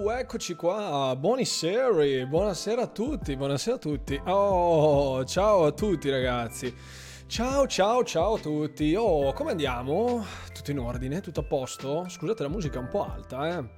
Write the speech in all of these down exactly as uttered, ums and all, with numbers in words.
Uh, eccoci qua, buonasera, buonasera a tutti, buonasera a tutti. Oh, ciao a tutti ragazzi. Ciao, ciao, ciao a tutti. Oh, come andiamo? Tutto in ordine? Tutto a posto? Scusate, la musica è un po' alta, eh.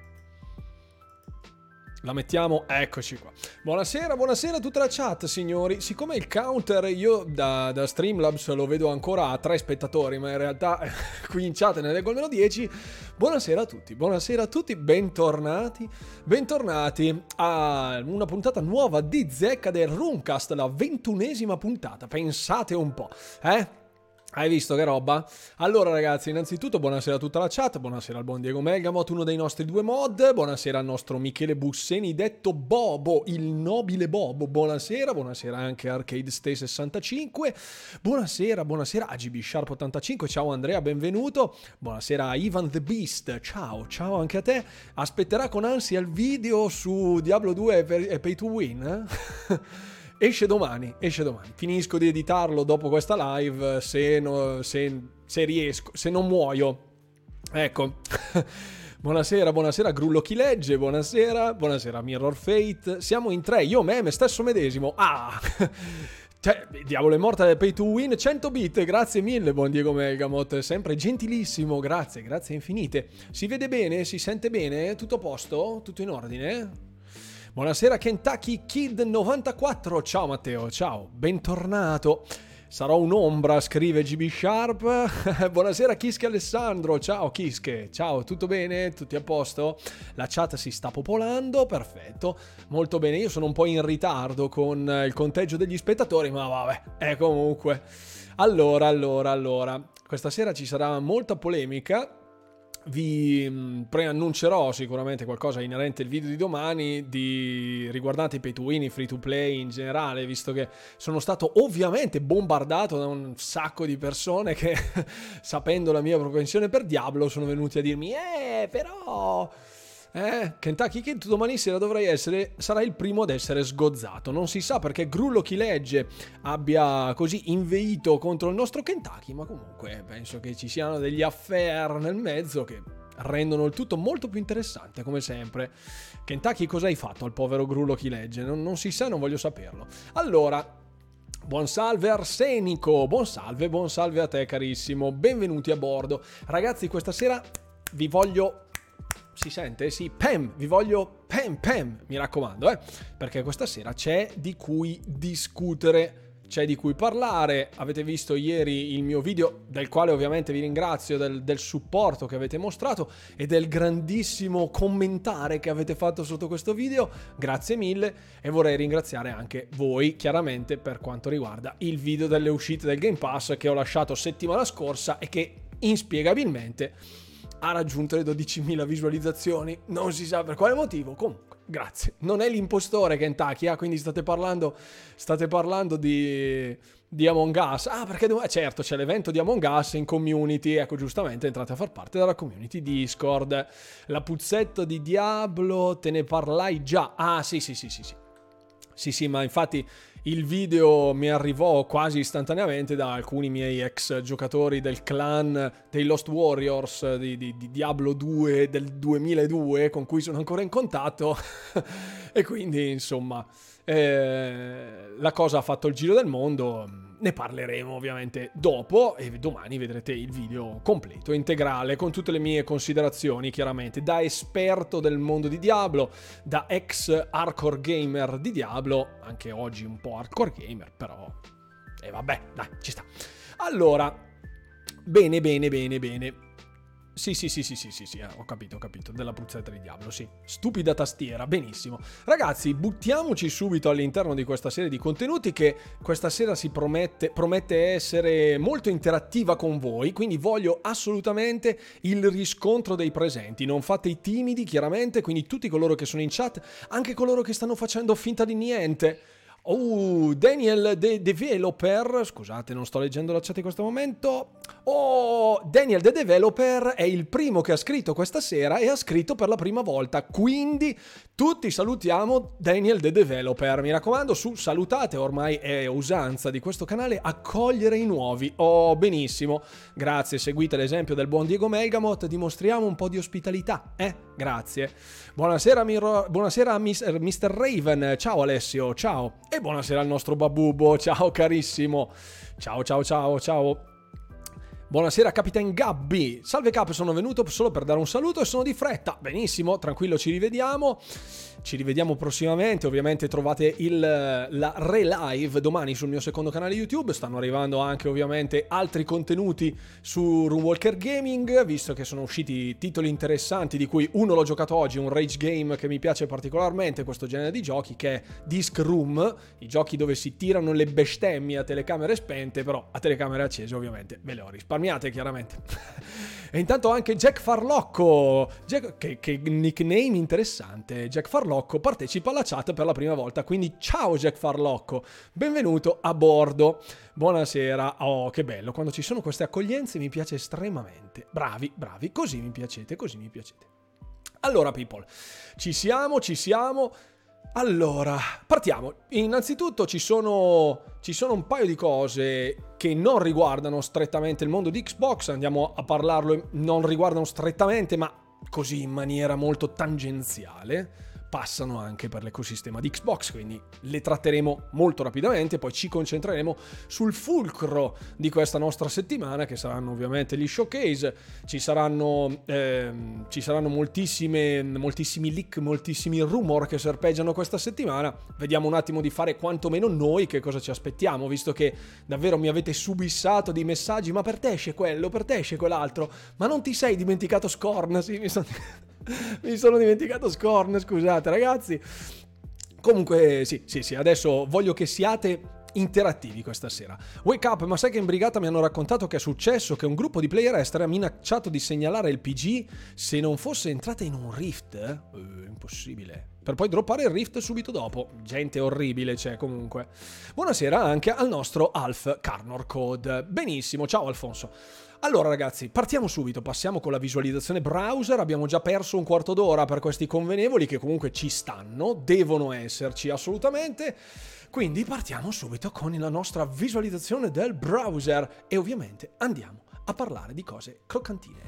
La mettiamo, eccoci qua. Buonasera, buonasera a tutta la chat, signori. Siccome il counter io da, da Streamlabs lo vedo ancora a tre spettatori, ma in realtà qui in chat ne leggo almeno dieci. Buonasera a tutti, buonasera a tutti, bentornati, bentornati a una puntata nuova di Zecca del Roomcast, la ventunesima puntata. Pensate un po', eh? Hai visto che roba? Allora ragazzi, innanzitutto buonasera a tutta la chat, buonasera al buon Diego Melgamot, uno dei nostri due mod, buonasera al nostro Michele Busseni, detto Bobo, il nobile Bobo, buonasera, buonasera anche a Arcade Stay sessantacinque, buonasera, buonasera a G B Sharp ottantacinque, ciao Andrea, benvenuto, buonasera a Ivan the Beast, ciao, ciao anche a te, aspetterà con ansia il video su Diablo due e Pay to Win? Esce domani, esce domani. Finisco di editarlo dopo questa live, se, no, se, se riesco, se non muoio. Ecco. Buonasera, buonasera Grullo chi legge, buonasera, buonasera Mirror Fate. Siamo in tre, io, me, me stesso medesimo. Ah! Cioè, diavolo è morta Pay to Win, cento bit, grazie mille buon Diego Melgamot, sempre gentilissimo, grazie, grazie infinite. Si vede bene, si sente bene, tutto a posto, tutto in ordine? Buonasera Kentucky Kid novantaquattro, ciao Matteo, ciao, bentornato. Sarò un'ombra, scrive G B Sharp. Buonasera Kiske Alessandro, ciao Kiske, ciao, tutto bene? Tutti a posto? La chat si sta popolando, perfetto, molto bene. Io sono un po' in ritardo con il conteggio degli spettatori, ma vabbè, è comunque. Allora, allora, allora, questa sera ci sarà molta polemica. Vi preannuncerò sicuramente qualcosa inerente al video di domani di riguardante i pay to win, i free to play in generale, visto che sono stato ovviamente bombardato da un sacco di persone che sapendo la mia propensione per Diablo sono venuti a dirmi eh però Eh, Kentucky Kid domani sera dovrai essere, sarà il primo ad essere sgozzato. Non si sa perché Grullo chi legge abbia così inveito contro il nostro Kentucky, ma comunque penso che ci siano degli affair nel mezzo che rendono il tutto molto più interessante, come sempre. Kentucky, cosa hai fatto al povero Grullo chi legge? Non, non si sa, non voglio saperlo. Allora, buon salve Arsenico, buon salve, buon salve a te carissimo, benvenuti a bordo. Ragazzi, questa sera vi voglio... Si sente? Sì, Pam, vi voglio Pam Pam, mi raccomando, eh, perché questa sera c'è di cui discutere, c'è di cui parlare. Avete visto ieri il mio video, del quale ovviamente vi ringrazio del, del supporto che avete mostrato e del grandissimo commentare che avete fatto sotto questo video, grazie mille, e vorrei ringraziare anche voi chiaramente per quanto riguarda il video delle uscite del Game Pass che ho lasciato settimana scorsa e che inspiegabilmente ha raggiunto le dodicimila visualizzazioni, non si sa per quale motivo, comunque grazie. Non è l'impostore Kentucky, ah, quindi state parlando state parlando di di Among Us. Ah, perché eh, certo, c'è l'evento di Among Us in community, ecco, giustamente entrate a far parte della community Discord. La puzzetta di Diablo, te ne parlai già. Ah, sì, sì, sì, sì, sì. Sì, sì, ma infatti il video mi arrivò quasi istantaneamente da alcuni miei ex giocatori del clan dei Lost Warriors di, di, di Diablo due del duemiladue, con cui sono ancora in contatto. E quindi, insomma, eh, la cosa ha fatto il giro del mondo. Ne parleremo ovviamente dopo e domani vedrete il video completo, integrale, con tutte le mie considerazioni, chiaramente, da esperto del mondo di Diablo, da ex hardcore gamer di Diablo, anche oggi un po' hardcore gamer, però... E eh, vabbè, dai, ci sta. Allora, bene, bene, bene, bene. Sì, sì, sì, sì, sì, sì, sì, eh, ho capito, ho capito, della puzzetta di Diablo, sì. Stupida tastiera, benissimo. Ragazzi, buttiamoci subito all'interno di questa serie di contenuti che questa sera si promette, promette essere molto interattiva con voi, quindi voglio assolutamente il riscontro dei presenti. Non fate i timidi, chiaramente, quindi tutti coloro che sono in chat, anche coloro che stanno facendo finta di niente. Oh, Daniel De Developer, scusate, non sto leggendo la chat in questo momento. Oh, Daniel the Developer è il primo che ha scritto questa sera e ha scritto per la prima volta, quindi tutti salutiamo Daniel the Developer. Mi raccomando, su salutate, ormai è usanza di questo canale accogliere i nuovi. Oh, benissimo, grazie, seguite l'esempio del buon Diego Melgamot, dimostriamo un po' di ospitalità, eh? Grazie. Buonasera, Miro... buonasera a mister Raven, ciao Alessio, ciao. E buonasera al nostro Babubbo, ciao carissimo. Ciao, ciao, ciao, ciao. Buonasera Capitan Gabby, salve Cap, sono venuto solo per dare un saluto e sono di fretta. Benissimo, tranquillo, ci rivediamo. Ci rivediamo prossimamente, ovviamente trovate il, la re-live domani sul mio secondo canale YouTube, stanno arrivando anche ovviamente altri contenuti su Runewalker Gaming, visto che sono usciti titoli interessanti, di cui uno l'ho giocato oggi, un rage game che mi piace particolarmente, questo genere di giochi, che è Disc Room, i giochi dove si tirano le bestemmie a telecamere spente, però a telecamere accese ovviamente ve le ho risparmiate chiaramente. E intanto anche Jack Farlocco, Jack, che, che nickname interessante, Jack Farlocco partecipa alla chat per la prima volta, quindi ciao Jack Farlocco, benvenuto a bordo, buonasera. Oh, che bello, quando ci sono queste accoglienze mi piace estremamente, bravi, bravi, così mi piacete, così mi piacete. Allora people, ci siamo, ci siamo. Allora, partiamo. Innanzitutto ci sono, ci sono un paio di cose che non riguardano strettamente il mondo di Xbox, andiamo a parlarlo, non riguardano strettamente, ma così in maniera molto tangenziale, passano anche per l'ecosistema di Xbox, quindi le tratteremo molto rapidamente, poi ci concentreremo sul fulcro di questa nostra settimana, che saranno ovviamente gli showcase, ci saranno, ehm, ci saranno moltissime, moltissimi leak, moltissimi rumor che serpeggiano questa settimana, vediamo un attimo di fare quantomeno noi che cosa ci aspettiamo, visto che davvero mi avete subissato di messaggi, ma per te esce quello, per te esce quell'altro, ma non ti sei dimenticato Scorn? Sì, mi sono... Mi sono dimenticato Scorn, scusate ragazzi. Comunque sì, sì, sì, adesso voglio che siate interattivi questa sera. Wake up, ma sai che in brigata mi hanno raccontato che è successo? Che un gruppo di player esteri ha minacciato di segnalare il P G se non fosse entrata in un rift? Eh, impossibile. Per poi droppare il rift subito dopo. Gente orribile c'è comunque. Buonasera anche al nostro Alf Carnor Code. Benissimo, ciao Alfonso. Allora ragazzi, partiamo subito, passiamo con la visualizzazione browser, abbiamo già perso un quarto d'ora per questi convenevoli che comunque ci stanno, devono esserci assolutamente, quindi partiamo subito con la nostra visualizzazione del browser e ovviamente andiamo a parlare di cose croccantine.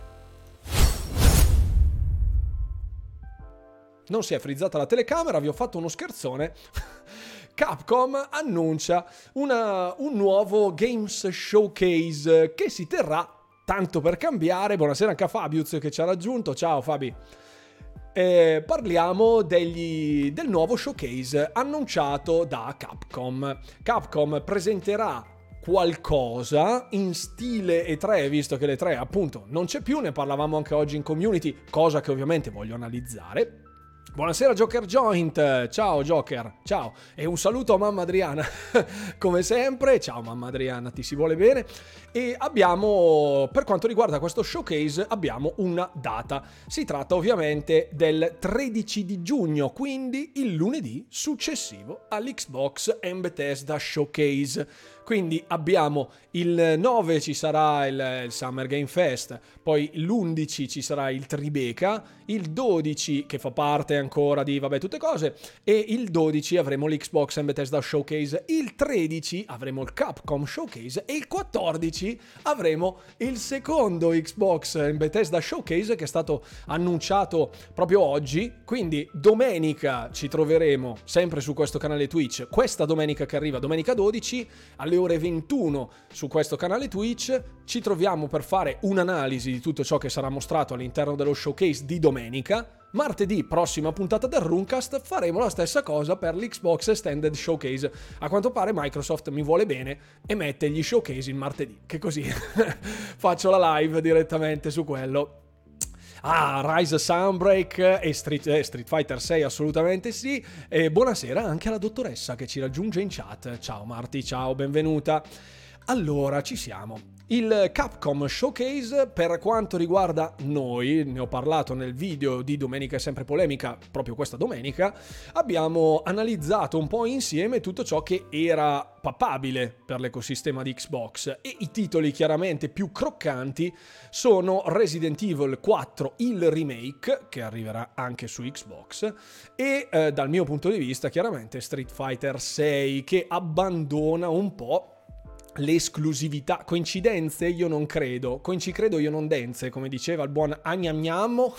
Non si è frizzata la telecamera, vi ho fatto uno scherzone. Capcom annuncia una, un nuovo Games Showcase che si terrà, tanto per cambiare. Buonasera anche a Fabius che ci ha raggiunto, ciao Fabi. Eh, parliamo degli, del nuovo showcase annunciato da Capcom. Capcom presenterà qualcosa in stile E tre, visto che l'E tre appunto non c'è più, ne parlavamo anche oggi in community, cosa che ovviamente voglio analizzare. Buonasera Joker Joint, ciao Joker, ciao, e un saluto a mamma Adriana, come sempre, ciao mamma Adriana, ti si vuole bene, e abbiamo, per quanto riguarda questo showcase, abbiamo una data, si tratta ovviamente del tredici di giugno, quindi il lunedì successivo all'Xbox and Bethesda Showcase. Quindi abbiamo il nove ci sarà il, il Summer Game Fest, poi l'undici ci sarà il Tribeca, il dodici che fa parte ancora di vabbè tutte cose, e il dodici avremo l'Xbox and Bethesda Showcase, il tredici avremo il Capcom Showcase e il quattordici avremo il secondo Xbox and Bethesda Showcase che è stato annunciato proprio oggi, quindi domenica ci troveremo sempre su questo canale Twitch, questa domenica che arriva, domenica dodici, alle ore ventuno su questo canale Twitch ci troviamo per fare un'analisi di tutto ciò che sarà mostrato all'interno dello showcase di domenica. Martedì, prossima puntata del Runcast, faremo la stessa cosa per l'Xbox Extended Showcase. A quanto pare Microsoft mi vuole bene e mette gli showcase il martedì, che così faccio la live direttamente su quello. Ah, Rise Sunbreak e Street, eh, Street Fighter sei assolutamente sì. E buonasera anche alla dottoressa che ci raggiunge in chat. Ciao Marti, ciao, benvenuta. Allora, ci siamo. Il Capcom Showcase, per quanto riguarda noi, ne ho parlato nel video di Domenica è sempre polemica, proprio questa domenica, abbiamo analizzato un po' insieme tutto ciò che era papabile per l'ecosistema di Xbox, e i titoli chiaramente più croccanti sono Resident Evil quattro, il remake, che arriverà anche su Xbox, e eh, dal mio punto di vista chiaramente Street Fighter sei, che abbandona un po' l'esclusività. Coincidenze io non credo, coinci credo io non denze, come diceva il buon Agnamgnammo.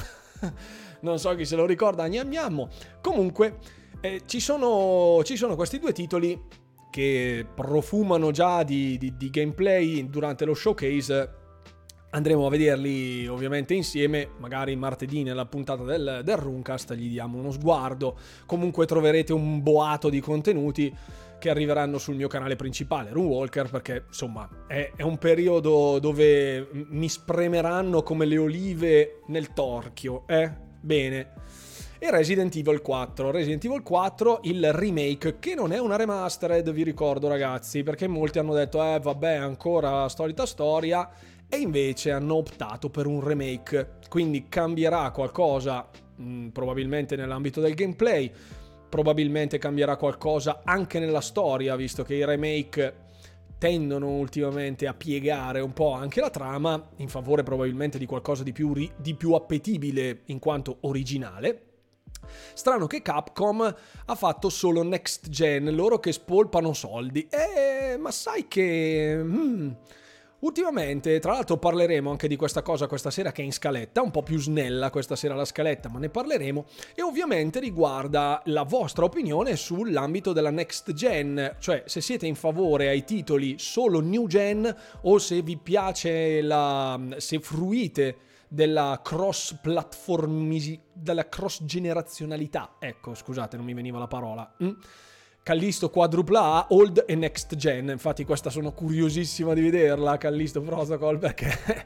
Non so chi se lo ricorda, Agnamgnammo. Comunque eh, ci sono ci sono questi due titoli che profumano già di, di, di gameplay durante lo showcase. Andremo a vederli ovviamente insieme, magari martedì nella puntata del, del Runcast gli diamo uno sguardo. Comunque troverete un boato di contenuti che arriveranno sul mio canale principale, Runewalker, perché insomma è, è un periodo dove mi spremeranno come le olive nel torchio, eh? Bene. E Resident Evil quattro, Resident Evil quattro, il remake, che non è una remastered, vi ricordo ragazzi, perché molti hanno detto, eh vabbè, ancora solita storia, e invece hanno optato per un remake, quindi cambierà qualcosa, mh, probabilmente nell'ambito del gameplay, probabilmente cambierà qualcosa anche nella storia, visto che i remake tendono ultimamente a piegare un po' anche la trama, in favore probabilmente di qualcosa di più, ri- di più appetibile in quanto originale. Strano che Capcom ha fatto solo next gen, loro che spolpano soldi. Eh, ma sai che... Hmm, ultimamente, tra l'altro parleremo anche di questa cosa questa sera, che è in scaletta, un po' più snella questa sera la scaletta, ma ne parleremo, e ovviamente riguarda la vostra opinione sull'ambito della next gen, cioè se siete in favore ai titoli solo new gen o se vi piace la... se fruite della cross platform, della cross generazionalità, ecco scusate non mi veniva la parola, mm? Callisto quadrupla A, old e next gen, infatti questa sono curiosissima di vederla, Callisto Protocol, perché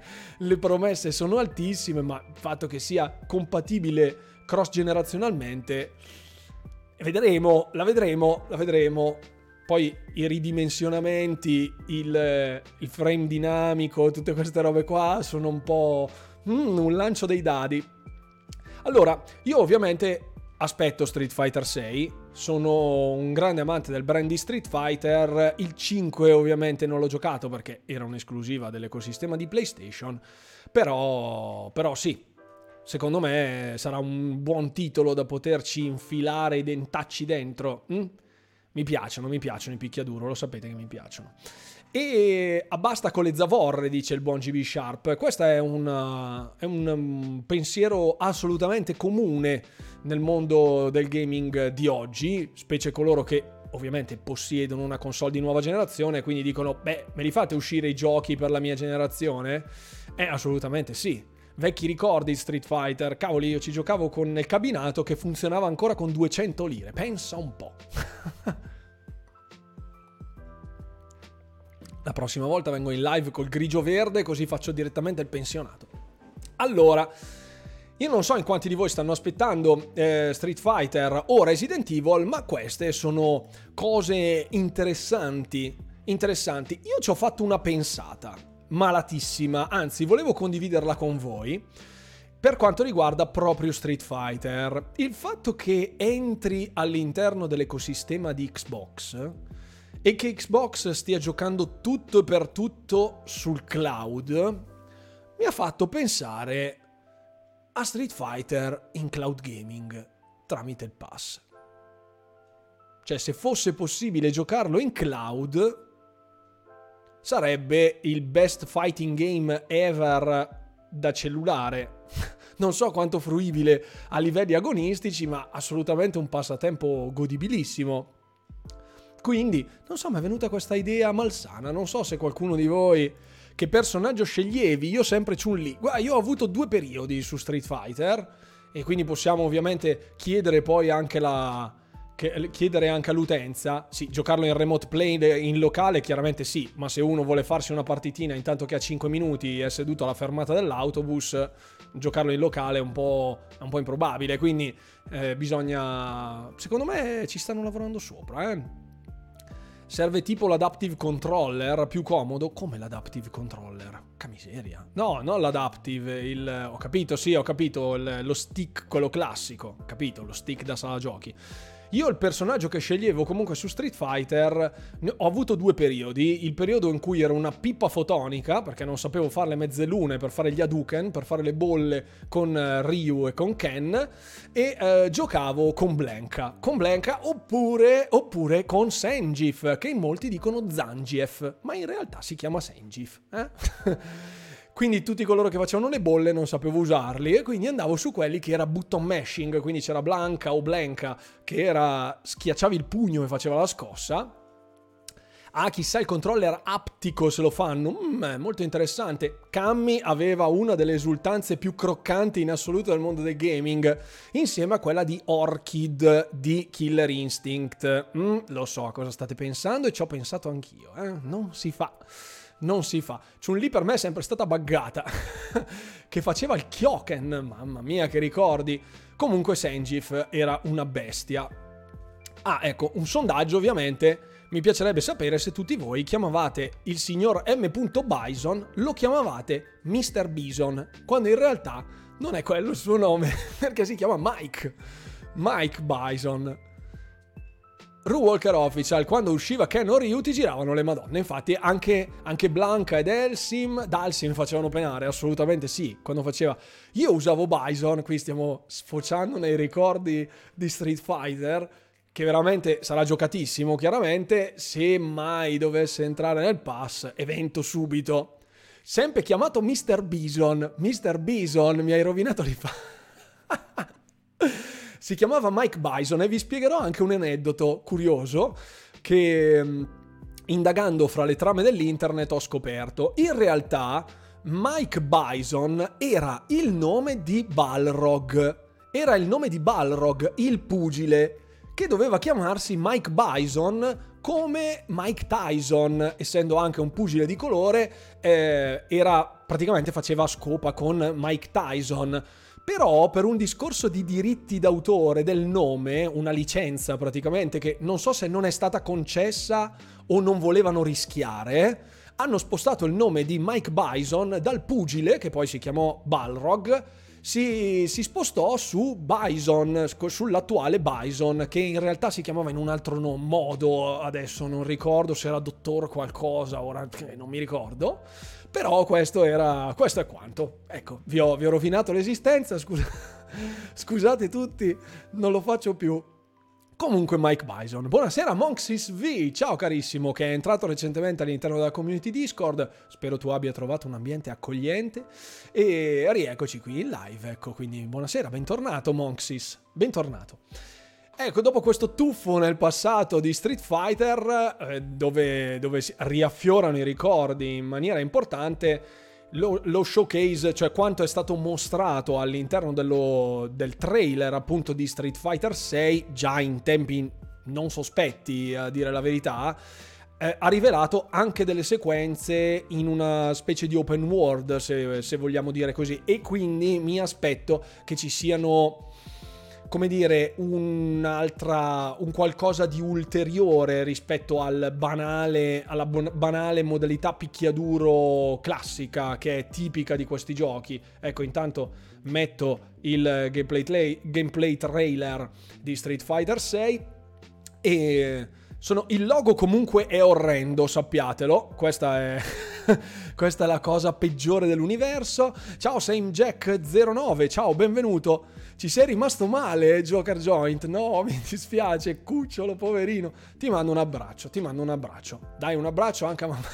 le promesse sono altissime, ma il fatto che sia compatibile cross generazionalmente, vedremo, la vedremo, la vedremo. Poi i ridimensionamenti, il, il frame dinamico, tutte queste robe qua sono un po' mm, un lancio dei dadi. Allora, io ovviamente aspetto Street Fighter sei, sono un grande amante del brand di Street Fighter, il cinque ovviamente non l'ho giocato perché era un'esclusiva dell'ecosistema di PlayStation, però, però sì, secondo me sarà un buon titolo da poterci infilare i dentacci dentro. Mm? Mi piacciono, mi piacciono i picchiaduro, lo sapete che mi piacciono. E basta con le zavorre, dice il buon G B Sharp. Questo è, una, è un pensiero assolutamente comune nel mondo del gaming di oggi, specie coloro che ovviamente possiedono una console di nuova generazione, quindi dicono, beh, me li fate uscire i giochi per la mia generazione? Eh, assolutamente sì. Vecchi ricordi di Street Fighter, cavoli, io ci giocavo con il cabinato che funzionava ancora con duecento lire, pensa un po'. La prossima volta vengo in live col grigio verde, così faccio direttamente il pensionato. Allora, io non so in quanti di voi stanno aspettando eh, Street Fighter o Resident Evil, ma queste sono cose interessanti, interessanti. Io ci ho fatto una pensata, malatissima, anzi volevo condividerla con voi, per quanto riguarda proprio Street Fighter. Il fatto che entri all'interno dell'ecosistema di Xbox e che Xbox stia giocando tutto e per tutto sul cloud mi ha fatto pensare a Street Fighter in cloud gaming tramite il pass. Cioè, se fosse possibile giocarlo in cloud, sarebbe il best fighting game ever da cellulare. Non so quanto fruibile a livelli agonistici, ma assolutamente un passatempo godibilissimo. Quindi, non so, mi è venuta questa idea malsana, non so se qualcuno di voi, che personaggio sceglievi? Io sempre Chun-Li. Guarda, io ho avuto due periodi su Street Fighter, e quindi possiamo ovviamente chiedere poi anche la... chiedere anche all'utenza, sì, giocarlo in remote play in locale chiaramente sì, ma se uno vuole farsi una partitina intanto che ha cinque minuti è seduto alla fermata dell'autobus, giocarlo in locale è un po', è un po' improbabile, quindi eh, bisogna, secondo me ci stanno lavorando sopra, eh. Serve tipo l'adaptive controller, più comodo. Come l'adaptive controller? Che miseria. No, non l'adaptive, il... Ho capito, sì, ho capito, il, lo stick, quello classico. Ho capito, lo stick da sala giochi. Io il personaggio che sceglievo comunque su Street Fighter ho avuto due periodi. Il periodo in cui ero una pippa fotonica, perché non sapevo fare le mezze lune per fare gli Hadouken, per fare le bolle con Ryu e con Ken, e eh, giocavo con Blanka. Con Blanka oppure, oppure con Zangief, che in molti dicono Zangief, ma in realtà si chiama Zangief. Eh? Quindi tutti coloro che facevano le bolle non sapevo usarli e quindi andavo su quelli che era button mashing, quindi c'era Blanka o Blanka che era schiacciavi il pugno e faceva la scossa. Ah, chissà il controller aptico se lo fanno, mm, molto interessante. Cammy aveva una delle esultanze più croccanti in assoluto del mondo del gaming, insieme a quella di Orchid di Killer Instinct. Mm, lo so a cosa state pensando e ci ho pensato anch'io, eh? Non si fa. Non si fa. Chun-Li per me è sempre stata buggata. Che faceva il Kyoken. Mamma mia, che ricordi. Comunque Zangief era una bestia. Ah, ecco, un sondaggio ovviamente. Mi piacerebbe sapere se tutti voi chiamavate il signor M. Bison, lo chiamavate mister Bison, quando in realtà non è quello il suo nome, perché si chiama Mike. Mike Bison. Ru Walker Official, quando usciva Ken o Ryu ti giravano le madonne, infatti anche, anche Blanka ed Elsim, Dalsim facevano penare, assolutamente sì, quando faceva... Io usavo Bison, qui stiamo sfociando nei ricordi di Street Fighter, che veramente sarà giocatissimo, chiaramente, se mai dovesse entrare nel pass, evento subito. Sempre chiamato mister Bison, mister Bison, mi hai rovinato l'iffa... Si chiamava Mike Bison e vi spiegherò anche un aneddoto curioso che indagando fra le trame dell'internet ho scoperto. In realtà Mike Bison era il nome di Balrog. Era il nome di Balrog, il pugile, che doveva chiamarsi Mike Bison come Mike Tyson, essendo anche un pugile di colore, eh, era praticamente faceva scopa con Mike Tyson. Però per un discorso di diritti d'autore del nome, una licenza praticamente che non so se non è stata concessa o non volevano rischiare, hanno spostato il nome di Mike Bison dal pugile, che poi si chiamò Balrog, si, si spostò su Bison, sull'attuale Bison, che in realtà si chiamava in un altro no, modo, adesso non ricordo se era dottor qualcosa, ora non mi ricordo. Però questo era, questo è quanto. Ecco, vi ho, vi ho rovinato l'esistenza, scusa, scusate tutti, non lo faccio più. Comunque Mike Bison. Buonasera Monxis V, ciao carissimo, che è entrato recentemente all'interno della community Discord. Spero tu abbia trovato un ambiente accogliente. E rieccoci qui in live, ecco, quindi buonasera, bentornato Monxis, bentornato. Ecco, dopo questo tuffo nel passato di Street Fighter, eh, dove, dove si riaffiorano i ricordi in maniera importante, lo, lo showcase, cioè quanto è stato mostrato all'interno dello, del trailer appunto di Street Fighter sei, già in tempi non sospetti a dire la verità, eh, ha rivelato anche delle sequenze in una specie di open world, se, se vogliamo dire così, e quindi mi aspetto che ci siano... come dire, un'altra, un qualcosa di ulteriore rispetto al banale, alla banale modalità picchiaduro classica che è tipica di questi giochi. Ecco, intanto metto il gameplay, gameplay trailer di Street Fighter sei e sono, il logo comunque è orrendo, sappiatelo, questa è... questa è la cosa peggiore dell'universo. Ciao Same Jack zero nove, ciao, benvenuto. Ci sei rimasto male, Joker Joint? No, mi dispiace, cucciolo, poverino. Ti mando un abbraccio, ti mando un abbraccio. Dai un abbraccio anche a mamma.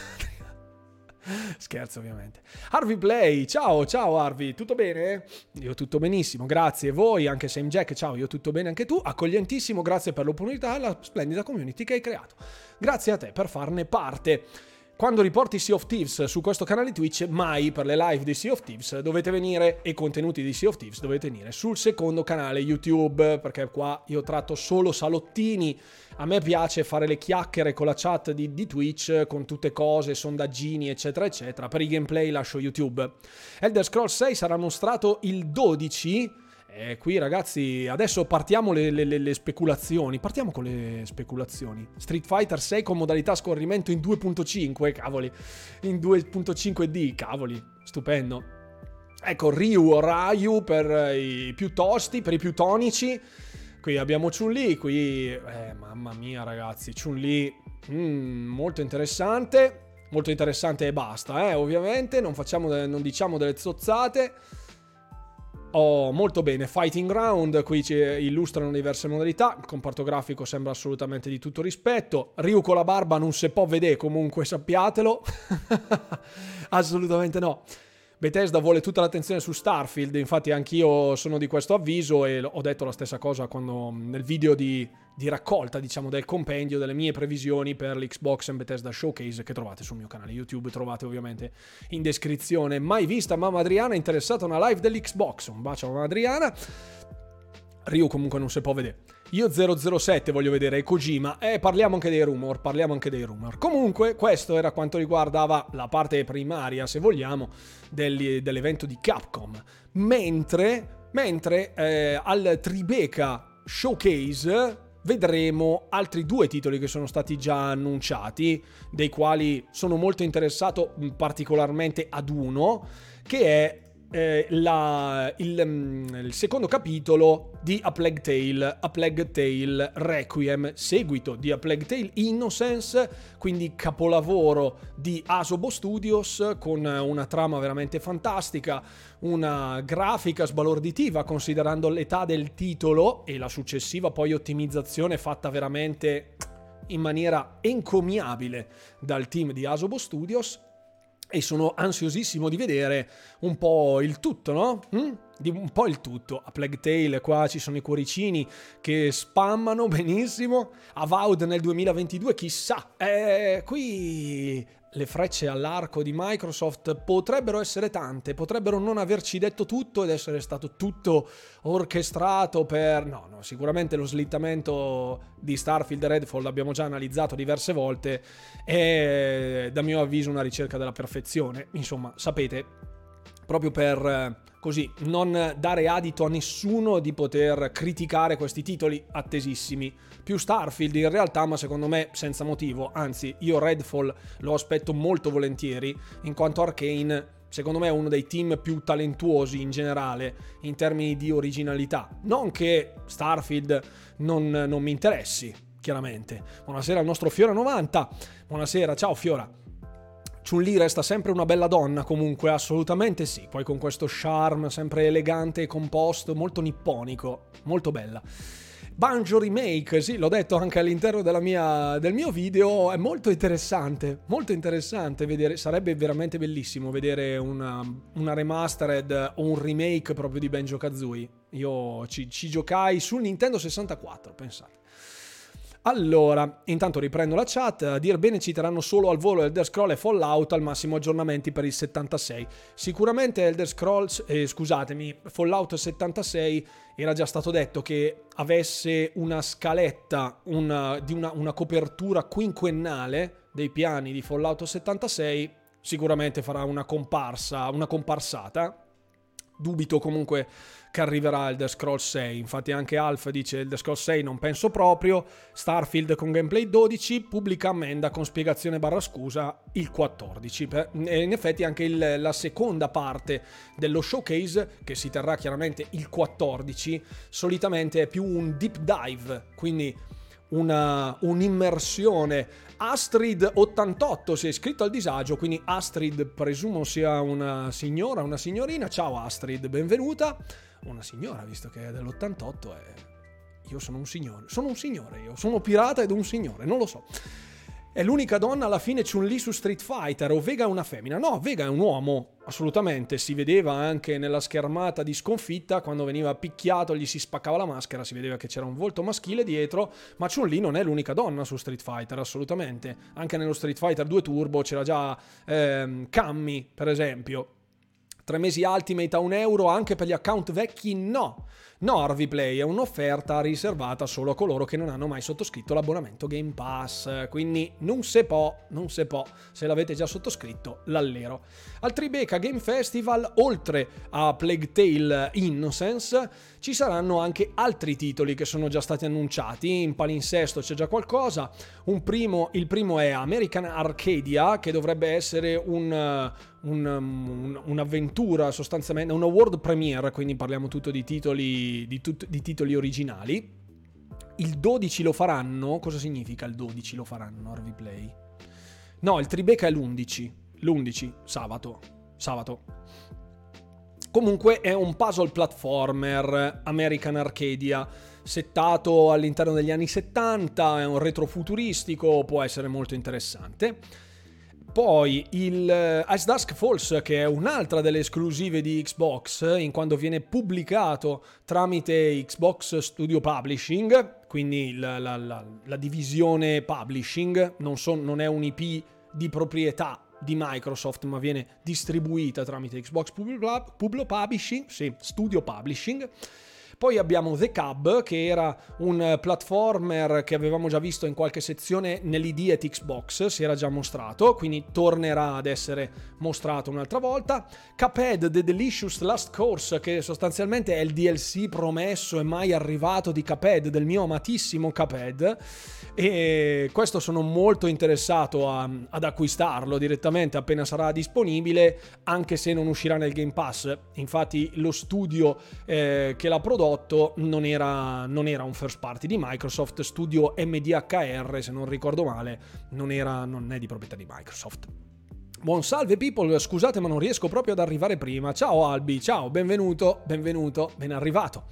Scherzo ovviamente. Harvey Play, ciao, ciao Harvey, tutto bene? Io tutto benissimo, grazie. Voi, anche Same Jack, ciao, io tutto bene anche tu. Accoglientissimo, grazie per l'opportunità e la splendida community che hai creato. Grazie a te per farne parte. Quando riporti Sea of Thieves su questo canale Twitch, mai per le live di Sea of Thieves dovete venire, e contenuti di Sea of Thieves dovete venire sul secondo canale YouTube, perché qua io tratto solo salottini. A me piace fare le chiacchiere con la chat di, di Twitch, con tutte cose, sondaggini, eccetera, eccetera. Per i gameplay lascio YouTube. Elder Scrolls sei sarà mostrato il dodici, E qui ragazzi, adesso partiamo le, le, le speculazioni, partiamo con le speculazioni. Street Fighter sei con modalità scorrimento in due punto cinque, cavoli, in due punto cinque D, cavoli, stupendo. Ecco, Ryu o Ryu per i più tosti, per i più tonici. Qui abbiamo Chun-Li, qui, eh, mamma mia ragazzi, Chun-Li, mm, molto interessante, molto interessante e basta, eh, ovviamente, non facciamo, non diciamo delle zozzate. Oh, molto bene, Fighting Ground, qui ci illustrano diverse modalità, il comparto grafico sembra assolutamente di tutto rispetto, Ryu con la barba non se può vedere, comunque sappiatelo, assolutamente no. Bethesda vuole tutta l'attenzione su Starfield, infatti anch'io sono di questo avviso e ho detto la stessa cosa quando nel video di, di raccolta, diciamo, del compendio delle mie previsioni per l'Xbox and Bethesda Showcase che trovate sul mio canale YouTube, trovate ovviamente in descrizione. Mai vista mamma Adriana interessata a una live dell'Xbox, un bacio a mamma Adriana. Ryu comunque non si può vedere. Io zero zero sette voglio vedere e Kojima, e eh, parliamo anche dei rumor, parliamo anche dei rumor. Comunque questo era quanto riguardava la parte primaria, se vogliamo, dell'evento di Capcom. Mentre, mentre eh, al Tribeca Showcase vedremo altri due titoli che sono stati già annunciati, dei quali sono molto interessato particolarmente ad uno, che è Eh, la, il, il secondo capitolo di A Plague Tale, A Plague Tale Requiem, seguito di A Plague Tale Innocence, quindi capolavoro di Asobo Studios con una trama veramente fantastica, una grafica sbalorditiva considerando l'età del titolo e la successiva poi ottimizzazione fatta veramente in maniera encomiabile dal team di Asobo Studios. E sono ansiosissimo di vedere un po' il tutto, no? Mm? Di un po' il tutto. A Plague Tale qua ci sono i cuoricini che spammano benissimo. Avowed nel duemilaventidue, chissà. Eh, qui le frecce all'arco di Microsoft potrebbero essere tante, potrebbero non averci detto tutto ed essere stato tutto orchestrato per... No, no, sicuramente lo slittamento di Starfield e Redfall l'abbiamo già analizzato diverse volte, è da mio avviso una ricerca della perfezione. Insomma, sapete, proprio per così non dare adito a nessuno di poter criticare questi titoli attesissimi. Più Starfield in realtà, ma secondo me senza motivo, anzi io Redfall lo aspetto molto volentieri, in quanto Arcane secondo me è uno dei team più talentuosi in generale in termini di originalità. Non che Starfield non, non mi interessi, chiaramente. Buonasera al nostro Fiora novanta, buonasera, ciao Fiora. Chun-Li resta sempre una bella donna comunque, assolutamente sì, poi con questo charme sempre elegante e composto, molto nipponico, molto bella. Banjo Remake, sì, l'ho detto anche all'interno della mia, del mio video, è molto interessante, molto interessante vedere, sarebbe veramente bellissimo vedere una, una remastered o un remake proprio di Banjo-Kazooie. Io ci, ci giocai sul Nintendo sessantaquattro, pensate. Allora, intanto riprendo la chat. A dir bene citeranno solo al volo Elder Scrolls e Fallout, al massimo aggiornamenti per il settantasei. Sicuramente Elder Scrolls, eh, scusatemi, Fallout settantasei era già stato detto che avesse una scaletta, una, di una, una copertura quinquennale dei piani di Fallout settantasei. Sicuramente farà una comparsa, una comparsata. Dubito comunque che arriverà Elder Scrolls sei, infatti anche Alf dice Elder Scrolls sei non penso proprio. Starfield con gameplay dodici, pubblica ammenda con spiegazione barra scusa il quattordici. E in effetti anche il, la seconda parte dello showcase, che si terrà chiaramente il quattordici, solitamente è più un deep dive, quindi una, un'immersione. Astrid ottantotto si è iscritto al disagio, quindi Astrid presumo sia una signora, una signorina. Ciao Astrid, benvenuta. Una signora, visto che è dell'ottantotto, e io sono un signore. Sono un signore io, sono pirata ed un signore, non lo so. È l'unica donna alla fine Chun-Li su Street Fighter, o Vega è una femmina? No, Vega è un uomo, assolutamente. Si vedeva anche nella schermata di sconfitta, quando veniva picchiato, gli si spaccava la maschera, si vedeva che c'era un volto maschile dietro, ma Chun-Li non è l'unica donna su Street Fighter, assolutamente. Anche nello Street Fighter due Turbo c'era già ehm, Cammy, per esempio. Tre mesi Ultimate a un euro anche per gli account vecchi? No. No, R V Play è un'offerta riservata solo a coloro che non hanno mai sottoscritto l'abbonamento Game Pass, quindi non se può, non se può, se l'avete già sottoscritto, l'allero. Al Tribeca Game Festival, oltre a Plague Tale Innocence, ci saranno anche altri titoli che sono già stati annunciati, in palinsesto c'è già qualcosa. Un primo, il primo è American Arcadia, che dovrebbe essere un, un, un, un'avventura sostanzialmente, una world premiere, quindi parliamo tutto di titoli, di, tut, di titoli originali. Il dodici lo faranno, cosa significa il dodici lo faranno R V Play? No, il Tribeca è l'undici, l'undici, sabato, sabato. Comunque è un puzzle platformer American Arcadia, settato all'interno degli anni settanta, è un retrofuturistico, può essere molto interessante. Poi il As Dusk Falls, che è un'altra delle esclusive di Xbox, in quanto viene pubblicato tramite Xbox Studio Publishing, quindi la, la, la, la divisione publishing, non, so, non è un I P di proprietà di Microsoft, ma viene distribuita tramite Xbox Public Publishing, sì, Studio Publishing. Poi abbiamo The Cub, che era un platformer che avevamo già visto in qualche sezione nell'I D at Xbox, si era già mostrato, quindi tornerà ad essere mostrato un'altra volta. Cuphead The Delicious Last Course, che sostanzialmente è il D L C promesso e mai arrivato di Cuphead, del mio amatissimo Cuphead, e questo sono molto interessato a, ad acquistarlo direttamente appena sarà disponibile, anche se non uscirà nel Game Pass. Infatti lo studio eh, che l'ha prodotto non era, non era un first party di Microsoft, studio M D H R se non ricordo male, non, era, non è di proprietà di Microsoft. Buon salve people, scusate ma non riesco proprio ad arrivare prima. Ciao Albi, ciao, benvenuto, benvenuto, ben arrivato.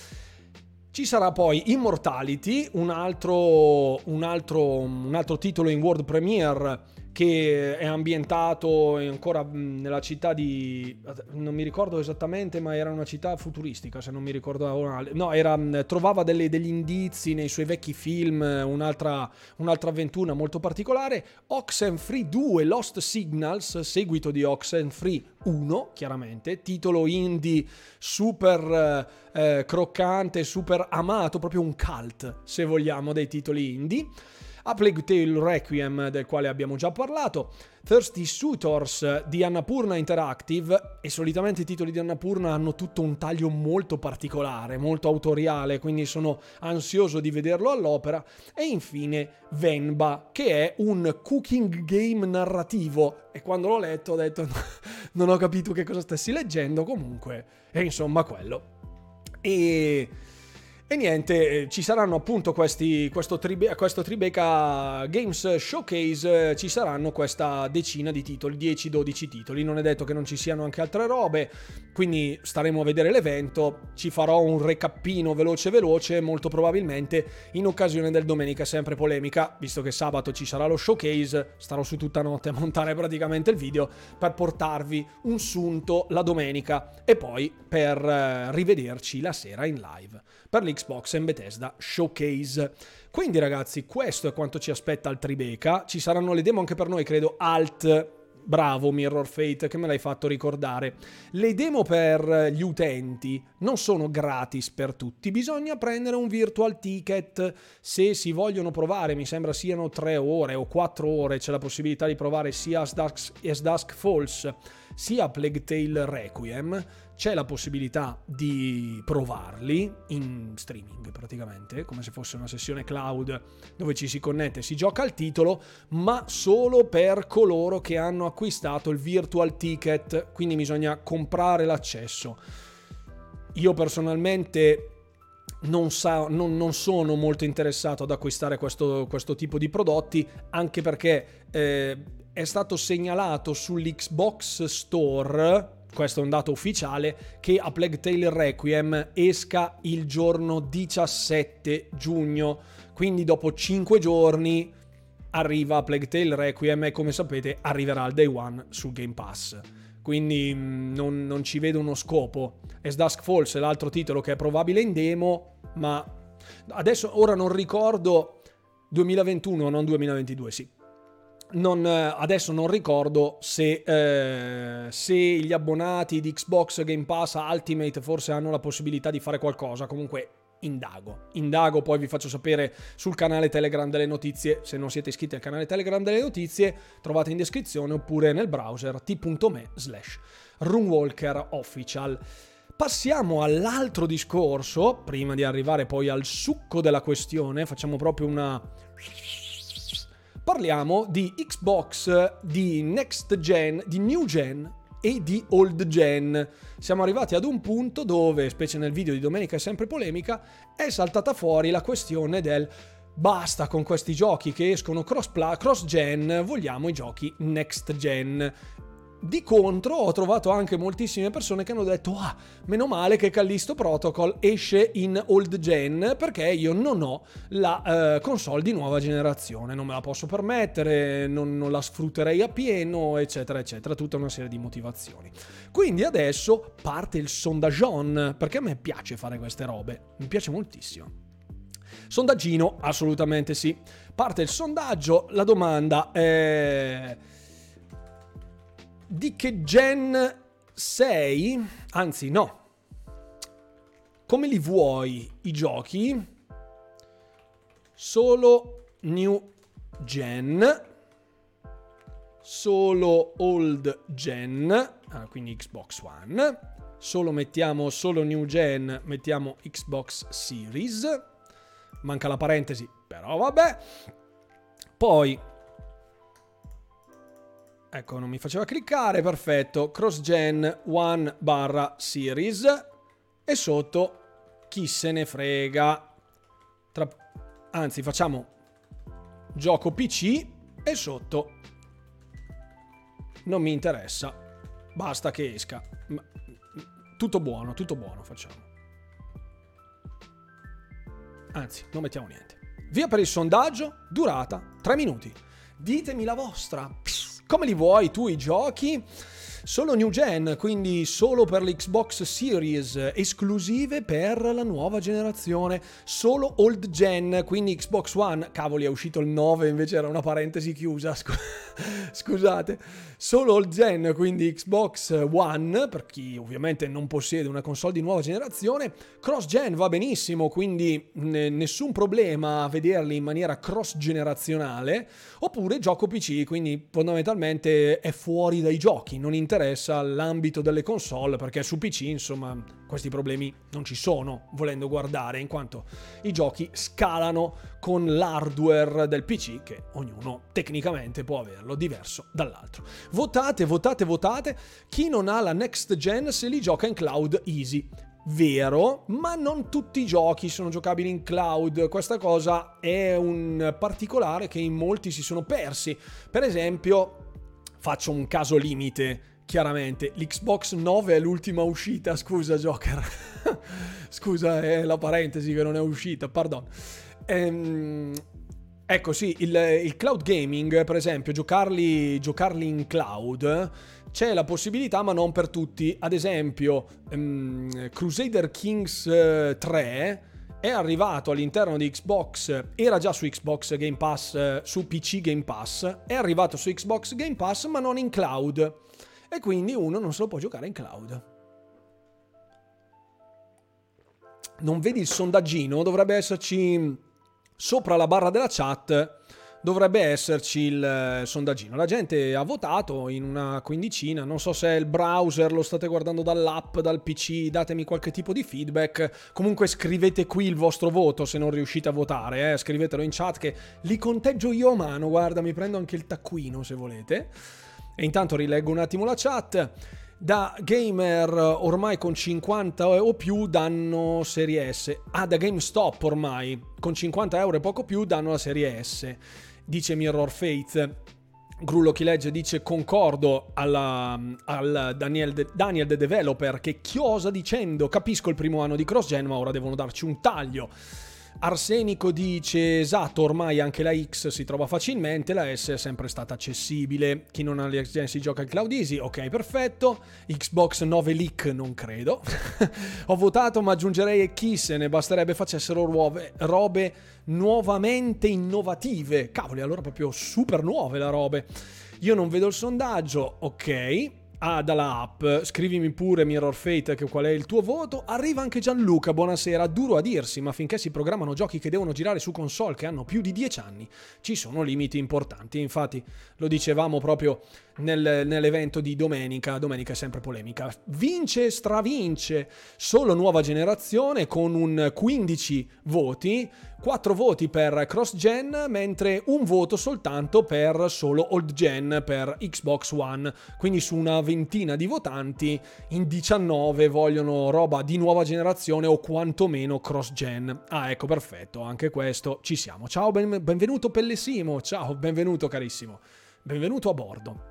Ci sarà poi Immortality, un altro, un altro, un altro titolo in world premiere che è ambientato ancora nella città di, non mi ricordo esattamente, ma era una città futuristica, se non mi ricordo male. No, era, trovava delle, degli indizi nei suoi vecchi film, un'altra, un'altra avventura molto particolare. Oxenfree due Lost Signals, seguito di Oxenfree uno, chiaramente, titolo indie super eh, croccante, super amato, proprio un cult, se vogliamo, dei titoli indie. A Plague Tale Requiem, del quale abbiamo già parlato, Thirsty Suitors di Annapurna Interactive, e solitamente i titoli di Annapurna hanno tutto un taglio molto particolare, molto autoriale, quindi sono ansioso di vederlo all'opera. E infine Venba, che è un cooking game narrativo, e quando l'ho letto ho detto non ho capito che cosa stessi leggendo, comunque, e insomma quello. E... E niente, ci saranno appunto questi, questo, tribe, questo Tribeca Games Showcase, ci saranno questa decina di titoli, dieci dodici titoli, non è detto che non ci siano anche altre robe, quindi staremo a vedere l'evento, ci farò un recappino veloce veloce, molto probabilmente in occasione del Domenica Sempre Polemica, visto che sabato ci sarà lo showcase, starò su tutta notte a montare praticamente il video per portarvi un sunto la domenica e poi per rivederci la sera in live per l'Xbox and Bethesda Showcase. Quindi ragazzi, questo è quanto ci aspetta al Tribeca. Ci saranno le demo anche per noi, credo. Alt, bravo Mirror Fate che me l'hai fatto ricordare. Le demo per gli utenti non sono gratis per tutti, bisogna prendere un virtual ticket se si vogliono provare. Mi sembra siano tre ore o quattro ore, c'è la possibilità di provare sia As Dusk, As Dusk Falls sia Plague Tale Requiem. C'è la possibilità di provarli in streaming praticamente, come se fosse una sessione cloud dove ci si connette e si gioca al titolo, ma solo per coloro che hanno acquistato il virtual ticket, quindi bisogna comprare l'accesso. Io personalmente non, sa, non, non sono molto interessato ad acquistare questo, questo tipo di prodotti, anche perché eh, è stato segnalato sull'Xbox Store, questo è un dato ufficiale, che A Plague Tale Requiem esca il giorno diciassette giugno, quindi dopo cinque giorni arriva A Plague Tale Requiem e come sapete arriverà al day one sul Game Pass, quindi non, non ci vedo uno scopo. As Dusk Falls è l'altro titolo che è probabile in demo, ma adesso ora non ricordo, duemilaventuno non duemilaventidue, sì. Non, adesso non ricordo se, eh, se gli abbonati di Xbox Game Pass Ultimate forse hanno la possibilità di fare qualcosa. Comunque indago, indago, poi vi faccio sapere sul canale Telegram delle notizie. Se non siete iscritti al canale Telegram delle notizie, trovate in descrizione oppure nel browser t.me slash Runewalker Official. Passiamo all'altro discorso, prima di arrivare poi al succo della questione. Facciamo proprio una... Parliamo di Xbox, di next gen, di new gen e di old gen. Siamo arrivati ad un punto dove, specie nel video di domenica è sempre polemica, è saltata fuori la questione del basta con questi giochi che escono cross, cross gen, vogliamo i giochi next gen. Di contro ho trovato anche moltissime persone che hanno detto ah, meno male che Callisto Protocol esce in old gen perché io non ho la uh, console di nuova generazione, non me la posso permettere, non, non la sfrutterei appieno, eccetera eccetera, tutta una serie di motivazioni. Quindi adesso parte il sondaggione, perché a me piace fare queste robe, mi piace moltissimo. Sondaggino, assolutamente sì. Parte il sondaggio, la domanda è... Di che gen sei? Anzi, no. Come li vuoi i giochi? Solo new gen, solo old gen, ah, quindi Xbox One. Solo mettiamo solo new gen, mettiamo Xbox Series. Manca la parentesi, però vabbè. Poi ecco, non mi faceva cliccare, perfetto. Cross-gen One barra Series. E sotto, chi se ne frega. Tra... Anzi, facciamo gioco P C e sotto non mi interessa. Basta che esca. Tutto buono, tutto buono facciamo. Anzi, non mettiamo niente. Via per il sondaggio, durata tre minuti. Ditemi la vostra. Come li vuoi tu i giochi? Solo new gen, quindi solo per l'Xbox Series, esclusive per la nuova generazione. Solo old gen, quindi Xbox One. Cavoli, è uscito il nove, invece era una parentesi chiusa. Scusate. Solo old gen, quindi Xbox One, per chi ovviamente non possiede una console di nuova generazione. Cross gen va benissimo, quindi n- nessun problema a vederli in maniera cross generazionale. Oppure gioco P C, quindi fondamentalmente è fuori dai giochi, non interessa l'ambito delle console, perché su P C insomma questi problemi non ci sono, volendo guardare, in quanto i giochi scalano con l'hardware del P C, che ognuno tecnicamente può averlo diverso dall'altro. Votate, votate, votate. Chi non ha la next gen se li gioca in cloud easy. Vero, ma non tutti i giochi sono giocabili in cloud. Questa cosa è un particolare che in molti si sono persi. Per esempio, faccio un caso limite. Chiaramente, l'Xbox nove è l'ultima uscita. Scusa, Joker. Scusa, è la parentesi che non è uscita, pardon. Ehm, ecco, sì, il, il cloud gaming, per esempio, giocarli, giocarli in cloud, c'è la possibilità, ma non per tutti. Ad esempio, um, Crusader Kings tre è arrivato all'interno di Xbox, era già su Xbox Game Pass, su P C Game Pass, è arrivato su Xbox Game Pass, ma non in cloud. E quindi uno non se lo può giocare in cloud. Non vedi il sondaggino? Dovrebbe esserci sopra la barra della chat, dovrebbe esserci il sondaggino. La gente ha votato in una quindicina, non so se è il browser, lo state guardando dall'app, dal P C, datemi qualche tipo di feedback. Comunque scrivete qui il vostro voto se non riuscite a votare, eh? Scrivetelo in chat che li conteggio io a mano, guarda, mi prendo anche il taccuino se volete. E intanto rileggo un attimo la chat. Da gamer ormai con cinquanta o più danno serie S. Ah, da GameStop ormai con cinquanta euro e poco più danno la serie S, dice Mirror Faith. Grullo chi legge dice concordo alla, al Daniel, de, Daniel the Developer che chiosa dicendo capisco il primo anno di cross gen ma ora devono darci un taglio. Arsenico dice esatto, ormai anche la X si trova facilmente, la S è sempre stata accessibile. Chi non ha le X si gioca il Cloud Easy, ok, perfetto. Xbox nove leak non credo. Ho votato, ma aggiungerei chi se ne basterebbe facessero nuove robe nuovamente innovative. Cavoli, allora proprio super nuove la robe. Io non vedo il sondaggio, ok. Ah, dalla app, scrivimi pure Mirror Fate che qual è il tuo voto. Arriva anche Gianluca, buonasera. Duro a dirsi, ma finché si programmano giochi che devono girare su console che hanno più di dieci anni, ci sono limiti importanti. Infatti lo dicevamo proprio nel, nell'evento di domenica. Domenica è sempre polemica. Vince, stravince solo nuova generazione con un quindici voti, quattro voti per cross gen, mentre un voto soltanto per solo old gen per Xbox One. Quindi su una ventina di votanti, in diciannove vogliono roba di nuova generazione o quantomeno cross gen. Ah, ecco, perfetto, anche questo ci siamo. Ciao, ben, benvenuto Pellesimo, ciao, benvenuto carissimo, benvenuto a bordo.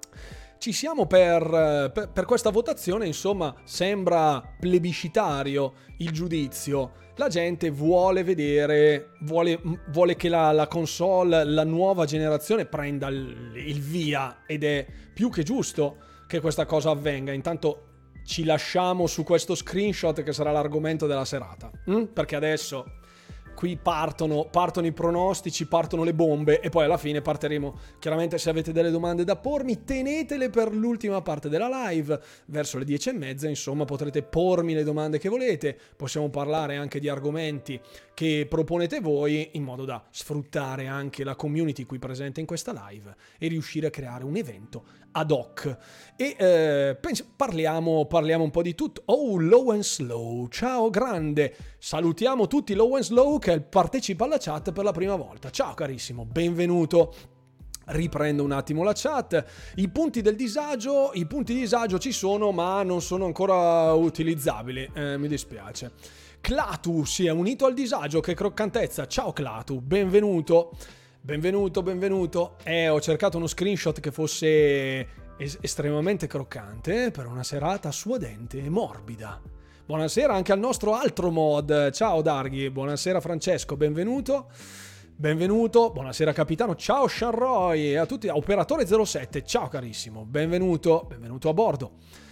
Ci siamo per, per, per questa votazione, insomma, sembra plebiscitario il giudizio. La gente vuole vedere, vuole, vuole che la, la console, la nuova generazione prenda il, il via, ed è più che giusto che questa cosa avvenga. Intanto ci lasciamo su questo screenshot che sarà l'argomento della serata, hm? Perché adesso qui partono, partono i pronostici, partono le bombe e poi alla fine partiremo. Chiaramente se avete delle domande da pormi, tenetele per l'ultima parte della live, verso le dieci e mezza, insomma potrete pormi le domande che volete, possiamo parlare anche di argomenti che proponete voi, in modo da sfruttare anche la community qui presente in questa live e riuscire a creare un evento ad hoc. E eh, pens- parliamo, parliamo un po' di tutto. Oh, Low and Slow, ciao grande, salutiamo tutti Low and Slow che partecipa alla chat per la prima volta. Ciao carissimo, benvenuto. Riprendo un attimo la chat. I punti del disagio, i punti di disagio ci sono, ma non sono ancora utilizzabili, eh, mi dispiace. Clatu si è unito al disagio, che croccantezza. Ciao Clatu, benvenuto. Benvenuto, benvenuto. Eh, ho cercato uno screenshot che fosse es- estremamente croccante per una serata suadente e morbida. Buonasera anche al nostro altro mod. Ciao Darghi, buonasera Francesco, benvenuto. Benvenuto, buonasera capitano, ciao Sharroy e a tutti, operatore zero sette, ciao carissimo, benvenuto, benvenuto a bordo.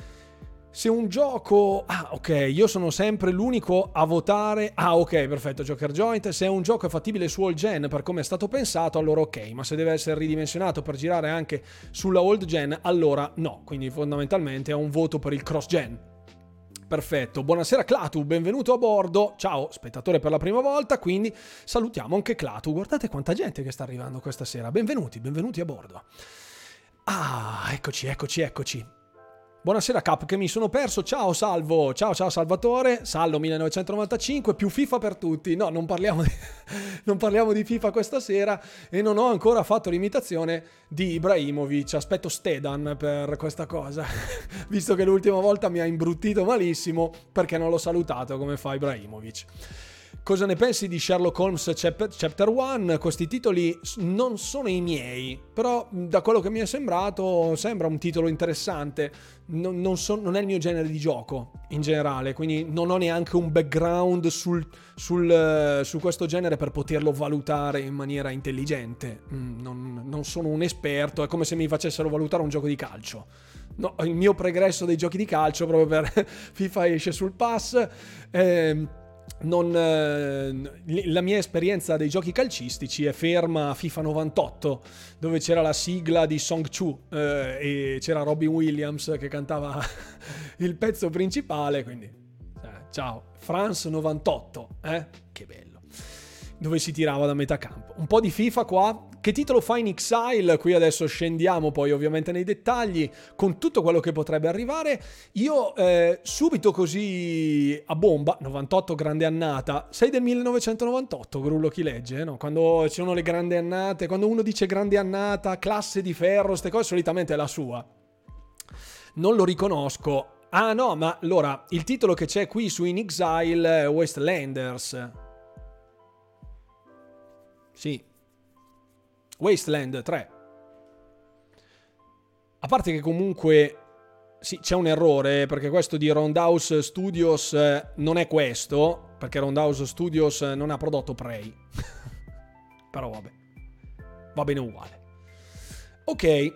Se un gioco... Ah, ok, io sono sempre l'unico a votare... Ah, ok, perfetto, Joker Joint. Se un gioco è fattibile su old gen per come è stato pensato, allora ok. Ma se deve essere ridimensionato per girare anche sulla old gen, allora no. Quindi fondamentalmente è un voto per il cross gen. Perfetto, buonasera Clatu, benvenuto a bordo. Ciao, spettatore per la prima volta, quindi salutiamo anche Clatu. Guardate quanta gente che sta arrivando questa sera. Benvenuti, benvenuti a bordo. Ah, eccoci, eccoci, eccoci. Buonasera Cap, che mi sono perso. Ciao Salvo, ciao ciao Salvatore. Sallo millenovecentonovantacinque, più FIFA per tutti. No, non parliamo di, non parliamo di FIFA questa sera e non ho ancora fatto l'imitazione di Ibrahimovic. Aspetto Stedan per questa cosa, visto che l'ultima volta mi ha imbruttito malissimo perché non l'ho salutato come fa Ibrahimovic. Cosa ne pensi di Sherlock Holmes Chapter uno? Questi titoli non sono i miei, però da quello che mi è sembrato sembra un titolo interessante. Non, non, so, non è il mio genere di gioco in generale, quindi non ho neanche un background sul, sul, su questo genere per poterlo valutare in maniera intelligente. Non, non sono un esperto, è come se mi facessero valutare un gioco di calcio. No, il mio pregresso dei giochi di calcio proprio per FIFA esce sul pass. Eh, Non, eh, la mia esperienza dei giochi calcistici è ferma a FIFA novantotto, dove c'era la sigla di Song Chu eh, e c'era Robin Williams che cantava il pezzo principale, quindi eh, ciao France novantotto, eh? Che bello, dove si tirava da metà campo. Un po' di FIFA qua. Che titolo fa in Exile? Qui adesso scendiamo poi ovviamente nei dettagli con tutto quello che potrebbe arrivare. Io eh, subito così a bomba, novantotto grande annata, sei del millenovecentonovantotto, Grullo chi legge, no? Quando ci sono le grandi annate, quando uno dice grande annata, classe di ferro, ste cose, solitamente è la sua. Non lo riconosco. Ah no, ma allora, il titolo che c'è qui su In Exile è Wastelanders. Sì. Wasteland tre. A parte che comunque sì, c'è un errore, perché questo di Roundhouse Studios eh, non è questo, perché Roundhouse Studios non ha prodotto Prey. Però vabbè, va bene uguale. Ok.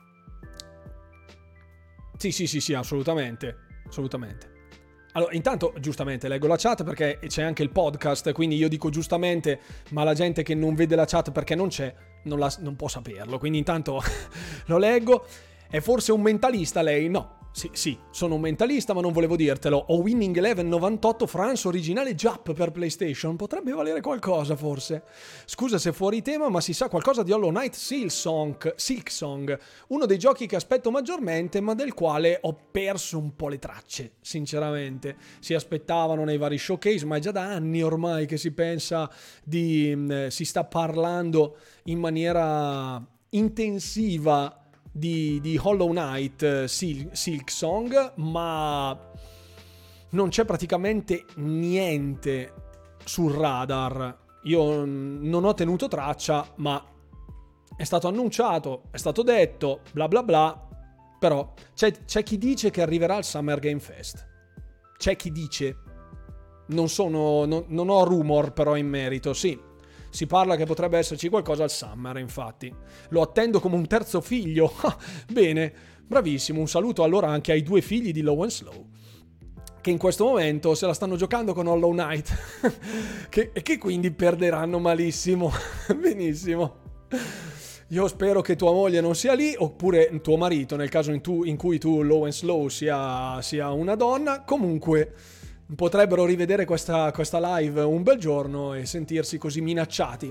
Sì, sì, sì, sì, assolutamente, assolutamente. Allora, intanto, giustamente, leggo la chat perché c'è anche il podcast, quindi io dico giustamente, ma la gente che non vede la chat perché non c'è, non, la, non può saperlo. Quindi intanto lo leggo. È forse un mentalista lei? No. Sì, sì, sono un mentalista, ma non volevo dirtelo. Ho Winning Eleven novantotto France originale Jap per PlayStation. Potrebbe valere qualcosa, forse. Scusa se fuori tema, ma si sa qualcosa di Hollow Knight Silksong, Silksong, uno dei giochi che aspetto maggiormente, ma del quale ho perso un po' le tracce, sinceramente. Si aspettavano nei vari showcase, ma è già da anni ormai che si pensa di... Eh, si sta parlando in maniera intensiva Di, di Hollow Knight Sil- Silksong, ma non c'è praticamente niente sul radar. Io non ho tenuto traccia, ma è stato annunciato, è stato detto, bla bla bla, però c'è, c'è chi dice che arriverà al Summer Game Fest. C'è chi dice, non sono, non, non ho rumor però in merito, sì. Si parla che potrebbe esserci qualcosa al Summer, infatti. Lo attendo come un terzo figlio. Bene, bravissimo. Un saluto allora anche ai due figli di Low and Slow, che in questo momento se la stanno giocando con Hollow Knight che, e che quindi perderanno malissimo. Benissimo. Io spero che tua moglie non sia lì, oppure tuo marito, nel caso in, tu, in cui tu, Low and Slow, sia, sia una donna. Comunque... potrebbero rivedere questa, questa live un bel giorno e sentirsi così minacciati.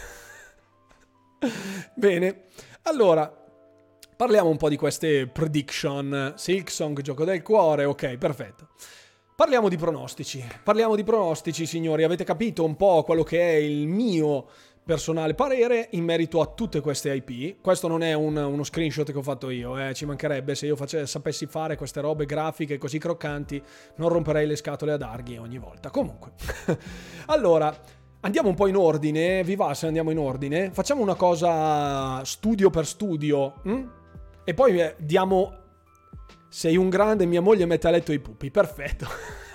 Bene, allora parliamo un po' di queste prediction. Silksong, gioco del cuore, ok, perfetto. Parliamo di pronostici. Parliamo di pronostici, signori. Avete capito un po' quello che è il mio personale parere in merito a tutte queste I P. Questo non è un, uno screenshot che ho fatto io, eh. Ci mancherebbe. Se io face, sapessi fare queste robe grafiche così croccanti, non romperei le scatole ad Arghi ogni volta. Comunque, allora, andiamo un po' in ordine. Vi va se andiamo in ordine? Facciamo una cosa studio per studio, hm? E poi eh, diamo... Sei un grande, mia moglie mette a letto i pupi. Perfetto.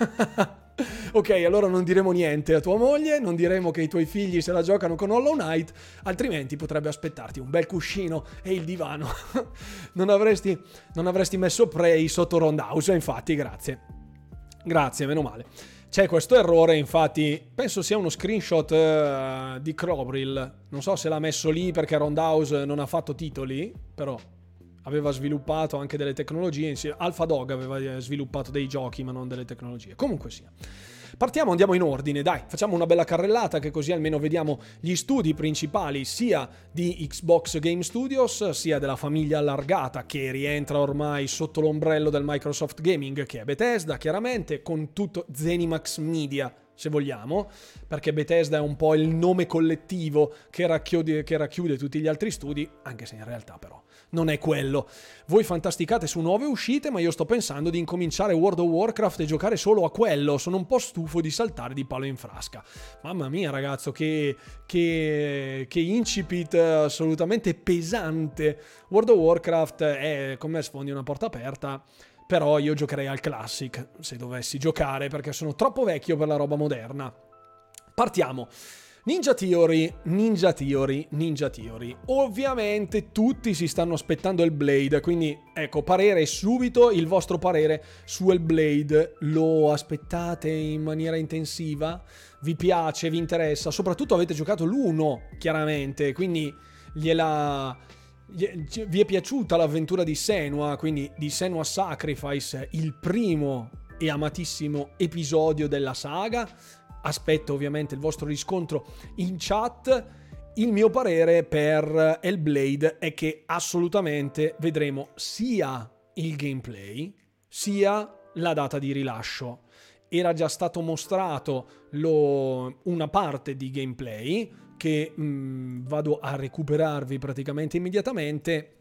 Ok, allora non diremo niente a tua moglie, non diremo che i tuoi figli se la giocano con Hollow Knight, altrimenti potrebbe aspettarti un bel cuscino e il divano. non, avresti, non avresti messo Prey sotto Roundhouse, infatti, grazie. Grazie, meno male. C'è questo errore, infatti, penso sia uno screenshot uh, di Crobrill. Non so se l'ha messo lì perché Roundhouse non ha fatto titoli, però... aveva sviluppato anche delle tecnologie, Alpha Dog aveva sviluppato dei giochi ma non delle tecnologie. Comunque sia. Partiamo, andiamo in ordine, dai, facciamo una bella carrellata che così almeno vediamo gli studi principali sia di Xbox Game Studios sia della famiglia allargata che rientra ormai sotto l'ombrello del Microsoft Gaming, che è Bethesda chiaramente, con tutto Zenimax Media se vogliamo, perché Bethesda è un po' il nome collettivo che racchiude, che racchiude tutti gli altri studi, anche se in realtà però non è quello. Voi fantasticate su nuove uscite, ma io sto pensando di incominciare World of Warcraft e giocare solo a quello. Sono un po' stufo di saltare di palo in frasca. Mamma mia, ragazzo, che, che, che incipit assolutamente pesante. World of Warcraft è come sfondi una porta aperta, però io giocherei al Classic se dovessi giocare, perché sono troppo vecchio per la roba moderna. Partiamo. Ninja Theory, Ninja Theory, Ninja Theory. Ovviamente tutti si stanno aspettando il Blade, quindi ecco, parere subito, il vostro parere su Hellblade. Lo aspettate in maniera intensiva? Vi piace, vi interessa? Soprattutto avete giocato l'uno, chiaramente, quindi gliela... vi è piaciuta l'avventura di Senua, quindi di Senua Sacrifice, il primo e amatissimo episodio della saga. Aspetto ovviamente il vostro riscontro in chat. Il mio parere per Hellblade è che assolutamente vedremo sia il gameplay sia la data di rilascio. Era già stato mostrato lo, una parte di gameplay che mh, vado a recuperarvi praticamente immediatamente,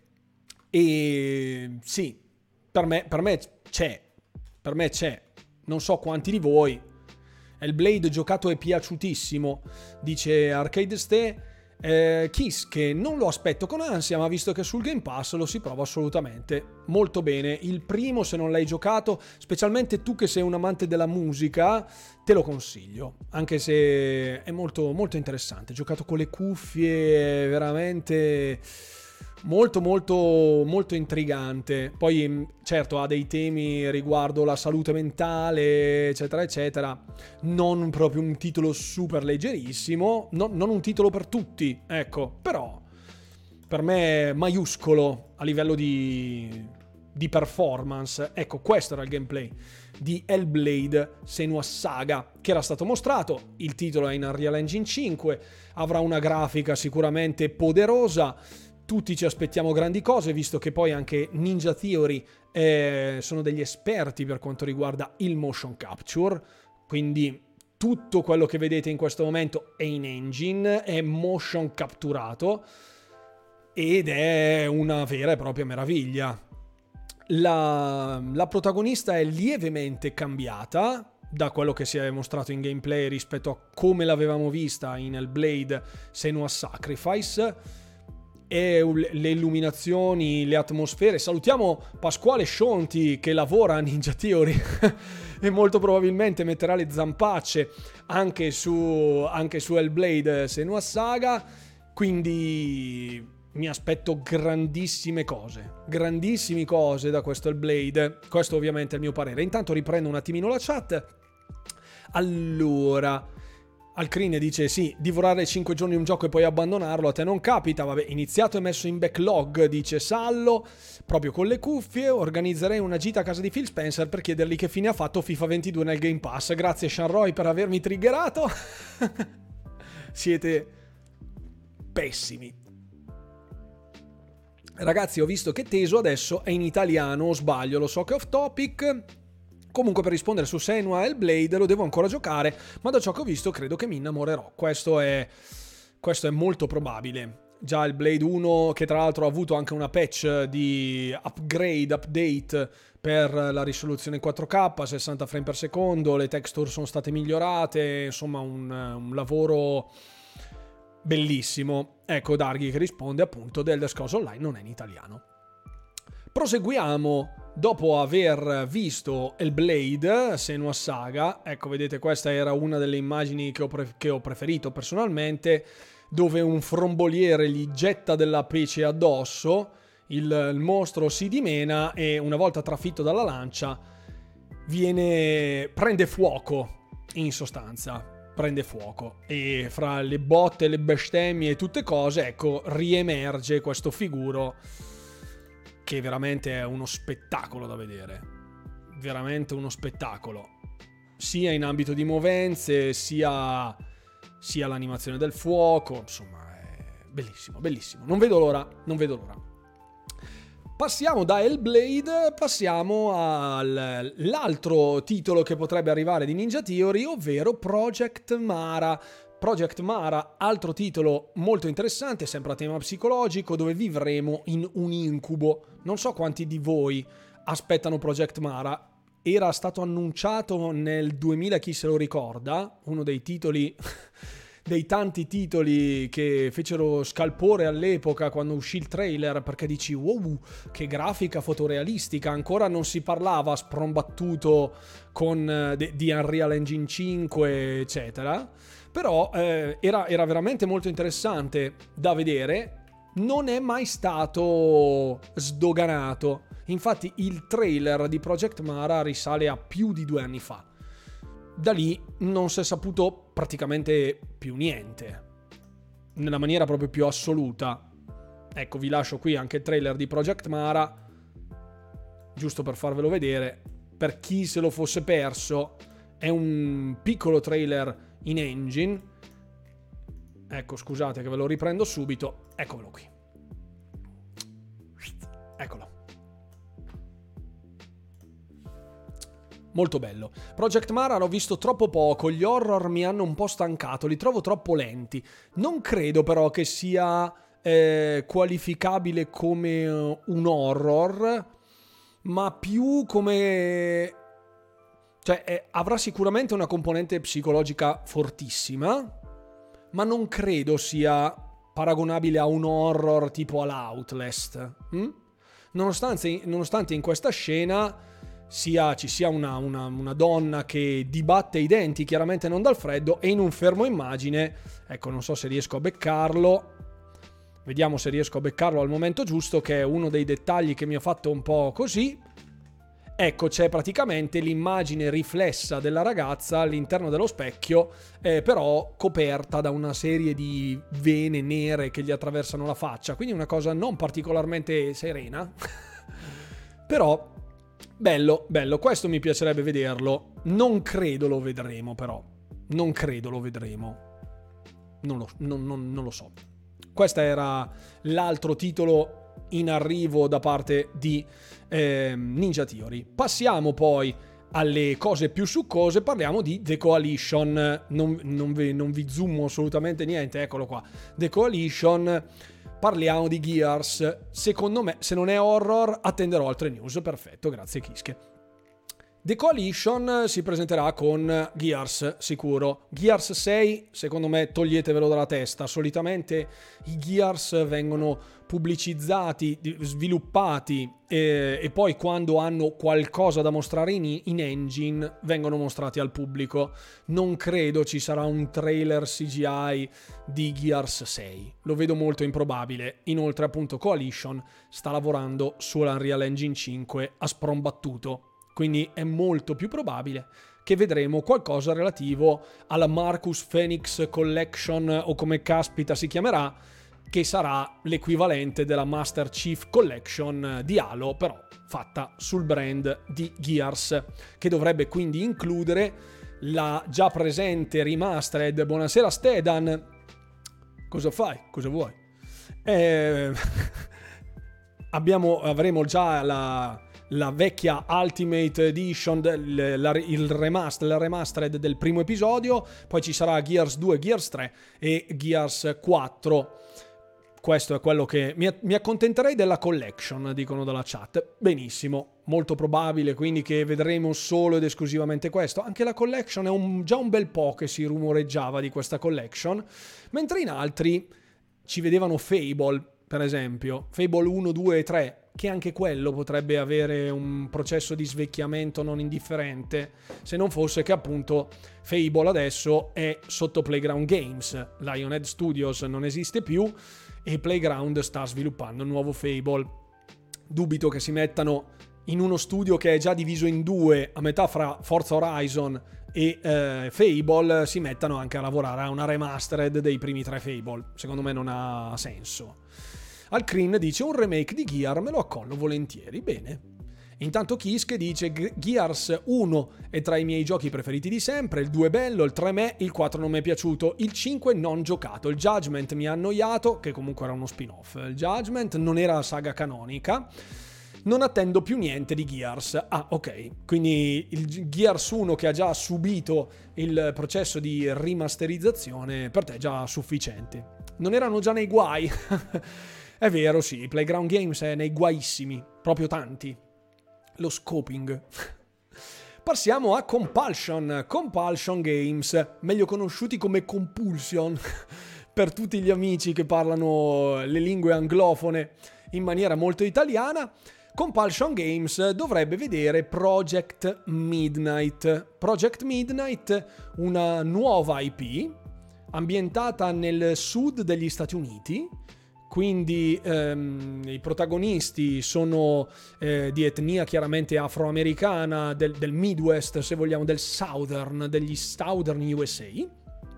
e sì, per me, per me c'è, per me c'è, non so quanti di voi. Hellblade giocato è piaciutissimo, dice Arcade Ste. Eh, Kiss, che non lo aspetto con ansia, ma visto che sul Game Pass lo si prova assolutamente molto bene. Il primo, se non l'hai giocato, specialmente tu che sei un amante della musica, te lo consiglio, anche se è molto, molto interessante. Giocato con le cuffie, veramente molto molto molto intrigante. Poi certo ha dei temi riguardo la salute mentale, eccetera eccetera. Non proprio un titolo super leggerissimo, no, non un titolo per tutti, ecco, però per me è maiuscolo a livello di, di performance. Ecco, questo era il gameplay di Hellblade Senua's Saga che era stato mostrato. Il titolo è in Unreal Engine cinque, avrà una grafica sicuramente poderosa. Tutti ci aspettiamo grandi cose, visto che poi anche Ninja Theory eh, sono degli esperti per quanto riguarda il motion capture, quindi tutto quello che vedete in questo momento è in engine, è motion capturato ed è una vera e propria meraviglia. La, la protagonista è lievemente cambiata da quello che si è mostrato in gameplay rispetto a come l'avevamo vista in Hellblade Senua's Sacrifice. E le illuminazioni, le atmosfere. Salutiamo Pasquale Scionti che lavora a Ninja Theory e molto probabilmente metterà le zampacce anche su, anche su Hellblade Senua's Saga, quindi mi aspetto grandissime cose, grandissime cose da questo Hellblade. Questo ovviamente è il mio parere. Intanto riprendo un attimino la chat. Allora, Alcrine dice sì, divorare cinque giorni un gioco e poi abbandonarlo a te non capita. Vabbè, iniziato e messo in backlog, dice Sallo, proprio con le cuffie. Organizzerei una gita a casa di Phil Spencer per chiedergli che fine ha fatto FIFA ventidue nel Game Pass. Grazie Sean Roy per avermi triggerato. Siete pessimi. Ragazzi, ho visto che Teso adesso è in italiano, o sbaglio, lo so che è off topic. Comunque, per rispondere su Senua Hellblade lo devo ancora giocare, ma da ciò che ho visto credo che mi innamorerò. Questo è, questo è molto probabile. Già il Blade uno, che tra l'altro ha avuto anche una patch di upgrade, update per la risoluzione quattro K, sessanta frame per secondo, le texture sono state migliorate, insomma un, un lavoro bellissimo. Ecco Darghi che risponde appunto del The Scrolls Online non è in italiano. Proseguiamo. Dopo aver visto Hellblade Senua's Saga, ecco vedete questa era una delle immagini che ho, pre- che ho preferito personalmente, dove un fromboliere gli getta della pece addosso, il, il mostro si dimena e una volta trafitto dalla lancia viene prende fuoco, in sostanza prende fuoco, e fra le botte, le bestemmie e tutte cose, ecco, riemerge questo figuro che veramente è uno spettacolo da vedere, veramente uno spettacolo, sia in ambito di movenze, sia, sia l'animazione del fuoco, insomma è bellissimo, bellissimo, non vedo l'ora, non vedo l'ora. Passiamo da Hellblade, passiamo all'altro titolo che potrebbe arrivare di Ninja Theory, ovvero Project Mara. Project Mara, altro titolo molto interessante, sempre a tema psicologico, dove vivremo in un incubo. Non so quanti di voi aspettano Project Mara. Era stato annunciato nel duemila, chi se lo ricorda, uno dei titoli, dei tanti titoli che fecero scalpore all'epoca quando uscì il trailer, perché dici wow, che grafica fotorealistica, ancora non si parlava sprombattuto con de, di Unreal Engine cinque, eccetera. Però eh, era, era veramente molto interessante da vedere, non è mai stato sdoganato. Infatti il trailer di Project Mara risale a più di due anni fa. Da lì non si è saputo praticamente più niente, nella maniera proprio più assoluta. Ecco, vi lascio qui anche il trailer di Project Mara, giusto per farvelo vedere, per chi se lo fosse perso. È un piccolo trailer in engine. Ecco, scusate che ve lo riprendo subito. Eccolo qui. Eccolo. Molto bello. Project Mara l'ho visto troppo poco, gli horror mi hanno un po' stancato, li trovo troppo lenti. Non credo però che sia eh, qualificabile come un horror, ma più come... Cioè, eh, avrà sicuramente una componente psicologica fortissima, ma non credo sia paragonabile a un horror tipo all'Outlast. Hm? Nonostante, nonostante in questa scena sia, ci sia una, una, una donna che dibatte i denti, chiaramente non dal freddo, e in un fermo immagine, ecco, non so se riesco a beccarlo, vediamo se riesco a beccarlo al momento giusto, che è uno dei dettagli che mi ha fatto un po' così. Ecco, c'è praticamente l'immagine riflessa della ragazza all'interno dello specchio, eh, però coperta da una serie di vene nere che gli attraversano la faccia, quindi una cosa non particolarmente serena, però bello, bello, questo mi piacerebbe vederlo, non credo lo vedremo però, non credo lo vedremo, non lo, non, non, non lo so. Questo era l'altro titolo in arrivo da parte di eh, Ninja Theory. Passiamo poi alle cose più succose, parliamo di The Coalition. Non, non, vi, non vi zoomo assolutamente niente, eccolo qua. The Coalition, parliamo di Gears. Secondo me, se non è horror, attenderò altre news. Perfetto, grazie Kiske. The Coalition si presenterà con Gears, sicuro. Gears sei, secondo me, toglietevelo dalla testa. Solitamente i Gears vengono pubblicizzati, sviluppati e, e poi quando hanno qualcosa da mostrare in, in engine vengono mostrati al pubblico. Non credo ci sarà un trailer C G I di Gears sei. Lo vedo molto improbabile. Inoltre, appunto, Coalition sta lavorando sull'Unreal Engine cinque a sprombattuto. Quindi è molto più probabile che vedremo qualcosa relativo alla Marcus Phoenix Collection, o come caspita si chiamerà, che sarà l'equivalente della Master Chief Collection di Halo, però fatta sul brand di Gears, che dovrebbe quindi includere la già presente remastered. Buonasera Stedan, cosa fai? Cosa vuoi? Eh... Abbiamo, avremo già la... la vecchia Ultimate Edition, il, la, il remaster, la remastered del primo episodio, poi ci sarà Gears due, Gears tre e Gears quattro. Questo è quello che mi, mi accontenterei della collection, dicono dalla chat. Benissimo, molto probabile quindi che vedremo solo ed esclusivamente questo. Anche la collection è un, già un bel po' che si rumoreggiava di questa collection, mentre in altri ci vedevano Fable, per esempio, Fable uno, due e tre, che anche quello potrebbe avere un processo di svecchiamento non indifferente, se non fosse che appunto Fable adesso è sotto Playground Games, Lionhead Studios non esiste più e Playground sta sviluppando un nuovo Fable. Dubito che si mettano in uno studio che è già diviso in due, a metà fra Forza Horizon e eh, Fable, si mettano anche a lavorare a una remastered dei primi tre Fable. Secondo me non ha senso. Alcrin dice un remake di Gear me lo accollo volentieri. Bene. Intanto Kiske dice Gears uno è tra i miei giochi preferiti di sempre, il due è bello, il tre me, il quattro non mi è piaciuto, il cinque non giocato, il Judgment mi ha annoiato, che comunque era uno spin-off, il Judgment non era saga canonica, non attendo più niente di Gears. Ah, ok, quindi il Gears uno che ha già subito il processo di rimasterizzazione per te è già sufficiente. Non erano già nei guai? È vero, sì, Playground Games è nei guaissimi, proprio tanti. Lo scoping. Passiamo a Compulsion. Compulsion Games, meglio conosciuti come Compulsion, per tutti gli amici che parlano le lingue anglofone in maniera molto italiana. Compulsion Games dovrebbe vedere Project Midnight. Project Midnight, una nuova I P, ambientata nel sud degli Stati Uniti. Quindi ehm, i protagonisti sono eh, di etnia chiaramente afroamericana, del, del Midwest, se vogliamo, del Southern, degli Southern U S A.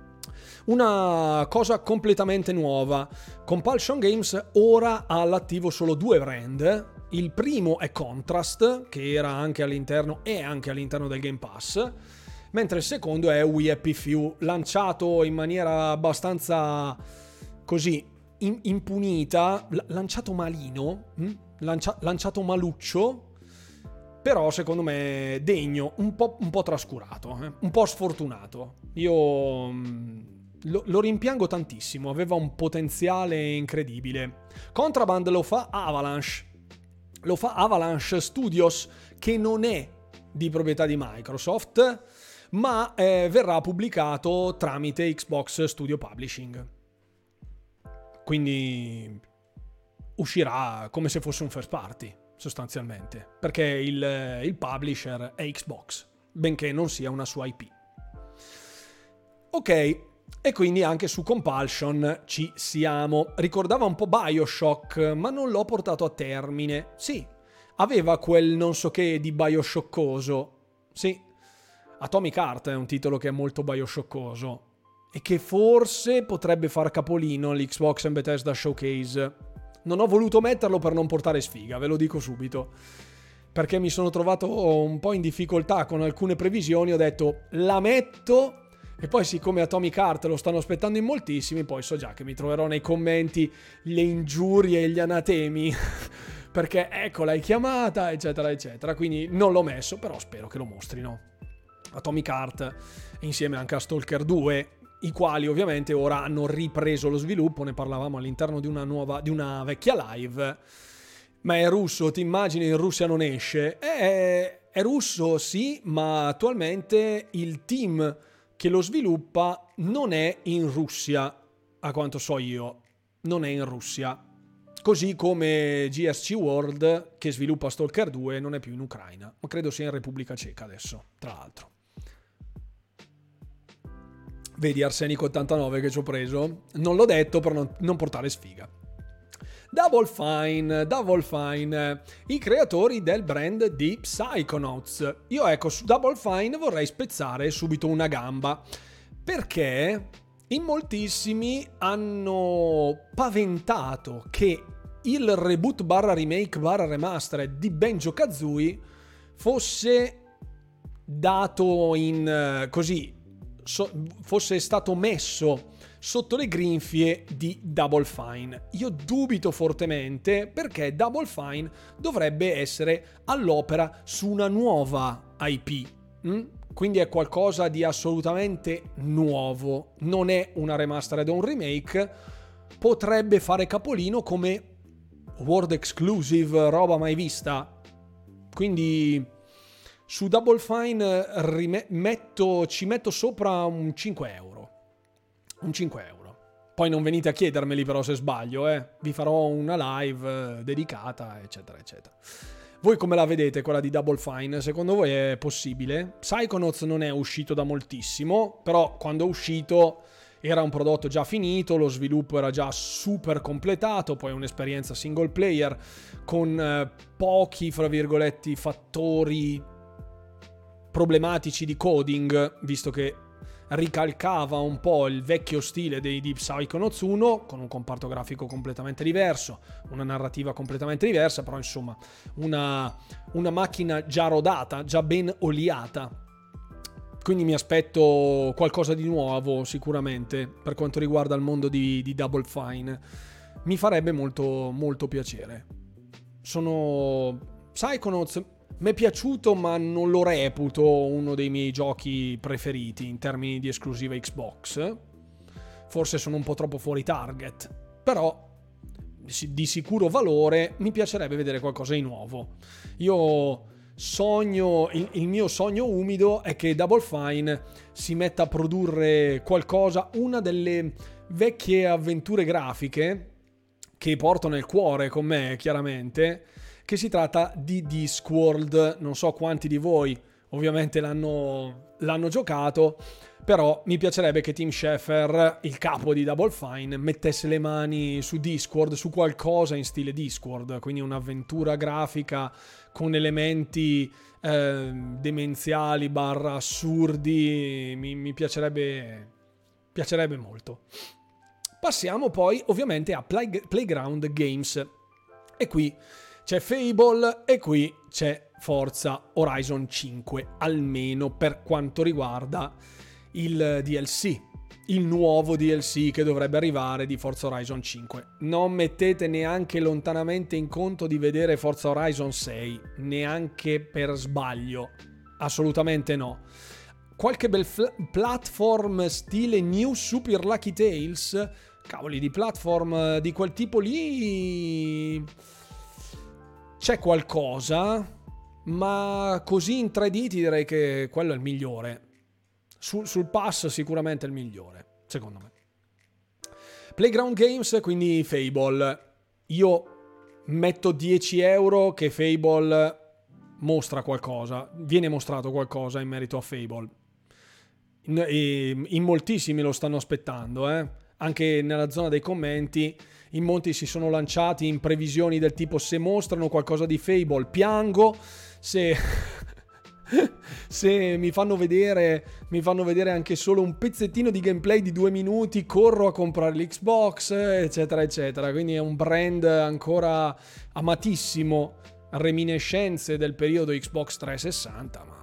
Una cosa completamente nuova. Compulsion Games ora ha all'attivo solo due brand. Il primo è Contrast, che era anche all'interno e anche all'interno del Game Pass, mentre il secondo è We Happy Few, lanciato in maniera abbastanza così impunita, lanciato malino, lancia, lanciato maluccio, però secondo me degno, un po', un po' trascurato, eh? Un po' sfortunato. Io mh, lo, lo rimpiango tantissimo, aveva un potenziale incredibile. Contraband lo fa Avalanche, lo fa Avalanche Studios, che non è di proprietà di Microsoft, ma eh, verrà pubblicato tramite Xbox Studio Publishing. quindi uscirà come se fosse un first party, sostanzialmente, perché il, il publisher è Xbox, benché non sia una sua I P. Ok, e quindi anche su Compulsion ci siamo. Ricordava un po' BioShock, ma non l'ho portato a termine. Sì, aveva quel non so che di BioShockoso. Sì, Atomic Heart è un titolo che è molto BioShockoso e che forse potrebbe far capolino l'Xbox and Bethesda Showcase. Non ho voluto metterlo per non portare sfiga, ve lo dico subito, perché mi sono trovato un po' in difficoltà con alcune previsioni. Ho detto la metto, e poi siccome Atomic Heart lo stanno aspettando in moltissimi, poi so già che mi troverò nei commenti le ingiurie e gli anatemi perché ecco l'hai chiamata eccetera eccetera, quindi non l'ho messo, però spero che lo mostrino. Atomic Heart insieme anche a Stalker due, i quali ovviamente ora hanno ripreso lo sviluppo, ne parlavamo all'interno di una nuova, di una vecchia live. Ma è russo, ti immagini in Russia non esce? È, è russo sì, ma attualmente il team che lo sviluppa non è in Russia, a quanto so io, non è in Russia. Così come G S C World, che sviluppa Stalker due, non è più in Ucraina, ma credo sia in Repubblica Ceca adesso, tra l'altro. Vedi Arsenico ottantanove che ci ho preso? Non l'ho detto per non, non portare sfiga. Double Fine, Double Fine, i creatori del brand di Psychonauts. Io ecco, su Double Fine vorrei spezzare subito una gamba, perché in moltissimi hanno paventato che il reboot barra remake barra remastered di Banjo-Kazooie fosse dato in così, so, fosse stato messo sotto le grinfie di Double Fine. Io dubito fortemente, perché Double Fine dovrebbe essere all'opera su una nuova I P. Mm? Quindi è qualcosa di assolutamente nuovo. Non è una remastered o un remake. Potrebbe fare capolino come world exclusive, roba mai vista. Quindi su Double Fine rime- metto, ci metto sopra un cinque euro. Un cinque euro. Poi non venite a chiedermeli però se sbaglio, eh. Vi farò una live dedicata, eccetera, eccetera. Voi come la vedete quella di Double Fine? Secondo voi è possibile? Psychonauts non è uscito da moltissimo, però quando è uscito era un prodotto già finito, lo sviluppo era già super completato, poi un'esperienza single player con eh, pochi, fra virgolette, fattori problematici di coding, visto che ricalcava un po' il vecchio stile dei di Psychonauts uno, con un comparto grafico completamente diverso, una narrativa completamente diversa, però insomma una, una macchina già rodata, già ben oliata. Quindi mi aspetto qualcosa di nuovo sicuramente per quanto riguarda il mondo di, di Double Fine. Mi farebbe molto molto piacere. Sono Psychonauts, mi è piaciuto, ma non lo reputo uno dei miei giochi preferiti in termini di esclusiva Xbox. Forse sono un po' troppo fuori target, però di sicuro valore. Mi piacerebbe vedere qualcosa di nuovo. Io sogno, il, il mio sogno umido è che Double Fine si metta a produrre qualcosa, una delle vecchie avventure grafiche che porto nel cuore con me, chiaramente, che si tratta di Discworld. Non so quanti di voi ovviamente l'hanno, l'hanno giocato, però mi piacerebbe che Tim Schafer, il capo di Double Fine, mettesse le mani su Discworld, su qualcosa in stile Discworld, quindi un'avventura grafica con elementi eh, demenziali barra assurdi. Mi, mi piacerebbe, piacerebbe molto. Passiamo poi ovviamente a Play, Playground Games, e qui c'è Fable e qui c'è Forza Horizon cinque, almeno per quanto riguarda il D L C, il nuovo D L C che dovrebbe arrivare di Forza Horizon cinque. Non mettete neanche lontanamente in conto di vedere Forza Horizon sei, neanche per sbaglio, assolutamente no. Qualche bel fl- platform stile New Super Lucky Tales, cavoli, di platform di quel tipo lì c'è qualcosa, ma così in tre D ti direi che quello è il migliore. Sul, sul pass sicuramente è il migliore, secondo me. Playground Games, quindi Fable. Io metto dieci euro che Fable mostra qualcosa, viene mostrato qualcosa in merito a Fable. In, in moltissimi lo stanno aspettando, eh? Anche nella zona dei commenti in molti si sono lanciati in previsioni del tipo: se mostrano qualcosa di Fable piango, se se mi fanno vedere mi fanno vedere anche solo un pezzettino di gameplay di due minuti corro a comprare l'Xbox, eccetera eccetera. Quindi è un brand ancora amatissimo, reminiscenze del periodo Xbox trecentosessanta, ma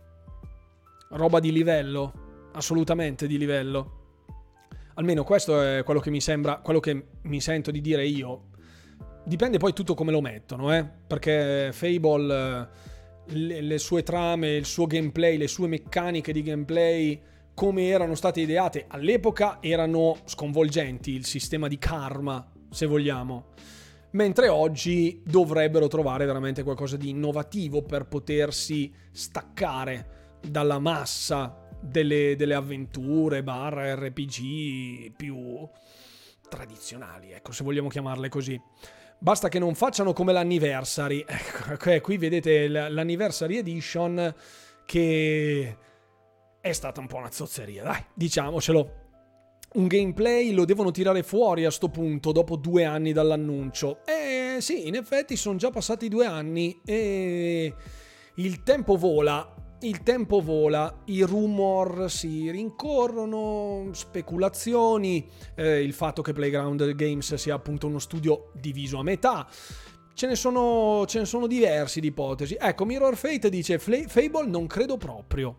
roba di livello, assolutamente di livello. Almeno questo è quello che mi sembra, quello che mi sento di dire io. Dipende poi tutto come lo mettono, eh? Perché Fable, le, le sue trame, il suo gameplay, le sue meccaniche di gameplay, come erano state ideate all'epoca, erano sconvolgenti. Il sistema di karma, se vogliamo. Mentre oggi dovrebbero trovare veramente qualcosa di innovativo per potersi staccare dalla massa delle, delle avventure barra R P G più tradizionali, ecco, se vogliamo chiamarle così. Basta che non facciano come l'Anniversary. Ecco, qui vedete l'Anniversary Edition, che è stata un po' una zozzeria, dai, diciamocelo. Un gameplay lo devono tirare fuori a sto punto dopo due anni dall'annuncio. E sì, in effetti sono già passati due anni e il tempo vola. Il tempo vola, i rumor si rincorrono, speculazioni, eh, il fatto che Playground Games sia appunto uno studio diviso a metà. Ce ne sono, ce ne sono diversi di ipotesi. Ecco, Mirror Fate dice: Fable non credo proprio.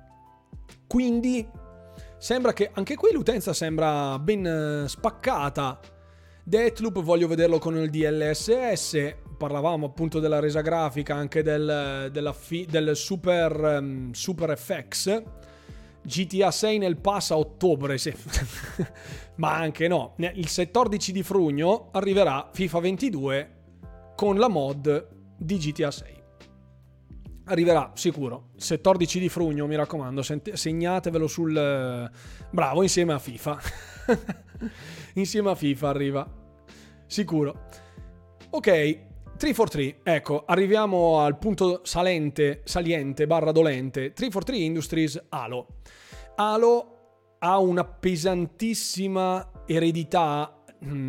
Quindi sembra che anche qui l'utenza sembra ben spaccata. Deathloop voglio vederlo con il D L S S. Parlavamo appunto della resa grafica, anche del, della fi, del Super, um, Super F X. G T A sei nel pass a ottobre, sì. Ma anche no. Il settordici di frugno arriverà FIFA ventidue con la mod di G T A sei. Arriverà sicuro. Il settordici di frugno, mi raccomando, segnatevelo sul... Bravo, insieme a FIFA. Insieme a FIFA arriva. Sicuro. Ok. tre quattro tre, ecco, arriviamo al punto salente, saliente, barra dolente. tre quattro tre Industries, Halo. Halo ha una pesantissima eredità,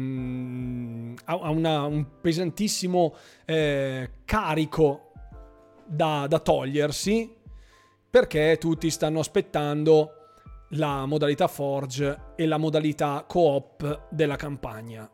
mm, ha una, un pesantissimo eh, carico da, da togliersi, perché tutti stanno aspettando la modalità Forge e la modalità co-op della campagna.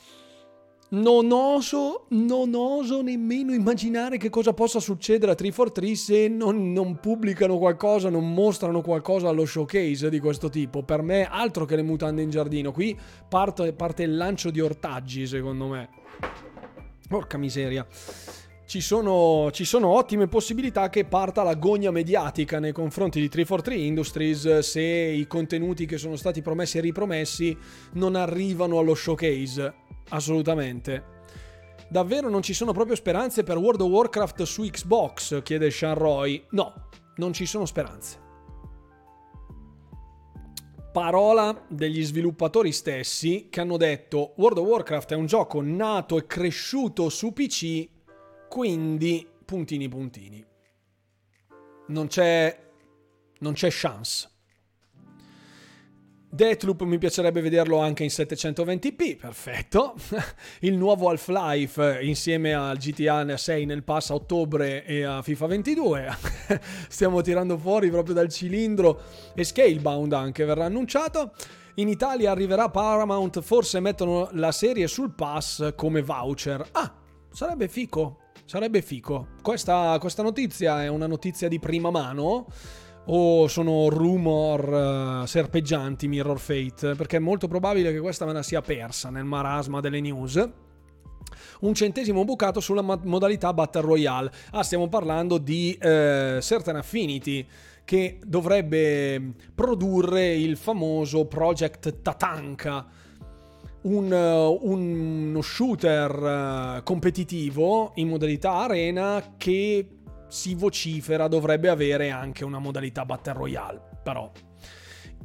Non oso, non oso nemmeno immaginare che cosa possa succedere a tre quattro tre se non, non pubblicano qualcosa, non mostrano qualcosa allo showcase di questo tipo. Per me altro che le mutande in giardino. Qui parte, parte il lancio di ortaggi, secondo me. Porca miseria. Ci sono, ci sono ottime possibilità che parta la gogna mediatica nei confronti di tre quattro tre Industries se i contenuti che sono stati promessi e ripromessi non arrivano allo showcase. Assolutamente. Davvero non ci sono proprio speranze per World of Warcraft su Xbox? Chiede Sean Roy. No, non ci sono speranze. Parola degli sviluppatori stessi, che hanno detto: World of Warcraft è un gioco nato e cresciuto su P C, quindi puntini puntini. Non c'è non c'è chance. Deathloop mi piacerebbe vederlo anche in settecentoventi p, perfetto. Il nuovo Half-Life insieme al G T A sei nel pass a ottobre e a FIFA ventidue. Stiamo tirando fuori proprio dal cilindro. E Scalebound anche verrà annunciato. In Italia arriverà Paramount, forse mettono la serie sul pass come voucher. Ah, sarebbe fico, sarebbe fico. Questa, questa notizia è una notizia di prima mano o sono rumor uh, serpeggianti, Mirror Fate? Perché è molto probabile che questa me la sia persa nel marasma delle news. Un centesimo bucato sulla ma- modalità Battle Royale. Ah, stiamo parlando di uh, Certain Affinity, che dovrebbe produrre il famoso Project Tatanka, un, uh, uno shooter uh, competitivo in modalità arena che si vocifera dovrebbe avere anche una modalità Battle Royale. Però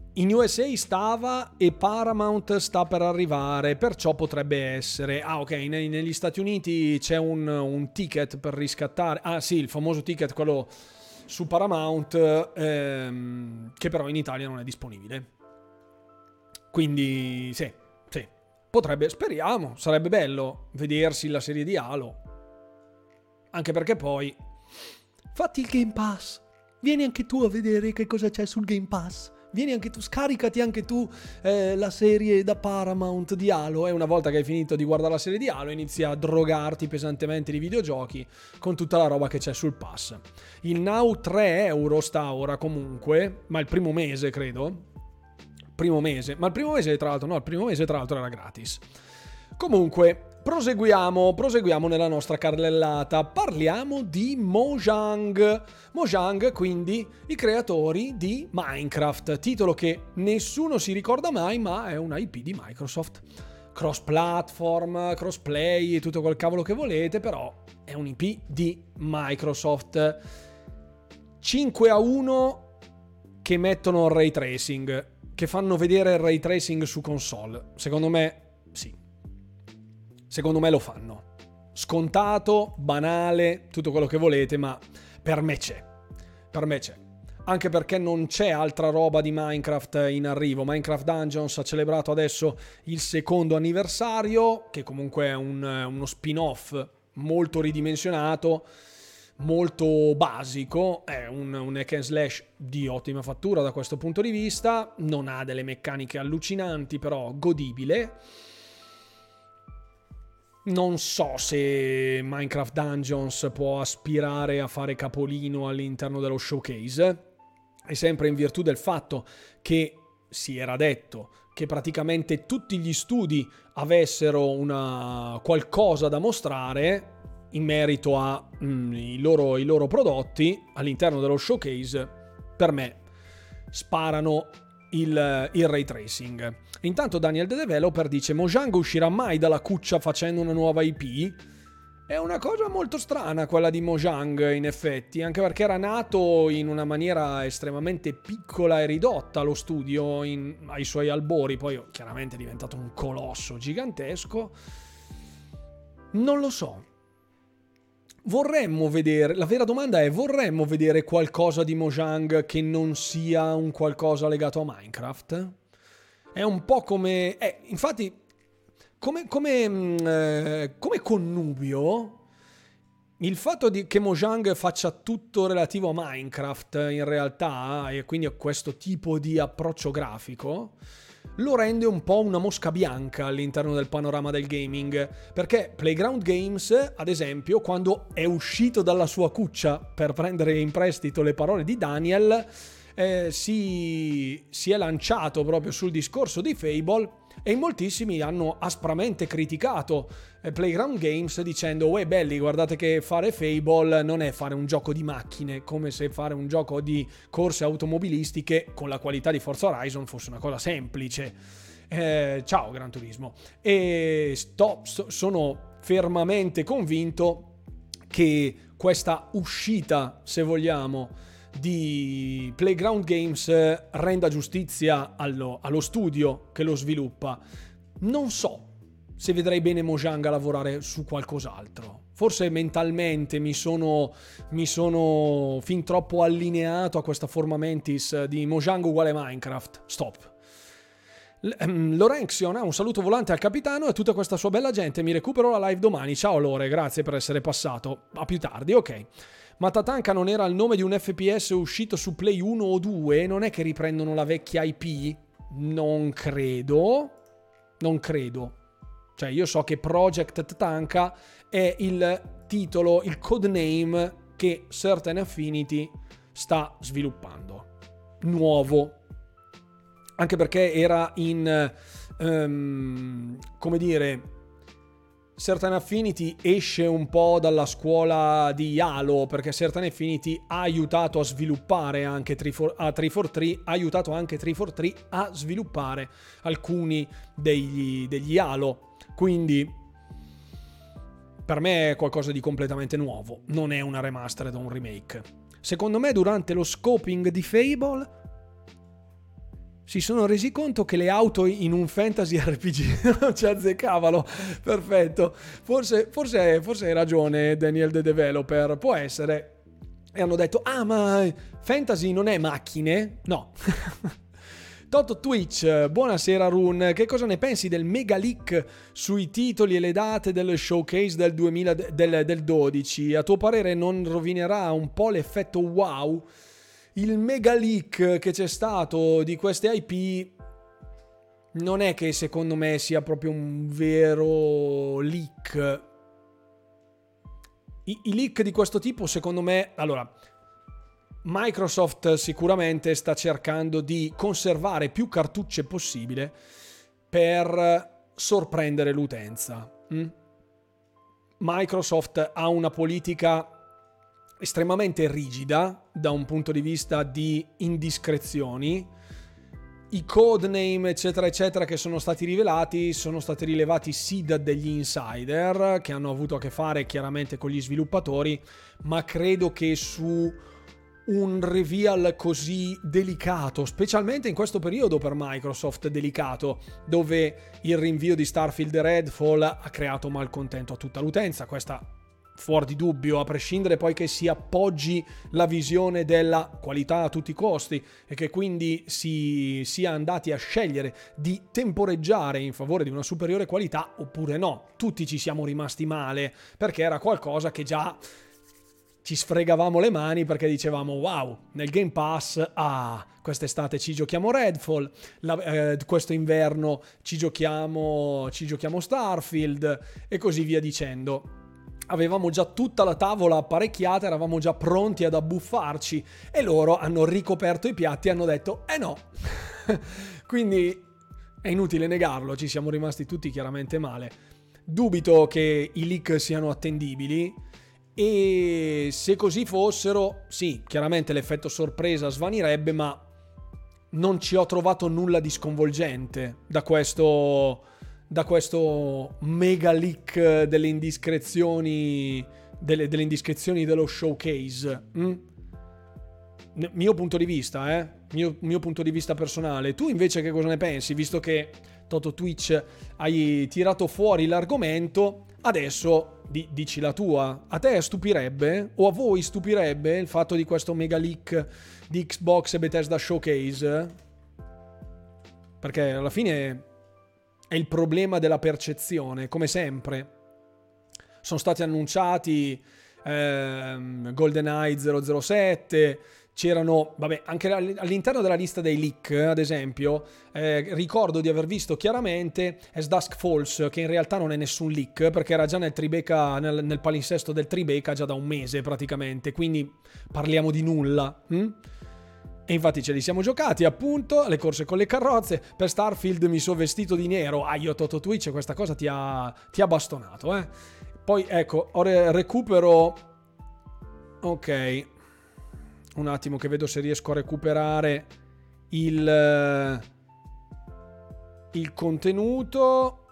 in U S A stava e Paramount sta per arrivare, perciò potrebbe essere. Ah, ok, ne- negli Stati Uniti c'è un, un ticket per riscattare. Ah, sì, il famoso ticket, quello su Paramount, ehm, che però in Italia non è disponibile. Quindi, sì, sì, potrebbe, speriamo, sarebbe bello vedersi la serie di Halo. Anche perché poi, fatti il Game Pass, vieni anche tu a vedere che cosa c'è sul Game Pass. Vieni anche tu, scaricati anche tu eh, la serie da Paramount di Halo e una volta che hai finito di guardare la serie di Halo inizi a drogarti pesantemente di videogiochi con tutta la roba che c'è sul pass. Il Now tre euro sta ora comunque, ma il primo mese credo. Primo mese, ma il primo mese tra l'altro no, il primo mese tra l'altro era gratis. Comunque, proseguiamo, proseguiamo nella nostra carrellata. Parliamo di Mojang. Mojang, quindi, i creatori di Minecraft, titolo che nessuno si ricorda mai, ma è un I P di Microsoft. Cross-platform, cross-play, tutto quel cavolo che volete, però è un I P di Microsoft. cinque a uno che mettono il ray tracing, che fanno vedere il ray tracing su console. Secondo me, sì. Secondo me lo fanno. Scontato, banale, tutto quello che volete, ma per me c'è. Per me c'è. Anche perché non c'è altra roba di Minecraft in arrivo. Minecraft Dungeons ha celebrato adesso il secondo anniversario, che comunque è un, uno spin-off molto ridimensionato, molto basico, è un, un hack and slash di ottima fattura da questo punto di vista, non ha delle meccaniche allucinanti, però godibile. Non so se Minecraft Dungeons può aspirare a fare capolino all'interno dello showcase, è sempre in virtù del fatto che si era detto che praticamente tutti gli studi avessero una qualcosa da mostrare in merito ai mm, loro, i loro prodotti all'interno dello showcase. Per me sparano il, il ray tracing. Intanto Daniel The Developer dice: Mojang uscirà mai dalla cuccia facendo una nuova I P? È una cosa molto strana quella di Mojang, in effetti, anche perché era nato in una maniera estremamente piccola e ridotta lo studio in, ai suoi albori, poi chiaramente è diventato un colosso gigantesco. Non lo so. Vorremmo vedere, la vera domanda è: vorremmo vedere qualcosa di Mojang che non sia un qualcosa legato a Minecraft? È un po' come... Eh, infatti, come, come, eh, come connubio, il fatto di, che Mojang faccia tutto relativo a Minecraft in realtà, e quindi a questo tipo di approccio grafico, lo rende un po' una mosca bianca all'interno del panorama del gaming, perché Playground Games, ad esempio, quando è uscito dalla sua cuccia, per prendere in prestito le parole di Daniel, eh, si, si è lanciato proprio sul discorso di Fable, e in moltissimi hanno aspramente criticato eh, Playground Games dicendo: uè belli, guardate che fare Fable non è fare un gioco di macchine, come se fare un gioco di corse automobilistiche con la qualità di Forza Horizon fosse una cosa semplice. Eh, ciao Gran Turismo. E sto, so, sono fermamente convinto che questa uscita, se vogliamo, di Playground Games renda giustizia allo, allo studio che lo sviluppa. Non so se vedrei bene Mojang a lavorare su qualcos'altro. Forse mentalmente mi sono, mi sono fin troppo allineato a questa forma mentis di Mojang uguale Minecraft. Stop. Lorenxion, un saluto volante al capitano e a tutta questa sua bella gente. Mi recupero la live domani. Ciao Lore, grazie per essere passato. A più tardi, ok. Ma Tatanka non era il nome di un F P S uscito su Play uno o due? Non è che riprendono la vecchia I P? Non credo. Non credo. Cioè, io so che Project Tatanka è il titolo, il codename che Certain Affinity sta sviluppando. Nuovo. Anche perché era in... Um, come dire... Certain Affinity esce un po' dalla scuola di Halo, perché Certain Affinity ha aiutato a sviluppare anche tre quattro tre, ha aiutato anche tre quattro tre a sviluppare alcuni degli, degli Halo. Quindi per me è qualcosa di completamente nuovo, non è una remastered o un remake. Secondo me durante lo scoping di Fable si sono resi conto che le auto in un fantasy R P G non ci azzeccavano. Perfetto, forse, forse, forse hai ragione Daniel the Developer, può essere. E hanno detto, ah ma fantasy non è macchine? No. Toto Twitch, buonasera Run, che cosa ne pensi del mega leak sui titoli e le date del showcase del, duemila, del, del dodici? A tuo parere non rovinerà un po' l'effetto wow? Il mega leak che c'è stato di queste I P non è che secondo me sia proprio un vero leak. I, i leak di questo tipo secondo me, allora, Microsoft sicuramente sta cercando di conservare più cartucce possibile per sorprendere l'utenza. Mm? Microsoft ha una politica estremamente rigida da un punto di vista di indiscrezioni. I codename eccetera eccetera che sono stati rivelati sono stati rilevati sì da degli insider che hanno avuto a che fare chiaramente con gli sviluppatori, ma credo che su un reveal così delicato, specialmente in questo periodo per Microsoft delicato, dove il rinvio di Starfield e Redfall ha creato malcontento a tutta l'utenza, questa fuori di dubbio, a prescindere poi che si appoggi la visione della qualità a tutti i costi e che quindi si sia andati a scegliere di temporeggiare in favore di una superiore qualità oppure no. Tutti ci siamo rimasti male perché era qualcosa che già ci sfregavamo le mani perché dicevamo wow, nel Game Pass, ah, quest'estate ci giochiamo Redfall, la, eh, questo inverno ci giochiamo, ci giochiamo Starfield e così via dicendo. Avevamo già tutta la tavola apparecchiata, eravamo già pronti ad abbuffarci e loro hanno ricoperto i piatti e hanno detto eh no. Quindi è inutile negarlo, ci siamo rimasti tutti chiaramente male. Dubito che i leak siano attendibili e se così fossero, sì, chiaramente l'effetto sorpresa svanirebbe, ma non ci ho trovato nulla di sconvolgente da questo... da questo mega leak delle indiscrezioni delle, delle indiscrezioni dello showcase. Mm? Mio punto di vista, eh? Mio, mio punto di vista personale. Tu invece che cosa ne pensi? Visto che Toto Twitch hai tirato fuori l'argomento, adesso di, dici la tua. A te stupirebbe, o a voi stupirebbe, il fatto di questo mega leak di Xbox e Bethesda Showcase? Perché alla fine è il problema della percezione, come sempre. Sono stati annunciati ehm, GoldenEye zero zero sette, c'erano, vabbè, anche all'interno della lista dei leak, ad esempio, eh, ricordo di aver visto chiaramente As Dusk Falls, che in realtà non è nessun leak, perché era già nel Tribeca, nel, nel palinsesto del Tribeca già da un mese praticamente, quindi parliamo di nulla. Hm? E infatti ce li siamo giocati, appunto, le corse con le carrozze. Per Starfield mi sono vestito di nero. Ah, io Toto Twitch, questa cosa ti ha, ti ha bastonato, eh. Poi, ecco, ora recupero... Ok. Un attimo che vedo se riesco a recuperare il... il contenuto.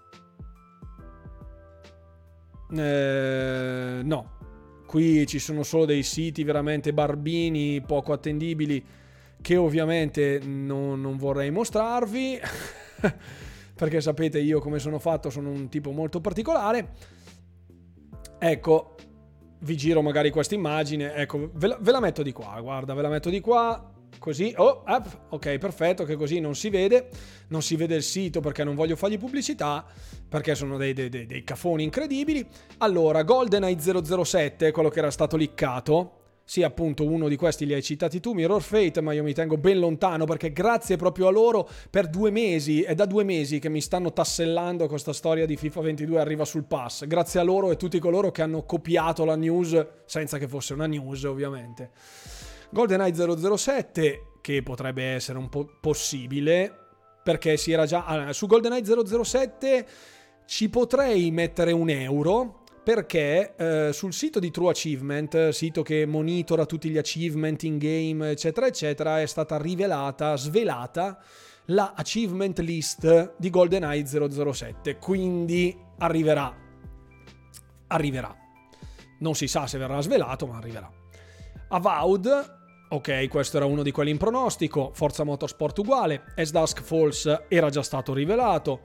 Eh, no. Qui ci sono solo dei siti veramente barbini, poco attendibili, che ovviamente non, non vorrei mostrarvi perché sapete io come sono fatto, sono un tipo molto particolare. Ecco, vi giro magari questa immagine, ecco, ve la, ve la metto di qua, guarda, ve la metto di qua, così, oh, up, ok, perfetto, che così non si vede, non si vede il sito perché non voglio fargli pubblicità, perché sono dei, dei, dei, dei cafoni incredibili. Allora, GoldenEye zero zero sette, quello che era stato liccato, sì, appunto, uno di questi li hai citati tu, Mirror Fate, ma io mi tengo ben lontano perché grazie proprio a loro per due mesi, è da due mesi che mi stanno tassellando questa storia di FIFA ventidue arriva sul pass, grazie a loro e tutti coloro che hanno copiato la news senza che fosse una news ovviamente. GoldenEye zero zero sette, che potrebbe essere un po' possibile, perché si era già... Ah, su GoldenEye zero zero sette ci potrei mettere un euro, perché eh, sul sito di True Achievement, sito che monitora tutti gli achievement in game, eccetera, eccetera, è stata rivelata, svelata, la achievement list di GoldenEye zero zero sette, quindi arriverà. Arriverà. Non si sa se verrà svelato, ma arriverà. Avowed ok, questo era uno di quelli in pronostico. Forza Motorsport uguale. As Dusk Falls era già stato rivelato.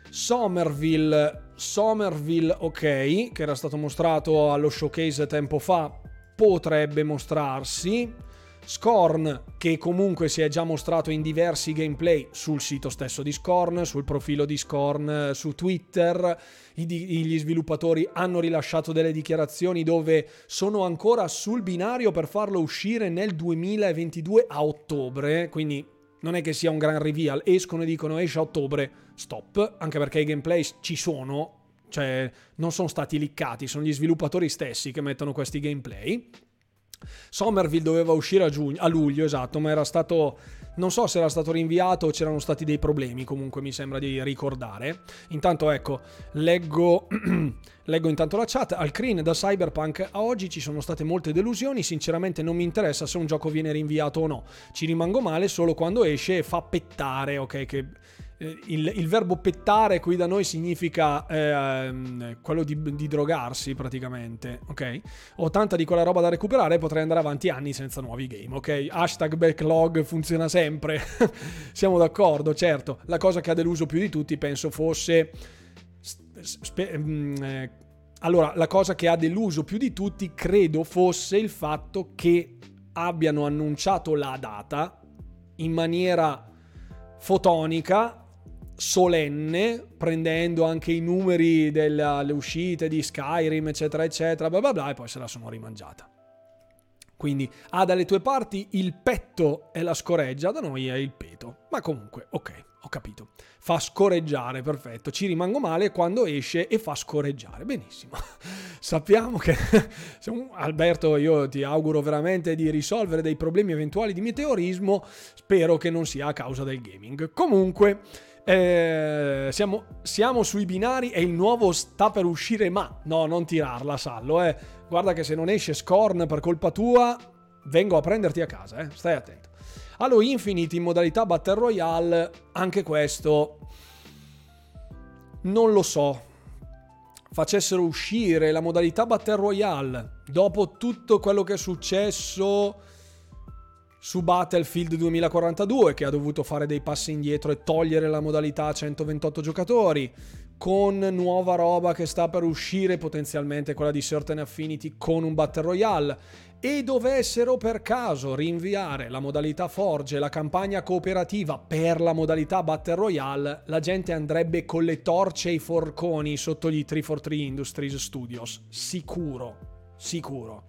Somerville, Somerville, ok, che era stato mostrato allo showcase tempo fa, potrebbe mostrarsi. Scorn, che comunque si è già mostrato in diversi gameplay sul sito stesso di Scorn, sul profilo di Scorn su Twitter. I, gli sviluppatori hanno rilasciato delle dichiarazioni dove sono ancora sul binario per farlo uscire nel duemilaventidue a ottobre, quindi non è che sia un gran reveal. Escono e dicono esce a ottobre, stop, anche perché i gameplay ci sono, cioè non sono stati leakati, sono gli sviluppatori stessi che mettono questi gameplay. Somerville doveva uscire a, giugno, a luglio, esatto, ma era stato, non so se era stato rinviato o c'erano stati dei problemi, comunque mi sembra di ricordare. Intanto ecco, leggo, leggo intanto la chat. Al Creen da Cyberpunk a oggi ci sono state molte delusioni, sinceramente non mi interessa se un gioco viene rinviato o no, ci rimango male solo quando esce e fa pettare, ok, che... Il, il verbo pettare qui da noi significa eh, quello di, di drogarsi praticamente, ok? Ho tanta di quella roba da recuperare e potrei andare avanti anni senza nuovi game, ok? Hashtag backlog funziona sempre. Siamo d'accordo, certo. La cosa che ha deluso più di tutti penso fosse spe, eh, allora la cosa che ha deluso più di tutti credo fosse il fatto che abbiano annunciato la data in maniera fotonica, solenne, prendendo anche i numeri delle uscite di Skyrim eccetera eccetera bla bla bla, e poi se la sono rimangiata. Quindi ah, dalle tue parti il petto è la scoreggia, da noi è il peto, ma comunque ok, ho capito, fa scoreggiare, perfetto, ci rimango male quando esce e fa scoreggiare, benissimo. Sappiamo che Alberto, io ti auguro veramente di risolvere dei problemi eventuali di meteorismo, spero che non sia a causa del gaming. Comunque Eh, siamo, siamo sui binari e il nuovo sta per uscire, ma no, non tirarla Sallo, eh. Guarda che se non esce Scorn per colpa tua vengo a prenderti a casa, eh. Stai attento. Halo Infinite in modalità Battle Royale, anche questo non lo so. Facessero uscire la modalità Battle Royale dopo tutto quello che è successo su Battlefield duemilaquarantadue, che ha dovuto fare dei passi indietro e togliere la modalità a centoventotto giocatori, con nuova roba che sta per uscire, potenzialmente quella di Certain Affinity con un Battle Royale, e dovessero per caso rinviare la modalità Forge e la campagna cooperativa per la modalità Battle Royale, la gente andrebbe con le torce e i forconi sotto gli tre quattro tre Industries Studios, sicuro, sicuro.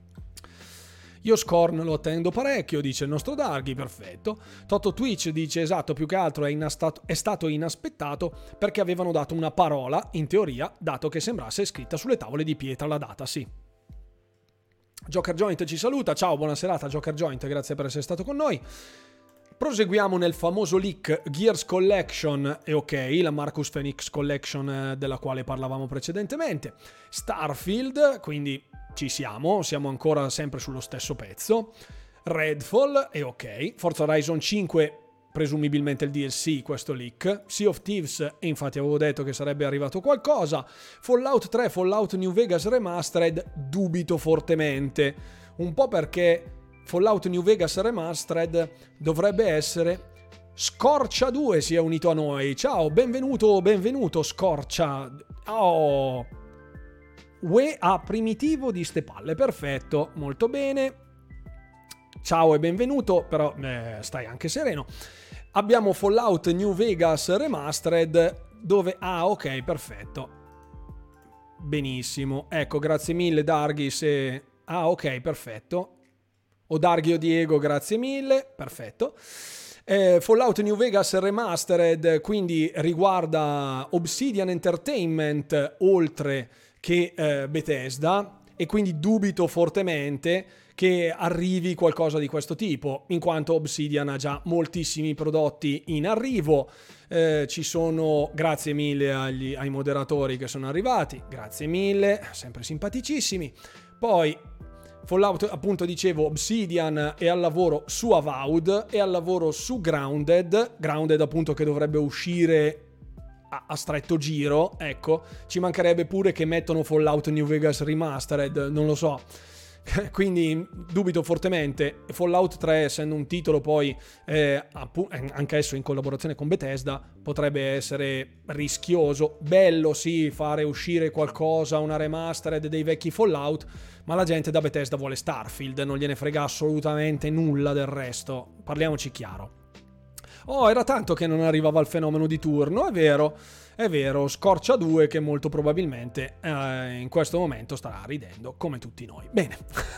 Io Scorn lo attendo parecchio, dice il nostro Darghi, perfetto. Toto Twitch dice esatto, più che altro è, inastato, è stato inaspettato perché avevano dato una parola, in teoria, dato che sembrasse scritta sulle tavole di pietra la data, sì. Joker Joint ci saluta, ciao, buona serata Joker Joint, grazie per essere stato con noi. Proseguiamo nel famoso leak Gears Collection, e ok, la Marcus Phoenix Collection della quale parlavamo precedentemente. Starfield, quindi ci siamo, siamo ancora sempre sullo stesso pezzo. Redfall, e ok. Forza Horizon cinque, presumibilmente il D L C, questo leak. Sea of Thieves, e infatti avevo detto che sarebbe arrivato qualcosa. Fallout tre, Fallout New Vegas Remastered, dubito fortemente. Un po' perché Fallout New Vegas Remastered dovrebbe essere... Scorcia due si è unito a noi. Ciao, benvenuto, benvenuto Scorcia. Oh... Ue a primitivo di ste palle, perfetto, molto bene. Ciao e benvenuto, però eh, stai anche sereno. Abbiamo Fallout New Vegas Remastered, dove... Ah, ok, perfetto. Benissimo, ecco, grazie mille Darghi se... Ah, ok, perfetto. O Darghi o Diego, grazie mille, perfetto. Eh, Fallout New Vegas Remastered, quindi riguarda Obsidian Entertainment, oltre che eh, Bethesda, e quindi dubito fortemente che arrivi qualcosa di questo tipo, in quanto Obsidian ha già moltissimi prodotti in arrivo. Eh, ci sono, grazie mille agli, ai moderatori che sono arrivati, grazie mille, sempre simpaticissimi. Poi Fallout, appunto dicevo, Obsidian è al lavoro su Avowed, è al lavoro su Grounded, Grounded appunto che dovrebbe uscire a stretto giro, ecco. Ci mancherebbe pure che mettono Fallout New Vegas Remastered, non lo so. Quindi dubito fortemente. Fallout tre, essendo un titolo poi eh, anch'esso in collaborazione con Bethesda, potrebbe essere rischioso. Bello sì fare uscire qualcosa, una remastered dei vecchi Fallout, ma la gente da Bethesda vuole Starfield, non gliene frega assolutamente nulla del resto, parliamoci chiaro. Oh, era tanto che non arrivava il fenomeno di turno, è vero, è vero, Scorcia due che molto probabilmente eh, in questo momento starà ridendo come tutti noi. Bene,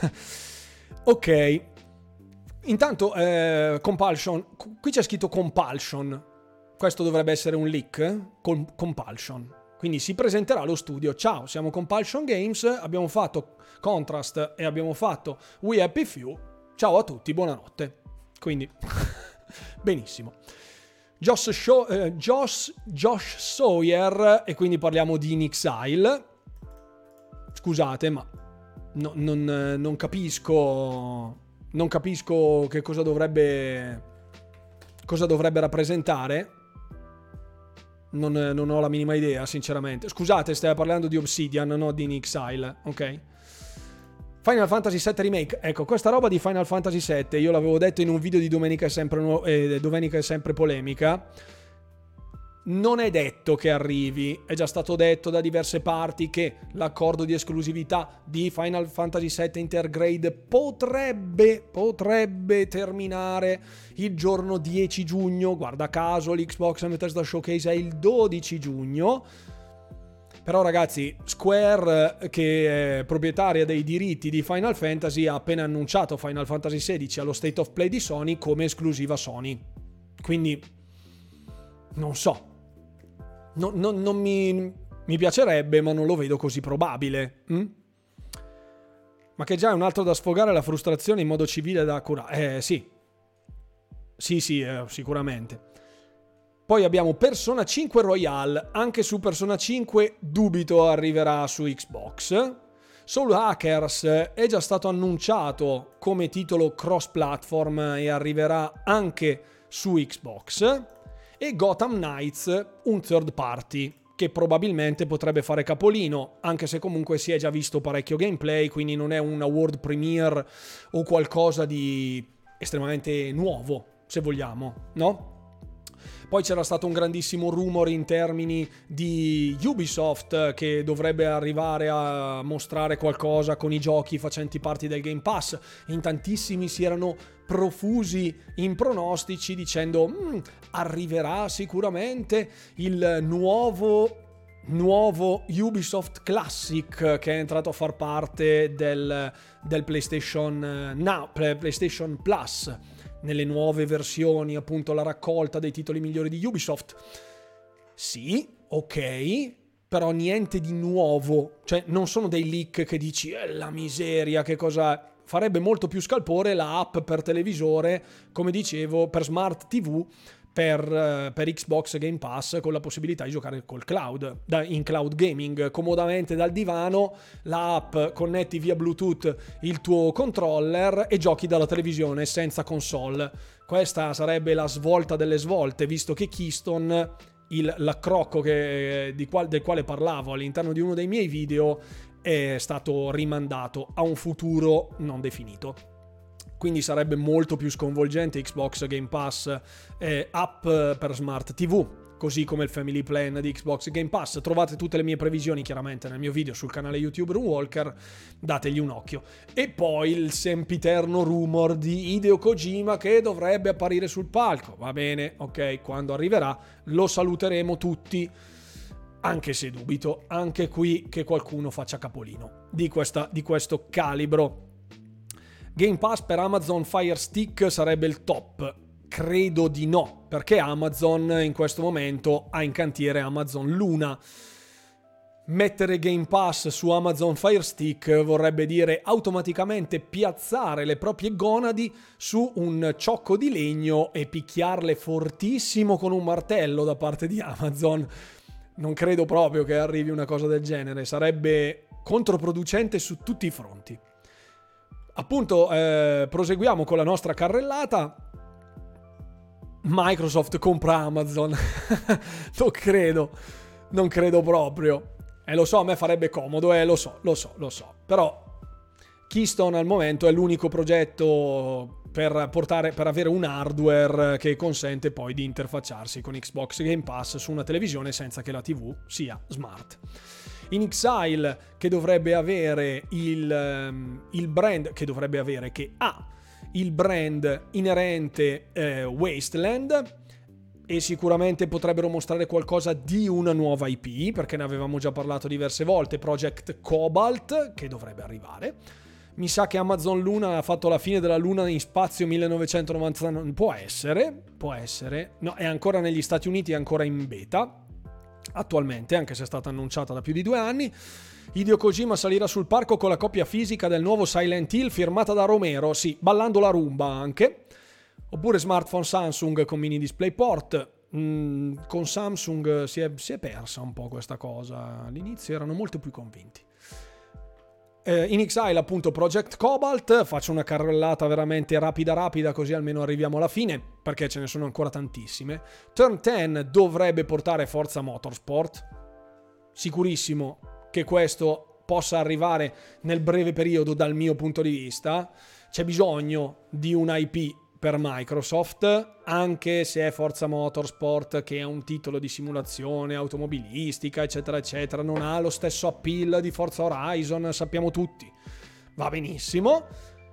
ok, intanto eh, Compulsion, qui c'è scritto Compulsion, questo dovrebbe essere un leak, Com- Compulsion, quindi si presenterà allo studio, ciao, siamo Compulsion Games, abbiamo fatto Contrast e abbiamo fatto We Happy Few, ciao a tutti, buonanotte, quindi... benissimo. Josh, Show, eh, Josh, Josh Sawyer, e quindi parliamo di In Exile. Scusate, ma no, non, non capisco non capisco che cosa dovrebbe cosa dovrebbe rappresentare. Non, non ho la minima idea, sinceramente. Scusate, stai parlando di Obsidian, no di In Exile, ok? Final Fantasy sette Remake, ecco, questa roba di Final Fantasy sette, io l'avevo detto in un video di Domenica è sempre, nu- eh, Domenica è sempre polemica, non è detto che arrivi, è già stato detto da diverse parti che l'accordo di esclusività di Final Fantasy sette Intergrade potrebbe, potrebbe terminare il giorno dieci giugno, guarda caso l'Xbox and Bethesda Showcase è il dodici giugno, però ragazzi, Square, che è proprietaria dei diritti di Final Fantasy, ha appena annunciato Final Fantasy sedici allo State of Play di Sony come esclusiva Sony. Quindi, non so. No, no, non mi, mi piacerebbe, ma non lo vedo così probabile. Hm? Ma che già è un altro da sfogare la frustrazione in modo civile da curare. Eh, sì. Sì, sì, eh, sicuramente. Poi abbiamo Persona cinque Royal, anche su Persona cinque dubito arriverà su Xbox. Soul Hackers è già stato annunciato come titolo cross-platform e arriverà anche su Xbox. E Gotham Knights, un third party, che probabilmente potrebbe fare capolino, anche se comunque si è già visto parecchio gameplay, quindi non è una world premiere o qualcosa di estremamente nuovo, se vogliamo, no? Poi c'era stato un grandissimo rumore in termini di Ubisoft che dovrebbe arrivare a mostrare qualcosa con i giochi facenti parte del Game Pass. In tantissimi si erano profusi in pronostici dicendo mm, arriverà sicuramente il nuovo nuovo Ubisoft Classic che è entrato a far parte del, del PlayStation Now, PlayStation Plus, nelle nuove versioni, appunto la raccolta dei titoli migliori di Ubisoft. Sì, ok, però niente di nuovo, cioè non sono dei leak che dici eh, la miseria, che cosa. Farebbe molto più scalpore la app per televisore, come dicevo, per smart tivù, per, per Xbox Game Pass, con la possibilità di giocare col cloud, da, in cloud gaming, comodamente dal divano, la app connetti via Bluetooth il tuo controller e giochi dalla televisione senza console. Questa sarebbe la svolta delle svolte, visto che Keystone, il, l'accrocco che, di qual, del quale parlavo all'interno di uno dei miei video, è stato rimandato a un futuro non definito. Quindi sarebbe molto più sconvolgente Xbox Game Pass eh, app per smart tivù, così come il Family Plan di Xbox Game Pass. Trovate tutte le mie previsioni chiaramente nel mio video sul canale YouTube Runewalker, dategli un occhio. E poi il sempiterno rumor di Hideo Kojima che dovrebbe apparire sul palco. Va bene, ok, quando arriverà lo saluteremo tutti, anche se dubito anche qui che qualcuno faccia capolino di, questa, di questo calibro. Game Pass per Amazon Fire Stick sarebbe il top? Credo di no, perché Amazon in questo momento ha in cantiere Amazon Luna. Mettere Game Pass su Amazon Fire Stick vorrebbe dire automaticamente piazzare le proprie gonadi su un ciocco di legno e picchiarle fortissimo con un martello da parte di Amazon. Non credo proprio che arrivi una cosa del genere, sarebbe controproducente su tutti i fronti. Appunto, eh, proseguiamo con la nostra carrellata. Microsoft compra Amazon. Non credo, non credo proprio. E eh, lo so, a me farebbe comodo, eh, lo so, lo so, lo so. Però Keystone al momento è l'unico progetto per portare, per avere un hardware che consente poi di interfacciarsi con Xbox Game Pass su una televisione senza che la tivù sia smart. inXile, che dovrebbe avere il, il brand, che dovrebbe avere, che ha il brand inerente eh, Wasteland, e sicuramente potrebbero mostrare qualcosa di una nuova I P, perché ne avevamo già parlato diverse volte, Project Cobalt, che dovrebbe arrivare. Mi sa che Amazon Luna ha fatto la fine della Luna in spazio millenovecentonovantanove, può essere, può essere, no, è ancora negli Stati Uniti, è ancora in beta attualmente, anche se è stata annunciata da più di due anni. Hideo Kojima salirà sul palco con la copia fisica del nuovo Silent Hill firmata da Romero, sì, ballando la rumba anche. Oppure smartphone Samsung con mini DisplayPort. Mm, con Samsung si è, si è persa un po' questa cosa. All'inizio erano molto più convinti. Eh, inXile appunto Project Cobalt. Faccio una carrellata veramente rapida rapida, così almeno arriviamo alla fine, perché ce ne sono ancora tantissime. Turn dieci dovrebbe portare Forza Motorsport. Sicurissimo che questo possa arrivare nel breve periodo dal mio punto di vista. C'è bisogno di un I P per Microsoft, anche se è Forza Motorsport, che è un titolo di simulazione automobilistica, eccetera, eccetera, non ha lo stesso appeal di Forza Horizon, sappiamo tutti. Va benissimo,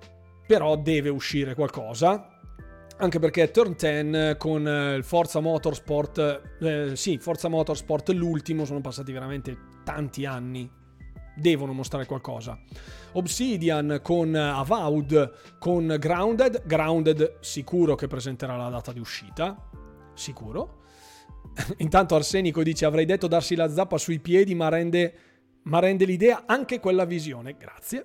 però deve uscire qualcosa, anche perché Turn dieci con il Forza Motorsport, eh, sì, Forza Motorsport l'ultimo, sono passati veramente tanti anni, devono mostrare qualcosa. Obsidian con Avowed, con Grounded. Grounded sicuro che presenterà la data di uscita, sicuro. Intanto Arsenico dice: avrei detto darsi la zappa sui piedi, ma rende, ma rende l'idea anche quella visione. Grazie.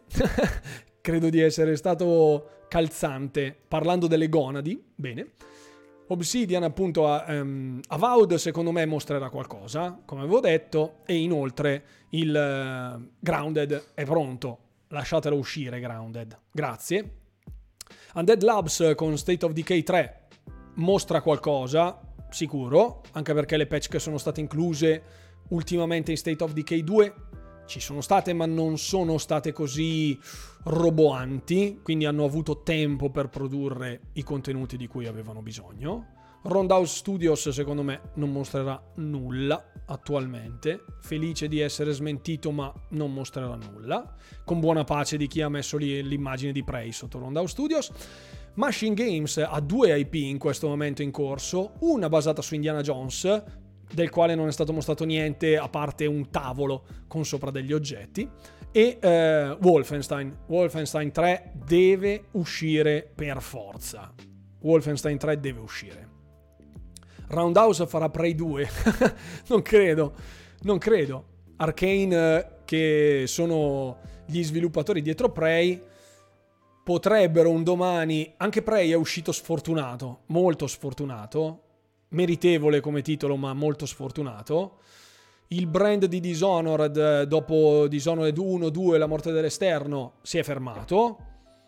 Credo di essere stato calzante parlando delle gonadi. Bene. Obsidian appunto a, um, Avowed secondo me mostrerà qualcosa, come avevo detto, e inoltre il uh, Grounded è pronto. Lasciatelo uscire Grounded, grazie. Undead Labs con State of Decay tre mostra qualcosa, sicuro, anche perché le patch che sono state incluse ultimamente in State of Decay due ci sono state, ma non sono state così roboanti, quindi hanno avuto tempo per produrre i contenuti di cui avevano bisogno. Roundhouse Studios secondo me non mostrerà nulla attualmente, felice di essere smentito, ma non mostrerà nulla, con buona pace di chi ha messo lì l'immagine di Prey sotto Roundhouse Studios. Machine Games ha due I P in questo momento in corso, una basata su Indiana Jones, del quale non è stato mostrato niente a parte un tavolo con sopra degli oggetti, e eh, Wolfenstein. Wolfenstein tre deve uscire per forza. Wolfenstein tre deve uscire. Roundhouse farà Prey due? Non credo, non credo. Arcane, che sono gli sviluppatori dietro Prey, potrebbero un domani... Anche Prey è uscito sfortunato, molto sfortunato, meritevole come titolo ma molto sfortunato. Il brand di Dishonored, dopo Dishonored uno, due, la morte dell'esterno, si è fermato.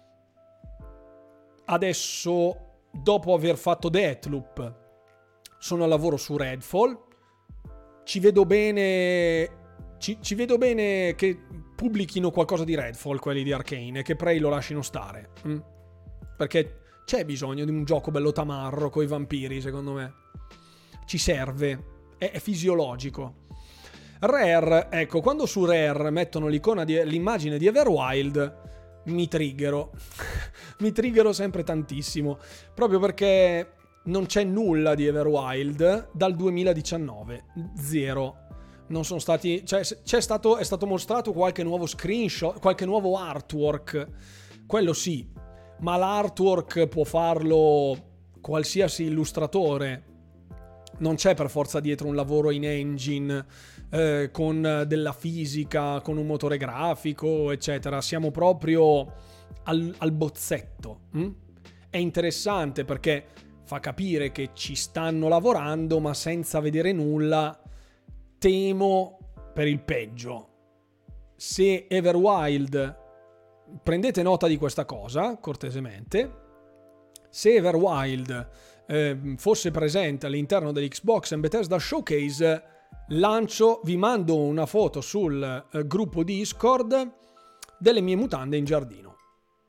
Adesso, dopo aver fatto Deathloop, sono al lavoro su Redfall. Ci vedo bene ci, ci vedo bene che pubblichino qualcosa di Redfall quelli di Arcane, e che Prey lo lasciano stare, hm? Perché c'è bisogno di un gioco bello tamarro coi vampiri, secondo me ci serve, è, è fisiologico. Rare, ecco, quando su Rare mettono l'icona di, l'immagine di Everwild, mi triggero mi triggero sempre tantissimo, proprio perché non c'è nulla di Everwild dal duemiladiciannove, zero. Non sono stati, cioè c'è stato, è stato mostrato qualche nuovo screenshot, qualche nuovo artwork, quello sì, ma l'artwork può farlo qualsiasi illustratore, non c'è per forza dietro un lavoro in engine eh, con della fisica, con un motore grafico, eccetera. Siamo proprio al, al bozzetto. hm? È interessante perché fa capire che ci stanno lavorando, ma senza vedere nulla. Temo per il peggio. Se Everwild, prendete nota di questa cosa cortesemente, se Everwild eh, fosse presente all'interno dell'Xbox and Bethesda Showcase, lancio, vi mando una foto sul eh, gruppo Discord delle mie mutande in giardino.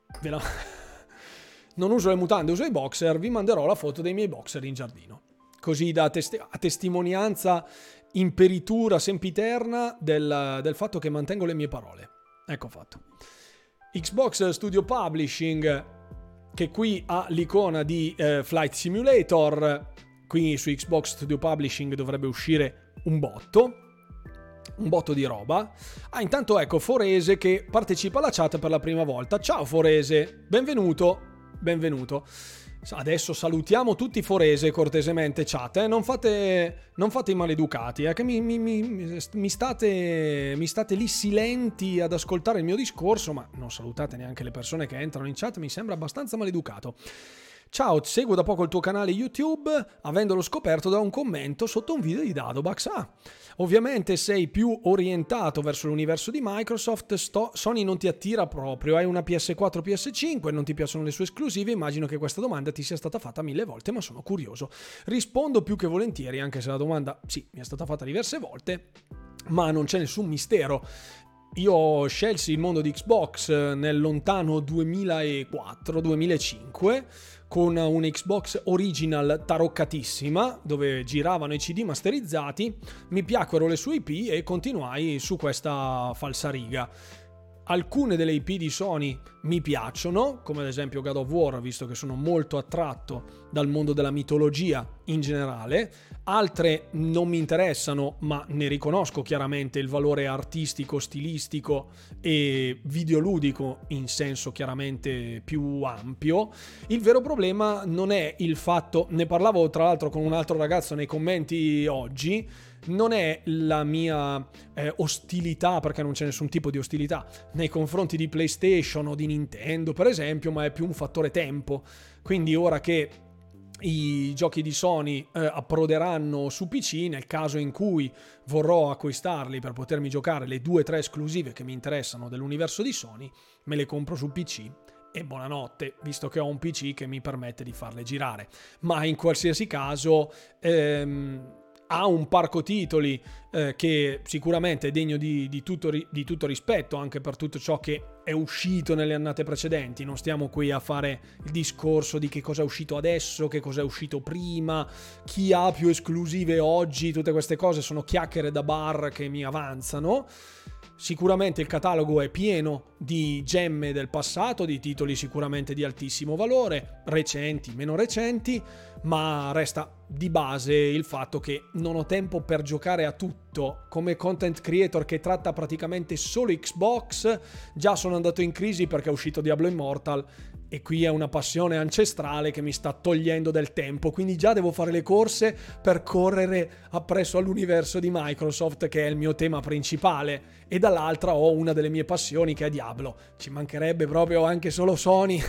ve la... non uso le mutande, uso i boxer, vi manderò la foto dei miei boxer in giardino. Così da testi- a testimonianza imperitura sempiterna del, del fatto che mantengo le mie parole. Ecco fatto. Xbox Studio Publishing, che qui ha l'icona di eh, Flight Simulator, qui su Xbox Studio Publishing dovrebbe uscire un botto, un botto di roba. Ah, intanto ecco Forese che partecipa alla chat per la prima volta. Ciao Forese, benvenuto, benvenuto. Adesso salutiamo tutti Forese cortesemente, chat, eh? non, fate, non fate i maleducati, eh? che mi, mi, mi, mi, state, mi state lì silenti ad ascoltare il mio discorso, ma non salutate neanche le persone che entrano in chat, mi sembra abbastanza maleducato. Ciao, seguo da poco il tuo canale YouTube, avendolo scoperto da un commento sotto un video di Dadobax. Ah, ovviamente sei più orientato verso l'universo di Microsoft, sto, Sony non ti attira proprio, hai una P S quattro, P S cinque, non ti piacciono le sue esclusive, immagino che questa domanda ti sia stata fatta mille volte, ma sono curioso. Rispondo più che volentieri, anche se la domanda, sì, mi è stata fatta diverse volte, ma non c'è nessun mistero. Io scelsi il mondo di Xbox nel lontano duemilaquattro duemilacinque con un Xbox original taroccatissima dove giravano i C D masterizzati, mi piacquero le sue I P e continuai su questa falsariga. Alcune delle I P di Sony mi piacciono, come ad esempio God of War, visto che sono molto attratto dal mondo della mitologia in generale. Altre non mi interessano, ma ne riconosco chiaramente il valore artistico, stilistico e videoludico in senso chiaramente più ampio. Il vero problema non è il fatto, ne parlavo tra l'altro con un altro ragazzo nei commenti oggi, non è la mia eh, ostilità, perché non c'è nessun tipo di ostilità nei confronti di PlayStation o di Nintendo per esempio, ma è più un fattore tempo. Quindi ora che i giochi di Sony eh, approderanno su P C, nel caso in cui vorrò acquistarli per potermi giocare le due o tre esclusive che mi interessano dell'universo di Sony, me le compro su P C e buonanotte, visto che ho un P C che mi permette di farle girare. Ma in qualsiasi caso ehm, ha un parco titoli eh, che sicuramente è degno di, di, tutto, di tutto rispetto, anche per tutto ciò che è uscito nelle annate precedenti. Non stiamo qui a fare il discorso di che cosa è uscito adesso, che cosa è uscito prima, chi ha più esclusive oggi, tutte queste cose sono chiacchiere da bar che mi avanzano. Sicuramente il catalogo è pieno di gemme del passato, di titoli sicuramente di altissimo valore, recenti, meno recenti, ma resta di base il fatto che non ho tempo per giocare a tutto. Come content creator che tratta praticamente solo Xbox, già sono andato in crisi perché è uscito Diablo Immortal e qui è una passione ancestrale che mi sta togliendo del tempo, quindi già devo fare le corse per correre appresso all'universo di Microsoft, che è il mio tema principale, e dall'altra ho una delle mie passioni che è Diablo. Ci mancherebbe proprio anche solo Sony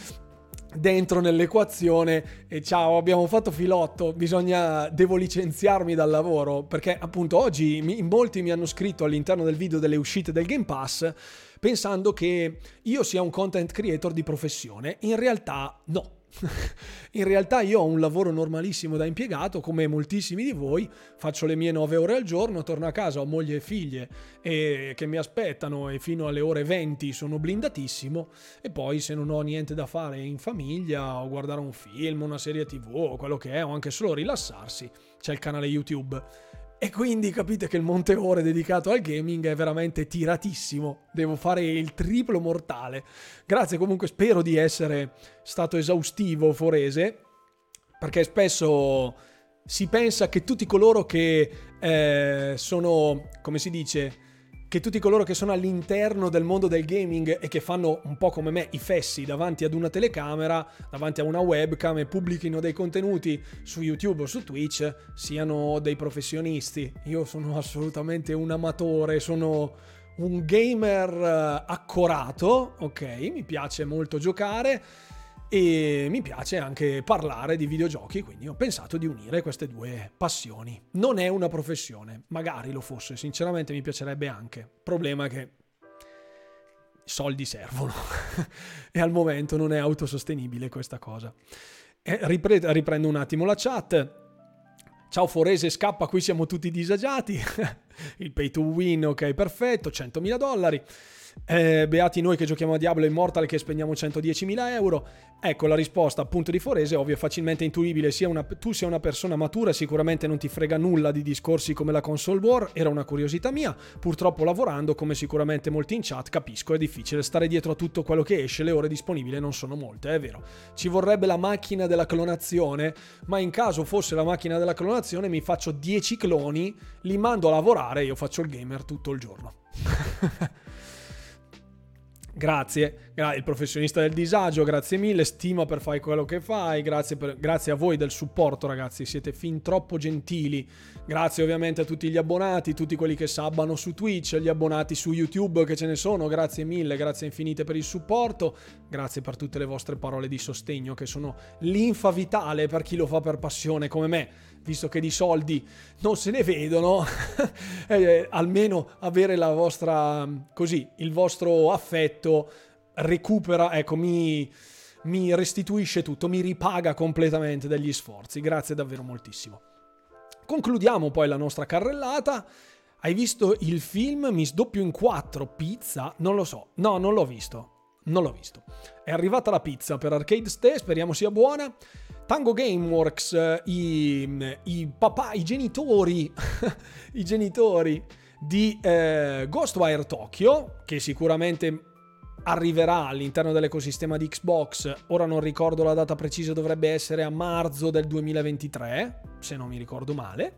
dentro nell'equazione e ciao, abbiamo fatto filotto, bisogna, devo licenziarmi dal lavoro, perché appunto oggi mi, molti mi hanno scritto all'interno del video delle uscite del Game Pass pensando che io sia un content creator di professione. In realtà no. In realtà io ho un lavoro normalissimo da impiegato, come moltissimi di voi, faccio le mie nove ore al giorno, torno a casa, ho moglie e figlie e che mi aspettano e fino alle ore venti sono blindatissimo, e poi se non ho niente da fare in famiglia o guardare un film, una serie tv o quello che è, o anche solo rilassarsi, c'è il canale YouTube. E quindi capite che il monte ore dedicato al gaming è veramente tiratissimo. Devo fare il triplo mortale. Grazie comunque, spero di essere stato esaustivo, Forese, perché spesso si pensa che tutti coloro che eh, sono, come si dice, che tutti coloro che sono all'interno del mondo del gaming e che fanno un po' come me i fessi davanti ad una telecamera, davanti a una webcam e pubblichino dei contenuti su YouTube o su Twitch, siano dei professionisti. Io sono assolutamente un amatore, sono un gamer accorato, ok? Mi piace molto giocare e mi piace anche parlare di videogiochi, quindi ho pensato di unire queste due passioni. Non è una professione, magari lo fosse, sinceramente mi piacerebbe anche. Il problema è che i soldi servono e al momento non è autosostenibile questa cosa. E ripre- riprendo un attimo la chat. Ciao Forese, scappa, qui siamo tutti disagiati. Il pay to win, ok, perfetto, centomila dollari. Eh, beati noi che giochiamo a Diablo Immortal che spendiamo centodiecimila euro. Ecco la risposta appunto di Forese, ovvio, facilmente intuibile. Sia una, tu sei una persona matura, sicuramente non ti frega nulla di discorsi come la console war, era una curiosità mia. Purtroppo lavorando, come sicuramente molti in chat, capisco, è difficile stare dietro a tutto quello che esce, le ore disponibili non sono molte, è vero. Ci vorrebbe la macchina della clonazione, ma in caso fosse la macchina della clonazione mi faccio dieci cloni, li mando a lavorare e io faccio il gamer tutto il giorno. Grazie, il professionista del disagio, grazie mille, stima per fare quello che fai, grazie, per, grazie a voi del supporto ragazzi, siete fin troppo gentili, grazie ovviamente a tutti gli abbonati, tutti quelli che sabbano su Twitch, gli abbonati su YouTube che ce ne sono, grazie mille, grazie infinite per il supporto, grazie per tutte le vostre parole di sostegno che sono linfa vitale per chi lo fa per passione come me. Visto che di soldi non se ne vedono, eh, almeno avere la vostra, così, il vostro affetto recupera, ecco, mi, mi restituisce tutto, mi ripaga completamente degli sforzi. Grazie davvero moltissimo. Concludiamo poi la nostra carrellata. Hai visto il film Mi sdoppio in quattro, pizza? Non lo so, no, non l'ho visto. Non l'ho visto. È arrivata la pizza per Arcade Stay, speriamo sia buona. Tango Gameworks, i, i papà, i genitori, i genitori di eh, Ghostwire Tokyo, che sicuramente arriverà all'interno dell'ecosistema di Xbox, ora non ricordo la data precisa, dovrebbe essere a marzo del duemilaventitré, se non mi ricordo male,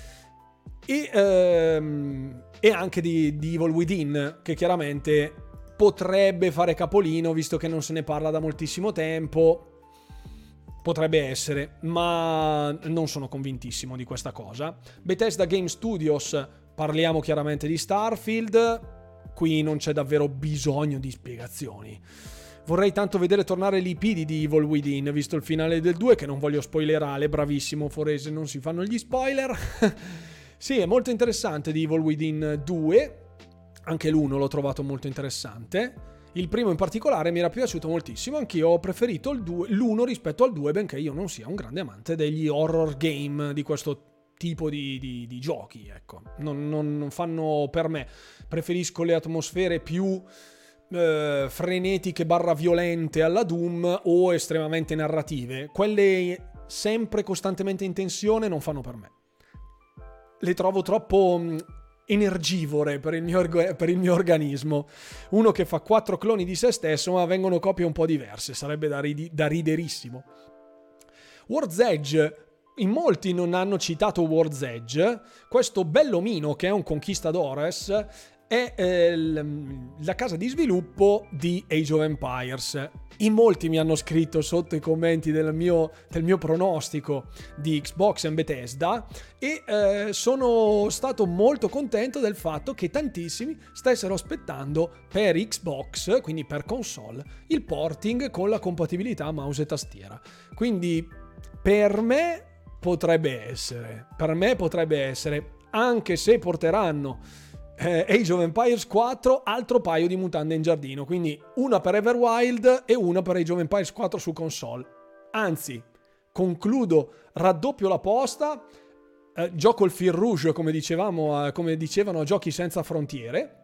e, ehm, e anche di, di Evil Within, che chiaramente potrebbe fare capolino, visto che non se ne parla da moltissimo tempo. Potrebbe essere, ma non sono convintissimo di questa cosa. Bethesda Game Studios, parliamo chiaramente di Starfield, qui non c'è davvero bisogno di spiegazioni. Vorrei tanto vedere tornare l'I P di, di Evil Within, visto il finale del due, che non voglio spoilerare, bravissimo Forese, non si fanno gli spoiler. Sì, è molto interessante di Evil Within due, anche l'uno l'ho trovato molto interessante. Il primo in particolare mi era piaciuto moltissimo, anch'io ho preferito il due, l'uno rispetto al due, benché io non sia un grande amante degli horror game di questo tipo di, di, di giochi, ecco. Non, non, non fanno per me. Preferisco le atmosfere più eh, frenetiche barra violente alla Doom o estremamente narrative. Quelle sempre costantemente in tensione non fanno per me. Le trovo troppo energivore per il, mio, per il mio organismo. Uno che fa quattro cloni di se stesso ma vengono copie un po' diverse, sarebbe da, rid- da riderissimo. World's Edge, in molti non hanno citato World's Edge, questo bell'omino che è un conquistadores è eh, la casa di sviluppo di Age of Empires. In molti mi hanno scritto sotto i commenti del mio, del mio pronostico di Xbox e Bethesda e eh, sono stato molto contento del fatto che tantissimi stessero aspettando per Xbox, quindi per console, il porting con la compatibilità mouse e tastiera. Quindi per me potrebbe essere, per me potrebbe essere, anche se porteranno Eh, Age of Empires quattro, altro paio di mutande in giardino, quindi una per Everwild e una per Age of Empires quattro su console. Anzi, concludo, raddoppio la posta, eh, gioco il Fil Rouge come dicevamo, eh, come dicevano Giochi Senza Frontiere.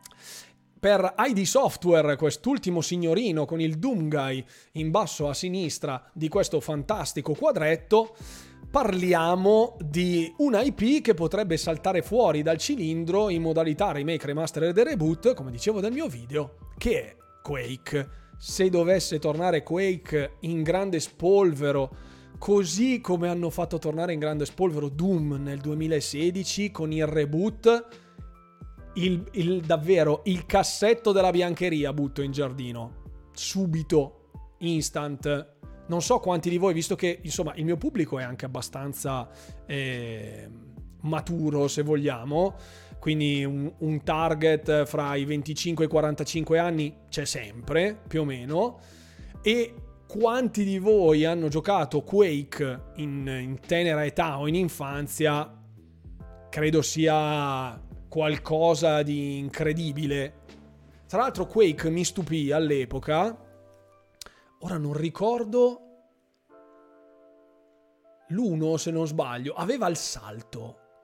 Per I D Software, quest'ultimo signorino con il Doomguy in basso a sinistra di questo fantastico quadretto, parliamo di una I P che potrebbe saltare fuori dal cilindro in modalità remake, remastered e reboot, come dicevo nel mio video, che è Quake. Se dovesse tornare Quake in grande spolvero, così come hanno fatto tornare in grande spolvero Doom nel duemilasedici con il reboot, il, il davvero il cassetto della biancheria butto in giardino subito, instant. Non so quanti di voi, visto che insomma il mio pubblico è anche abbastanza eh, maturo, se vogliamo, quindi un, un target fra i venticinque e i quarantacinque anni c'è sempre, più o meno, e quanti di voi hanno giocato Quake in, in tenera età o in infanzia, credo sia qualcosa di incredibile. Tra l'altro Quake mi stupì all'epoca. Ora non ricordo, l'uno se non sbaglio aveva il salto,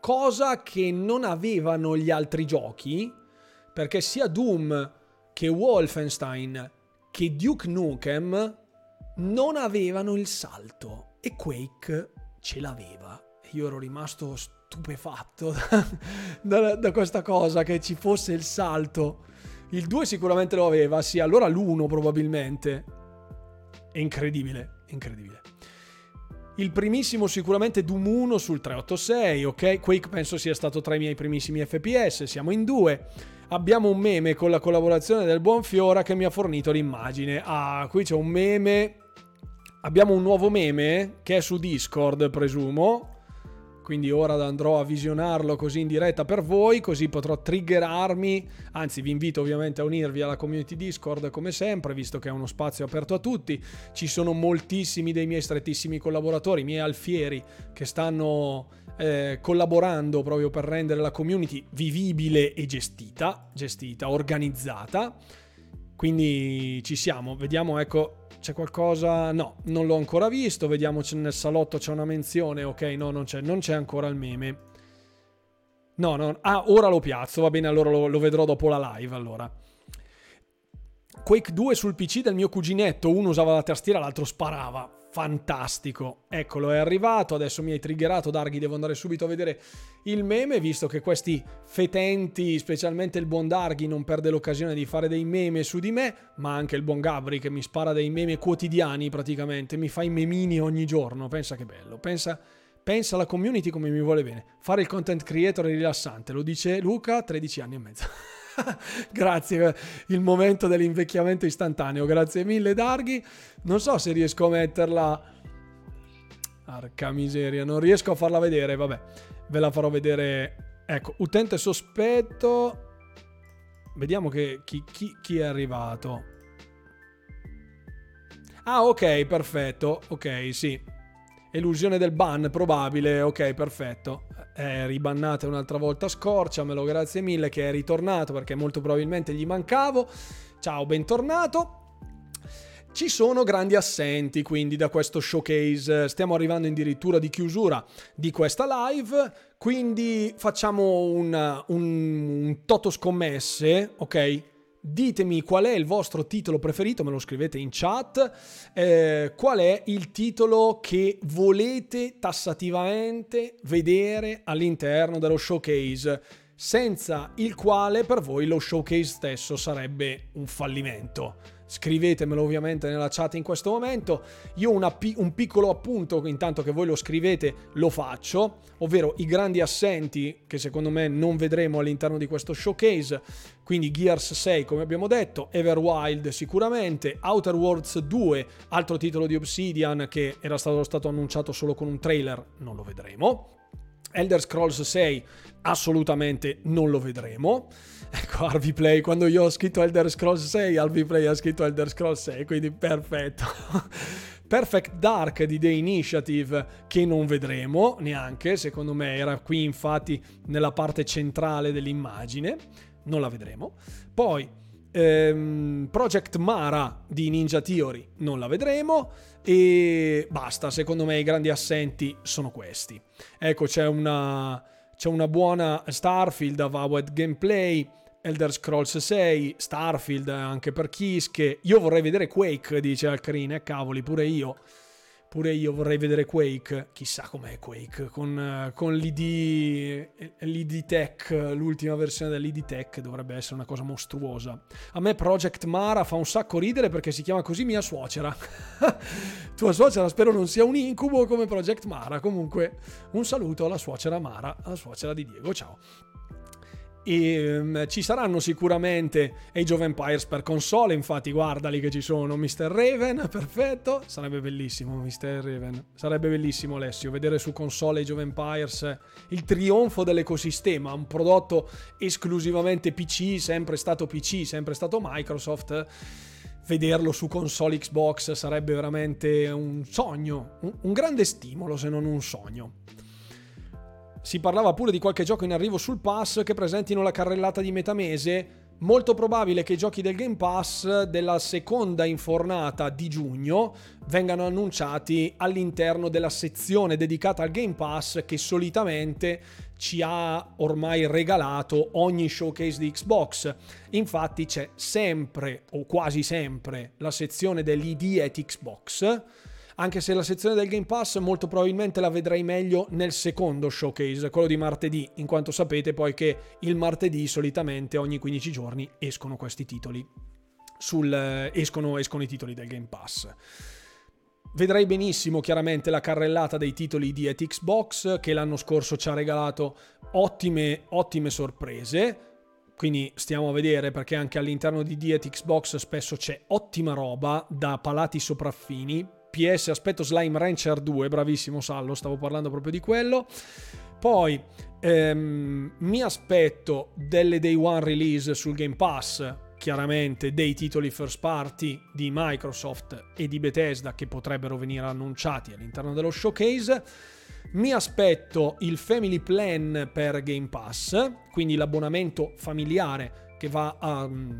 cosa che non avevano gli altri giochi, perché sia Doom che Wolfenstein che Duke Nukem non avevano il salto e Quake ce l'aveva. Io ero rimasto stupefatto da, da, da questa cosa, che ci fosse il salto. Il due sicuramente lo aveva, sì, allora l'uno probabilmente. È incredibile, incredibile. Il primissimo sicuramente Doom uno sul trecentoottantasei, ok? Quake penso sia stato tra i miei primissimi F P S, siamo in due. Abbiamo un meme con la collaborazione del buon Fiora che mi ha fornito l'immagine. Ah, qui c'è un meme. Abbiamo un nuovo meme che è su Discord, presumo. Quindi ora andrò a visionarlo così in diretta per voi, così potrò triggerarmi. Anzi, vi invito ovviamente a unirvi alla community Discord come sempre, visto che è uno spazio aperto a tutti. Ci sono moltissimi dei miei strettissimi collaboratori, i miei alfieri, che stanno eh, collaborando proprio per rendere la community vivibile e gestita, gestita, organizzata. Quindi ci siamo, vediamo, ecco. C'è qualcosa? No, non l'ho ancora visto. Vediamo, nel salotto c'è una menzione. Ok, no, non c'è, non c'è ancora il meme. No, no. Ah, ora lo piazzo. Va bene, allora lo, lo vedrò dopo la live. Allora, Quake due sul P C del mio cuginetto. Uno usava la tastiera, l'altro sparava. Fantastico. Eccolo, è arrivato. Adesso mi hai triggerato, Darghi. Devo andare subito a vedere il meme, visto che questi fetenti, specialmente il buon Darghi, non perde l'occasione di fare dei meme su di me, ma anche il buon Gabri che mi spara dei meme quotidiani praticamente. Mi fa i memini ogni giorno. Pensa che bello. Pensa, pensa alla community come mi vuole bene. Fare il content creator è rilassante. Lo dice Luca, tredici anni e mezzo. Grazie, il momento dell'invecchiamento istantaneo. Grazie mille, Darghi. Non so se riesco a metterla. Arca miseria, non riesco a farla vedere. Vabbè, ve la farò vedere. Ecco, utente sospetto. Vediamo che chi, chi, chi è arrivato. Ah, ok, perfetto. Ok, sì. Elusione del ban, probabile. Ok, perfetto. È ribannata un'altra volta, scorciamelo, grazie mille che è ritornato, perché molto probabilmente gli mancavo. Ciao, bentornato. Ci sono grandi assenti quindi da questo showcase, stiamo arrivando addirittura di chiusura di questa live, quindi facciamo un, un, un toto scommesse, ok? Ditemi qual è il vostro titolo preferito, me lo scrivete in chat, eh, qual è il titolo che volete tassativamente vedere all'interno dello showcase, senza il quale per voi lo showcase stesso sarebbe un fallimento. Scrivetemelo ovviamente nella chat in questo momento. Io una, un piccolo appunto, intanto che voi lo scrivete, lo faccio, ovvero i grandi assenti che secondo me non vedremo all'interno di questo showcase. Quindi Gears sei, come abbiamo detto, Everwild sicuramente, Outer Worlds due, altro titolo di Obsidian che era stato, stato annunciato solo con un trailer, non lo vedremo. Elder Scrolls sei assolutamente non lo vedremo. Ecco, Harvey Play, quando io ho scritto Elder Scrolls sei, Harvey Play ha scritto Elder Scrolls sei, quindi perfetto. Perfect Dark di The Initiative che non vedremo neanche, secondo me era qui infatti nella parte centrale dell'immagine, non la vedremo. Poi ehm, Project Mara di Ninja Theory non la vedremo e basta, secondo me i grandi assenti sono questi. Ecco, c'è una, c'è una buona Starfield, Avowed Gameplay, Elder Scrolls sei, Starfield anche per Kiske. Io vorrei vedere Quake, dice Alcarin, eh cavoli, pure io. Pure io vorrei vedere Quake. Chissà com'è Quake, con, con l'I D, l'I D Tech, l'ultima versione dell'I D Tech dovrebbe essere una cosa mostruosa. A me Project Mara fa un sacco ridere perché si chiama così mia suocera. Tua suocera spero non sia un incubo come Project Mara. Comunque un saluto alla suocera Mara, alla suocera di Diego, ciao. E um, ci saranno sicuramente Age of Empires per console, infatti guardali che ci sono mister Raven, perfetto, sarebbe bellissimo mister Raven, sarebbe bellissimo Alessio vedere su console Age of Empires, il trionfo dell'ecosistema, un prodotto esclusivamente P C, sempre stato P C, sempre stato Microsoft. Vederlo su console Xbox sarebbe veramente un sogno, un, un grande stimolo se non un sogno. Si parlava pure di qualche gioco in arrivo sul pass che presentino la carrellata di metà mese. Molto probabile che i giochi del Game Pass della seconda infornata di giugno vengano annunciati all'interno della sezione dedicata al Game Pass che solitamente ci ha ormai regalato ogni showcase di Xbox. Infatti c'è sempre o quasi sempre la sezione dell'I D at Xbox, anche se la sezione del Game Pass molto probabilmente la vedrei meglio nel secondo showcase, quello di martedì, in quanto sapete poi che il martedì solitamente ogni quindici giorni escono questi titoli, sul, escono, escono i titoli del Game Pass. Vedrei benissimo chiaramente la carrellata dei titoli di at Xbox, che l'anno scorso ci ha regalato ottime, ottime sorprese, quindi stiamo a vedere, perché anche all'interno di D at Xbox spesso c'è ottima roba da palati sopraffini. P S aspetto Slime Rancher due, bravissimo Sallo, stavo parlando proprio di quello. Poi ehm, mi aspetto delle Day One release sul Game Pass, chiaramente dei titoli first party di Microsoft e di Bethesda che potrebbero venire annunciati all'interno dello showcase. Mi aspetto il Family Plan per Game Pass, quindi l'abbonamento familiare che va a...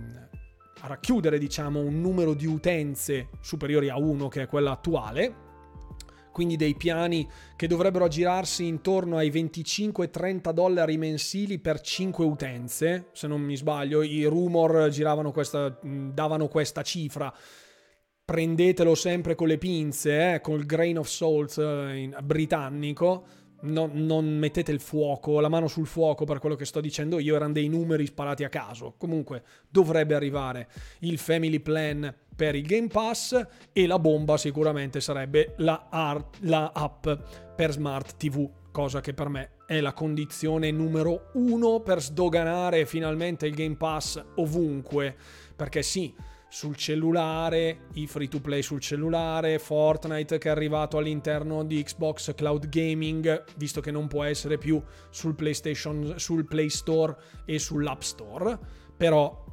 a racchiudere, diciamo, un numero di utenze superiori a uno, che è quella attuale, quindi dei piani che dovrebbero aggirarsi intorno ai venticinque trenta dollari mensili per cinque utenze, se non mi sbaglio. I rumor giravano questa, davano questa cifra. Prendetelo sempre con le pinze, eh, col grain of salt eh, in, britannico. Non, non mettete il fuoco, la mano sul fuoco per quello che sto dicendo io, erano dei numeri sparati a caso. Comunque dovrebbe arrivare il Family Plan per il Game Pass e la bomba sicuramente sarebbe la, art, la app per Smart T V, cosa che per me è la condizione numero uno per sdoganare finalmente il Game Pass ovunque, perché sì, sul cellulare, i free to play sul cellulare, Fortnite che è arrivato all'interno di Xbox Cloud Gaming, visto che non può essere più sul PlayStation, sul Play Store e sull'App Store, però,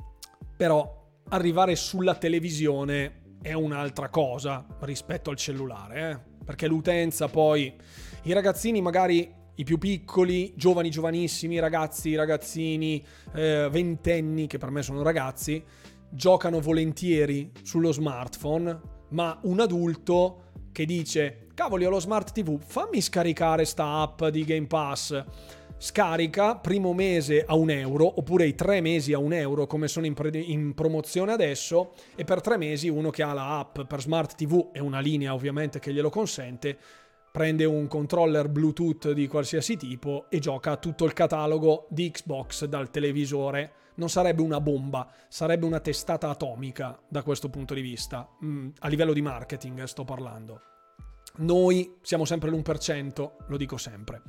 però arrivare sulla televisione è un'altra cosa rispetto al cellulare, eh? Perché l'utenza poi, i ragazzini magari, i più piccoli, giovani giovanissimi, ragazzi, ragazzini, eh, ventenni, che per me sono ragazzi, giocano volentieri sullo smartphone, ma un adulto che dice cavoli, ho lo smart T V, fammi scaricare sta app di Game Pass, scarica, primo mese a un euro, oppure i tre mesi a un euro come sono in, pre- in promozione adesso, e per tre mesi uno che ha la app per smart T V e una linea ovviamente che glielo consente, prende un controller Bluetooth di qualsiasi tipo e gioca tutto il catalogo di Xbox dal televisore. Non sarebbe una bomba, sarebbe una testata atomica da questo punto di vista. Mm, a livello di marketing sto parlando. Noi siamo sempre l'uno per cento, lo dico sempre.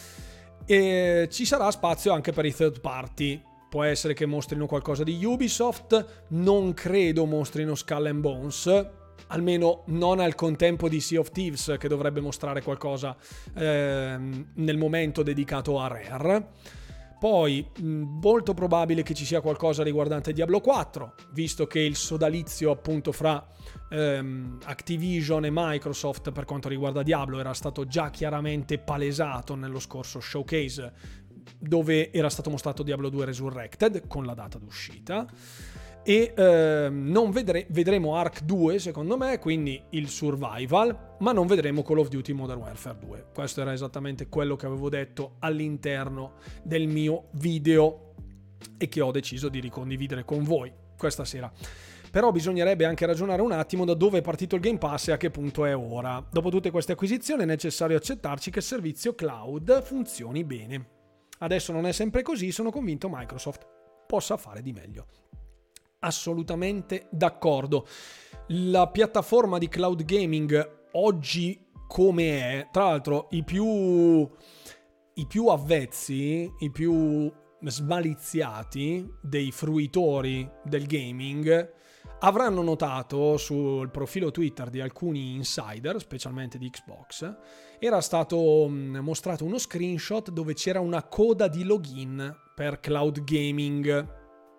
E ci sarà spazio anche per i third party. Può essere che mostrino qualcosa di Ubisoft, non credo mostrino Skull and Bones, almeno non al contempo di Sea of Thieves, che dovrebbe mostrare qualcosa eh, nel momento dedicato a Rare. Poi molto probabile che ci sia qualcosa riguardante Diablo quattro, visto che il sodalizio appunto fra ehm, Activision e Microsoft per quanto riguarda Diablo era stato già chiaramente palesato nello scorso showcase, dove era stato mostrato Diablo due Resurrected con la data d'uscita. E ehm, non vedre- vedremo Ark due secondo me, quindi il survival, ma non vedremo Call of Duty Modern Warfare due. Questo era esattamente quello che avevo detto all'interno del mio video e che ho deciso di ricondividere con voi questa sera. Però bisognerebbe anche ragionare un attimo da dove è partito il Game Pass e a che punto è ora. Dopo tutte queste acquisizioni è necessario accettarci che il servizio cloud funzioni bene. Adesso non è sempre così, sono convinto Microsoft possa fare di meglio. Assolutamente d'accordo. La piattaforma di cloud gaming oggi come è, tra l'altro i più i più avvezzi, i più smaliziati dei fruitori del gaming avranno notato sul profilo Twitter di alcuni insider, specialmente di Xbox, era stato mostrato uno screenshot dove c'era una coda di login per cloud gaming.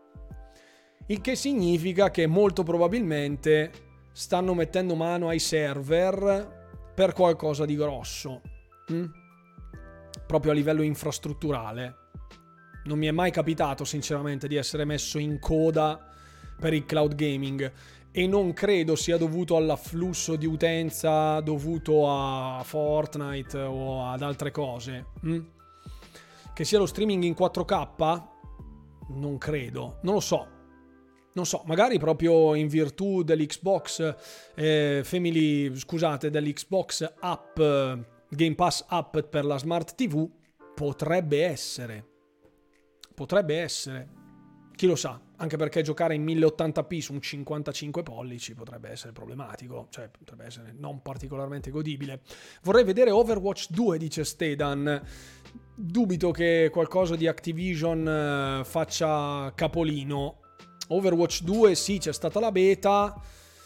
Il che significa che molto probabilmente stanno mettendo mano ai server per qualcosa di grosso, hm? proprio a livello infrastrutturale. Non mi è mai capitato sinceramente di essere messo in coda per il cloud gaming e non credo sia dovuto all'afflusso di utenza dovuto a Fortnite o ad altre cose. Hm? Che sia lo streaming in quattro K? Non credo, non lo so. Non so, magari proprio in virtù dell'Xbox eh, Family, scusate, dell'Xbox App, Game Pass App per la Smart T V, potrebbe essere. Potrebbe essere. Chi lo sa, anche perché giocare in mille ottanta p su un cinquantacinque pollici potrebbe essere problematico, cioè potrebbe essere non particolarmente godibile. Vorrei vedere Overwatch due, dice Stedan. Dubito che qualcosa di Activision eh, faccia capolino. Overwatch due, sì, c'è stata la beta.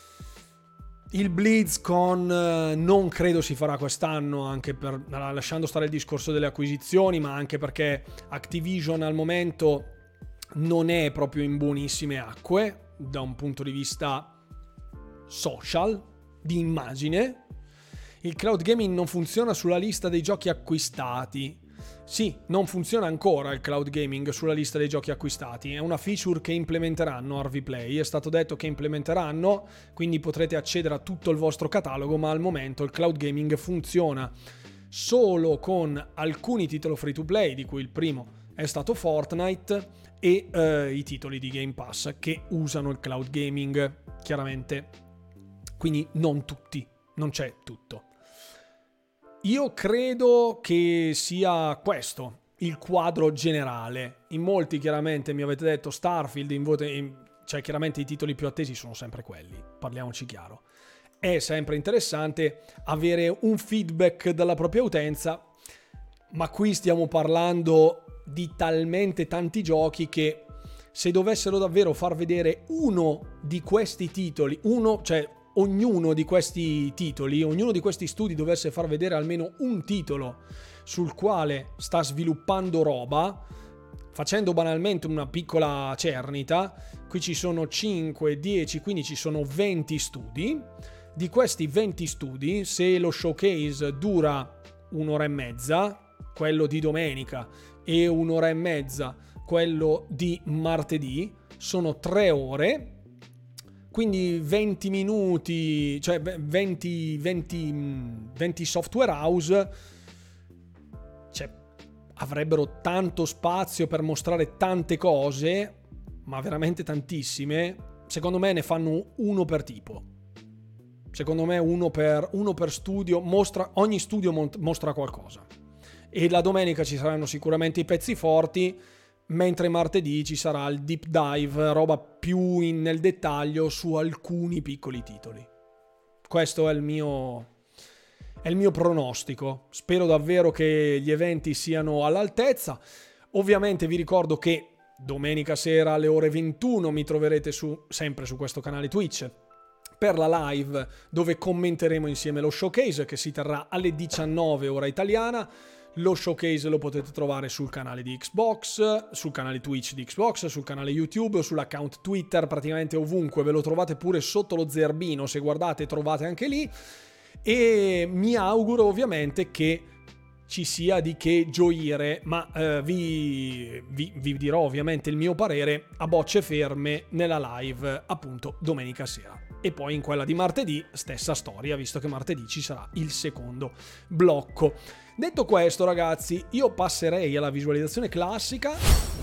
Il BlizzCon eh, non credo si farà quest'anno, anche per, lasciando stare il discorso delle acquisizioni, ma anche perché Activision al momento non è proprio in buonissime acque da un punto di vista social, di immagine. Il cloud gaming non funziona sulla lista dei giochi acquistati. Sì, non funziona ancora il cloud gaming sulla lista dei giochi acquistati. È una feature che implementeranno R V Play. È stato detto che implementeranno, quindi potrete accedere a tutto il vostro catalogo, ma al momento il cloud gaming funziona solo con alcuni titoli free to play, di cui il primo è stato Fortnite, e eh, i titoli di Game Pass che usano il cloud gaming, chiaramente. Quindi non tutti, non c'è tutto. Io credo che sia questo il quadro generale. In molti chiaramente mi avete detto Starfield, in vote, in, cioè chiaramente i titoli più attesi sono sempre quelli, parliamoci chiaro. È sempre interessante avere un feedback dalla propria utenza, ma qui stiamo parlando di talmente tanti giochi che se dovessero davvero far vedere uno di questi titoli, uno, cioè ognuno di questi titoli, ognuno di questi studi dovesse far vedere almeno un titolo sul quale sta sviluppando roba, facendo banalmente una piccola cernita, qui ci sono cinque, dieci, quindi ci sono venti studi. Di questi venti studi, se lo showcase dura un'ora e mezza, quello di domenica, e un'ora e mezza quello di martedì, sono tre ore, quindi venti minuti, cioè venti, venti, venti software house, cioè avrebbero tanto spazio per mostrare tante cose, ma veramente tantissime. Secondo me ne fanno uno per tipo. Secondo me uno per, uno per studio, mostra, ogni studio mostra qualcosa. E la domenica ci saranno sicuramente i pezzi forti, mentre martedì ci sarà il deep dive, roba più in, nel dettaglio su alcuni piccoli titoli. Questo è il mio, è il mio pronostico. Spero davvero che gli eventi siano all'altezza. Ovviamente vi ricordo che domenica sera alle ore ventuno mi troverete su, sempre su questo canale Twitch per la live dove commenteremo insieme lo showcase che si terrà alle diciannove ora italiana. Lo showcase lo potete trovare sul canale di Xbox, sul canale Twitch di Xbox, sul canale YouTube, sull'account Twitter, praticamente ovunque. Ve lo trovate pure sotto lo zerbino, se guardate trovate anche lì. E mi auguro ovviamente che ci sia di che gioire, ma eh, vi, vi, vi dirò ovviamente il mio parere a bocce ferme nella live appunto domenica sera. E poi in quella di martedì stessa storia, visto che martedì ci sarà il secondo blocco. Detto questo, ragazzi, io passerei alla visualizzazione classica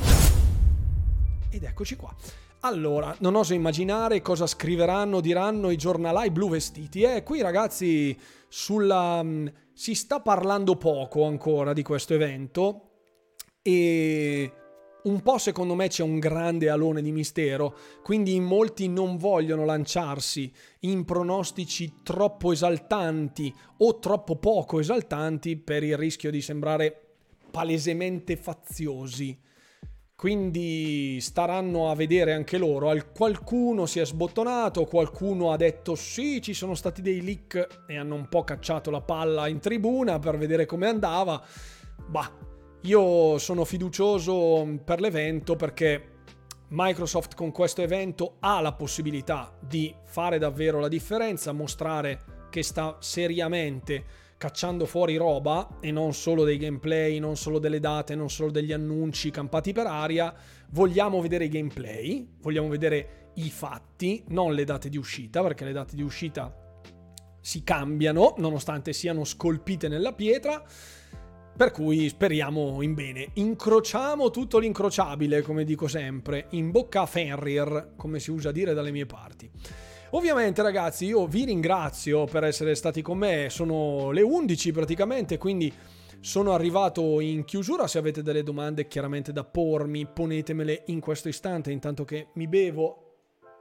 ed eccoci qua. Allora, non oso immaginare cosa scriveranno, diranno i giornalai blu vestiti. Eh, qui ragazzi, sulla si sta parlando poco ancora di questo evento e un po' secondo me c'è un grande alone di mistero, quindi in molti non vogliono lanciarsi in pronostici troppo esaltanti o troppo poco esaltanti per il rischio di sembrare palesemente faziosi. Quindi staranno a vedere anche loro. Qualcuno si è sbottonato, qualcuno ha detto sì, ci sono stati dei leak e hanno un po' cacciato la palla in tribuna per vedere come andava. Bah, io sono fiducioso per l'evento perché Microsoft con questo evento ha la possibilità di fare davvero la differenza, mostrare che sta seriamente cacciando fuori roba e non solo dei gameplay, non solo delle date, non solo degli annunci campati per aria. Vogliamo vedere i gameplay, vogliamo vedere i fatti, non le date di uscita, perché le date di uscita si cambiano nonostante siano scolpite nella pietra. Per cui speriamo in bene. Incrociamo tutto l'incrociabile, come dico sempre. In bocca a Fenrir, come si usa dire dalle mie parti. Ovviamente ragazzi, io vi ringrazio per essere stati con me. Sono le undici praticamente, quindi sono arrivato in chiusura. Se avete delle domande chiaramente da pormi, ponetemele in questo istante, intanto che mi bevo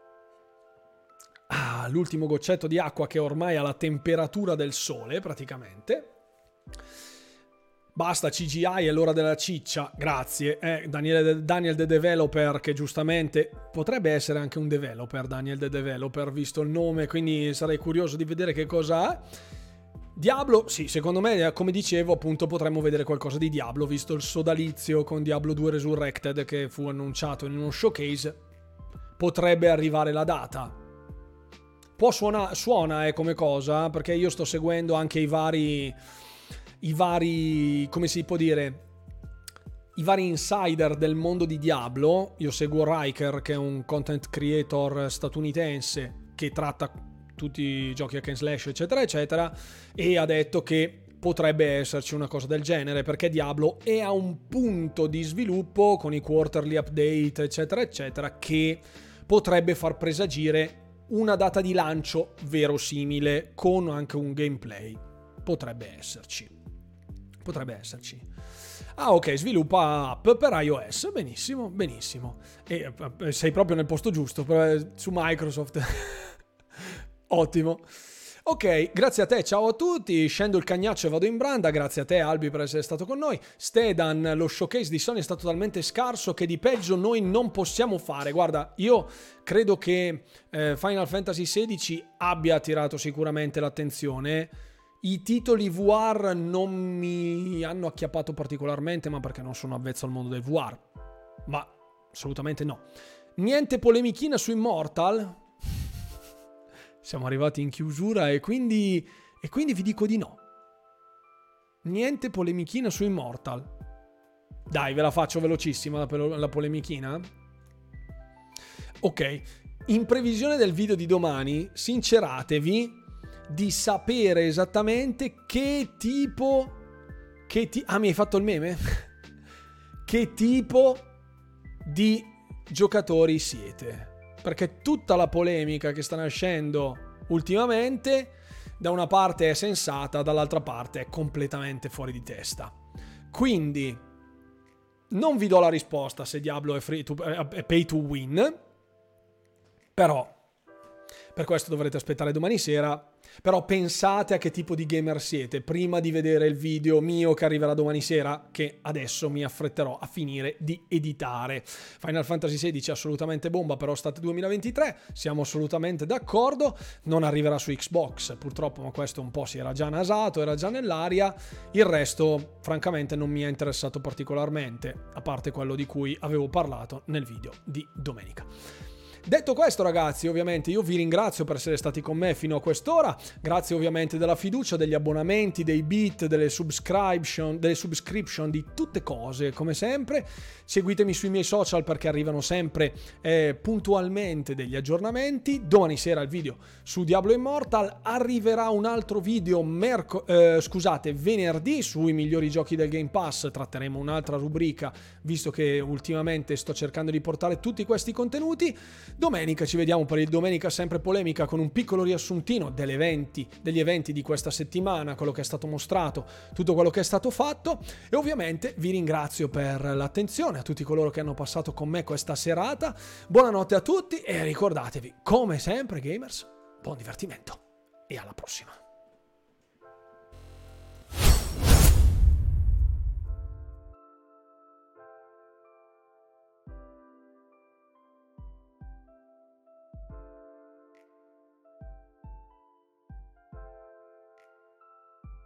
ah, l'ultimo goccetto di acqua che ormai ha la temperatura del sole praticamente. Basta C G I, è l'ora della ciccia, grazie. Eh, Daniele, Daniel the Developer, che giustamente potrebbe essere anche un developer, Daniel the Developer, visto il nome, quindi sarei curioso di vedere che cosa ha. Diablo, sì, secondo me, come dicevo, appunto potremmo vedere qualcosa di Diablo, visto il sodalizio con Diablo due Resurrected che fu annunciato in uno showcase. Potrebbe arrivare la data. Può suona, suona eh, come cosa, perché io sto seguendo anche i vari... i vari, come si può dire, i vari insider del mondo di Diablo. Io seguo Riker, che è un content creator statunitense che tratta tutti i giochi hack and slash eccetera eccetera, e ha detto che potrebbe esserci una cosa del genere, perché Diablo è a un punto di sviluppo con i quarterly update eccetera eccetera che potrebbe far presagire una data di lancio verosimile con anche un gameplay. Potrebbe esserci. Potrebbe esserci. Ah, ok, sviluppa app per iOS. Benissimo, benissimo. E eh, sei proprio nel posto giusto per, su Microsoft. Ottimo. Ok, grazie a te, ciao a tutti. Scendo il cagnaccio e vado in branda. Grazie a te, Albi, per essere stato con noi. Stedan, lo showcase di Sony è stato talmente scarso che di peggio noi non possiamo fare. Guarda, io credo che eh, Final Fantasy sedici abbia attirato sicuramente l'attenzione. I titoli V R non mi hanno acchiappato particolarmente, ma perché non sono avvezzo al mondo del V R. Ma assolutamente no. Niente polemichina su Immortal. Siamo arrivati in chiusura e quindi, e quindi vi dico di no. Niente polemichina su Immortal. Dai, ve la faccio velocissima la, la polemichina. Ok. In previsione del video di domani, sinceratevi di sapere esattamente che tipo che ti, ah mi hai fatto il meme? Che tipo di giocatori siete, perché tutta la polemica che sta nascendo ultimamente da una parte è sensata, dall'altra parte è completamente fuori di testa. Quindi non vi do la risposta se Diablo è, free to, è pay to win, però per questo dovrete aspettare domani sera. Però pensate a che tipo di gamer siete prima di vedere il video mio che arriverà domani sera, che adesso mi affretterò a finire di editare. Final Fantasy sedici è assolutamente bomba per Estate duemilaventitré, siamo assolutamente d'accordo. Non arriverà su Xbox purtroppo, ma questo un po' si era già nasato, era già nell'aria. Il resto francamente non mi è interessato particolarmente, a parte quello di cui avevo parlato nel video di domenica. Detto questo ragazzi, ovviamente io vi ringrazio per essere stati con me fino a quest'ora, grazie ovviamente della fiducia, degli abbonamenti, dei bit, delle subscription, delle subscription, di tutte cose come sempre. Seguitemi sui miei social perché arrivano sempre eh, puntualmente degli aggiornamenti. Domani sera il video su Diablo Immortal, arriverà un altro video merco- eh, scusate, venerdì sui migliori giochi del Game Pass, tratteremo un'altra rubrica visto che ultimamente sto cercando di portare tutti questi contenuti. Domenica ci vediamo per il Domenica sempre polemica con un piccolo riassuntino degli eventi, degli eventi di questa settimana, quello che è stato mostrato, tutto quello che è stato fatto, e ovviamente vi ringrazio per l'attenzione a tutti coloro che hanno passato con me questa serata. Buonanotte a tutti e ricordatevi, come sempre gamers, buon divertimento e alla prossima.